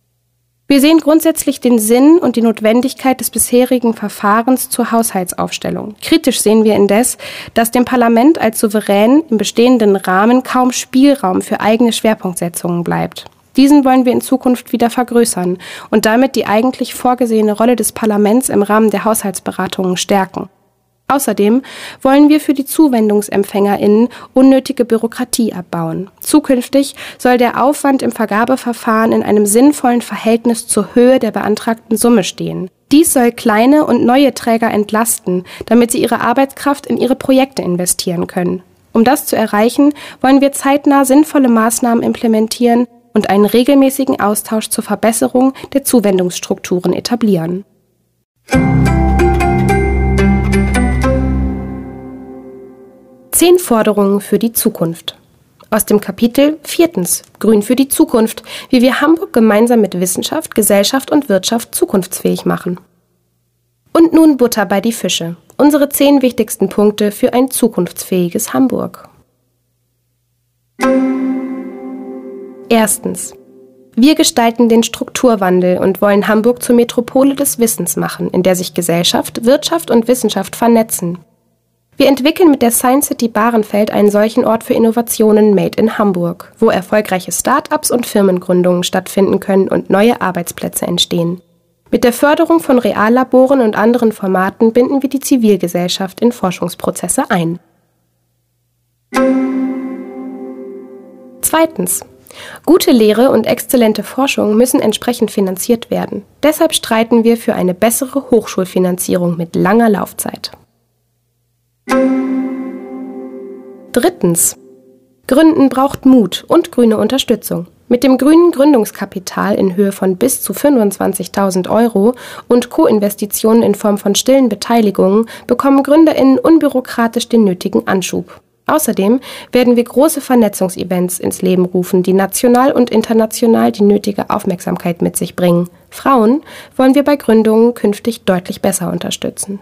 Wir sehen grundsätzlich den Sinn und die Notwendigkeit des bisherigen Verfahrens zur Haushaltsaufstellung. Kritisch sehen wir indes, dass dem Parlament als Souverän im bestehenden Rahmen kaum Spielraum für eigene Schwerpunktsetzungen bleibt. Diesen wollen wir in Zukunft wieder vergrößern und damit die eigentlich vorgesehene Rolle des Parlaments im Rahmen der Haushaltsberatungen stärken. Außerdem wollen wir für die ZuwendungsempfängerInnen unnötige Bürokratie abbauen. Zukünftig soll der Aufwand im Vergabeverfahren in einem sinnvollen Verhältnis zur Höhe der beantragten Summe stehen. Dies soll kleine und neue Träger entlasten, damit sie ihre Arbeitskraft in ihre Projekte investieren können. Um das zu erreichen, wollen wir zeitnah sinnvolle Maßnahmen implementieren und einen regelmäßigen Austausch zur Verbesserung der Zuwendungsstrukturen etablieren. Zehn Forderungen für die Zukunft. Aus dem Kapitel Viertens. Grün für die Zukunft. Wie wir Hamburg gemeinsam mit Wissenschaft, Gesellschaft und Wirtschaft zukunftsfähig machen. Und nun Butter bei die Fische. Unsere zehn wichtigsten Punkte für ein zukunftsfähiges Hamburg. Erstens. Wir gestalten den Strukturwandel und wollen Hamburg zur Metropole des Wissens machen, in der sich Gesellschaft, Wirtschaft und Wissenschaft vernetzen. Wir entwickeln mit der Science City Bahrenfeld einen solchen Ort für Innovationen Made in Hamburg, wo erfolgreiche Start-ups und Firmengründungen stattfinden können und neue Arbeitsplätze entstehen. Mit der Förderung von Reallaboren und anderen Formaten binden wir die Zivilgesellschaft in Forschungsprozesse ein. Zweitens. Gute Lehre und exzellente Forschung müssen entsprechend finanziert werden. Deshalb streiten wir für eine bessere Hochschulfinanzierung mit langer Laufzeit. Drittens. Gründen braucht Mut und grüne Unterstützung. Mit dem grünen Gründungskapital in Höhe von bis zu fünfundzwanzigtausend Euro und Co-Investitionen in Form von stillen Beteiligungen bekommen GründerInnen unbürokratisch den nötigen Anschub. Außerdem werden wir große Vernetzungsevents ins Leben rufen, die national und international die nötige Aufmerksamkeit mit sich bringen. Frauen wollen wir bei Gründungen künftig deutlich besser unterstützen.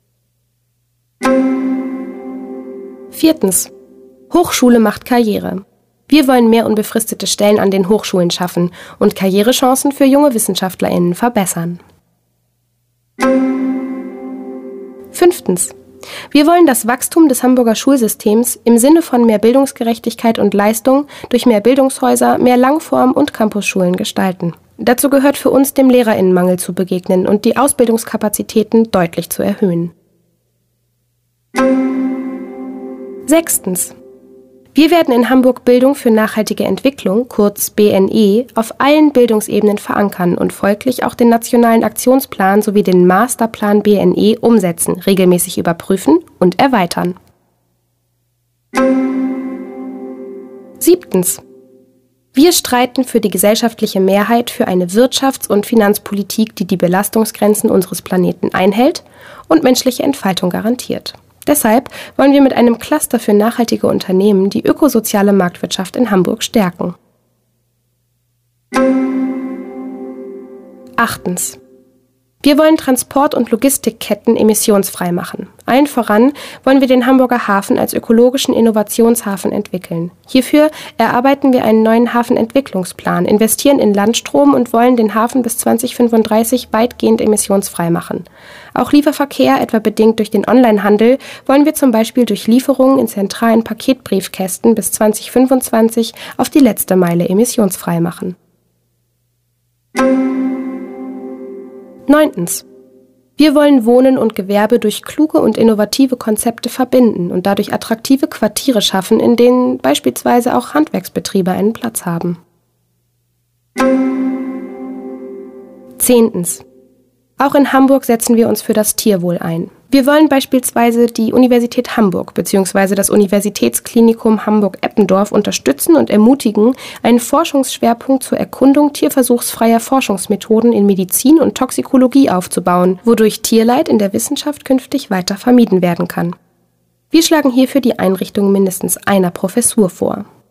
Viertens. Hochschule macht Karriere. Wir wollen mehr unbefristete Stellen an den Hochschulen schaffen und Karrierechancen für junge WissenschaftlerInnen verbessern. Fünftens. Wir wollen das Wachstum des Hamburger Schulsystems im Sinne von mehr Bildungsgerechtigkeit und Leistung durch mehr Bildungshäuser, mehr Langform- und Campusschulen gestalten. Dazu gehört für uns, dem LehrerInnenmangel zu begegnen und die Ausbildungskapazitäten deutlich zu erhöhen. Sechstens. Wir werden in Hamburg Bildung für nachhaltige Entwicklung, kurz B N E, auf allen Bildungsebenen verankern und folglich auch den Nationalen Aktionsplan sowie den Masterplan B N E umsetzen, regelmäßig überprüfen und erweitern. Siebtens. Wir streiten für die gesellschaftliche Mehrheit für eine Wirtschafts- und Finanzpolitik, die die Belastungsgrenzen unseres Planeten einhält und menschliche Entfaltung garantiert. Deshalb wollen wir mit einem Cluster für nachhaltige Unternehmen die ökosoziale Marktwirtschaft in Hamburg stärken. Achtens. Wir wollen Transport- und Logistikketten emissionsfrei machen. Allen voran wollen wir den Hamburger Hafen als ökologischen Innovationshafen entwickeln. Hierfür erarbeiten wir einen neuen Hafenentwicklungsplan, investieren in Landstrom und wollen den Hafen bis zweitausendfünfunddreißig weitgehend emissionsfrei machen. Auch Lieferverkehr, etwa bedingt durch den Onlinehandel, wollen wir zum Beispiel durch Lieferungen in zentralen Paketbriefkästen bis zweitausendfünfundzwanzig auf die letzte Meile emissionsfrei machen. Neuntens. Wir wollen Wohnen und Gewerbe durch kluge und innovative Konzepte verbinden und dadurch attraktive Quartiere schaffen, in denen beispielsweise auch Handwerksbetriebe einen Platz haben. Zehntens. Auch in Hamburg setzen wir uns für das Tierwohl ein. Wir wollen beispielsweise die Universität Hamburg bzw. das Universitätsklinikum Hamburg-Eppendorf unterstützen und ermutigen, einen Forschungsschwerpunkt zur Erkundung tierversuchsfreier Forschungsmethoden in Medizin und Toxikologie aufzubauen, wodurch Tierleid in der Wissenschaft künftig weiter vermieden werden kann. Wir schlagen hierfür die Einrichtung mindestens einer Professur vor.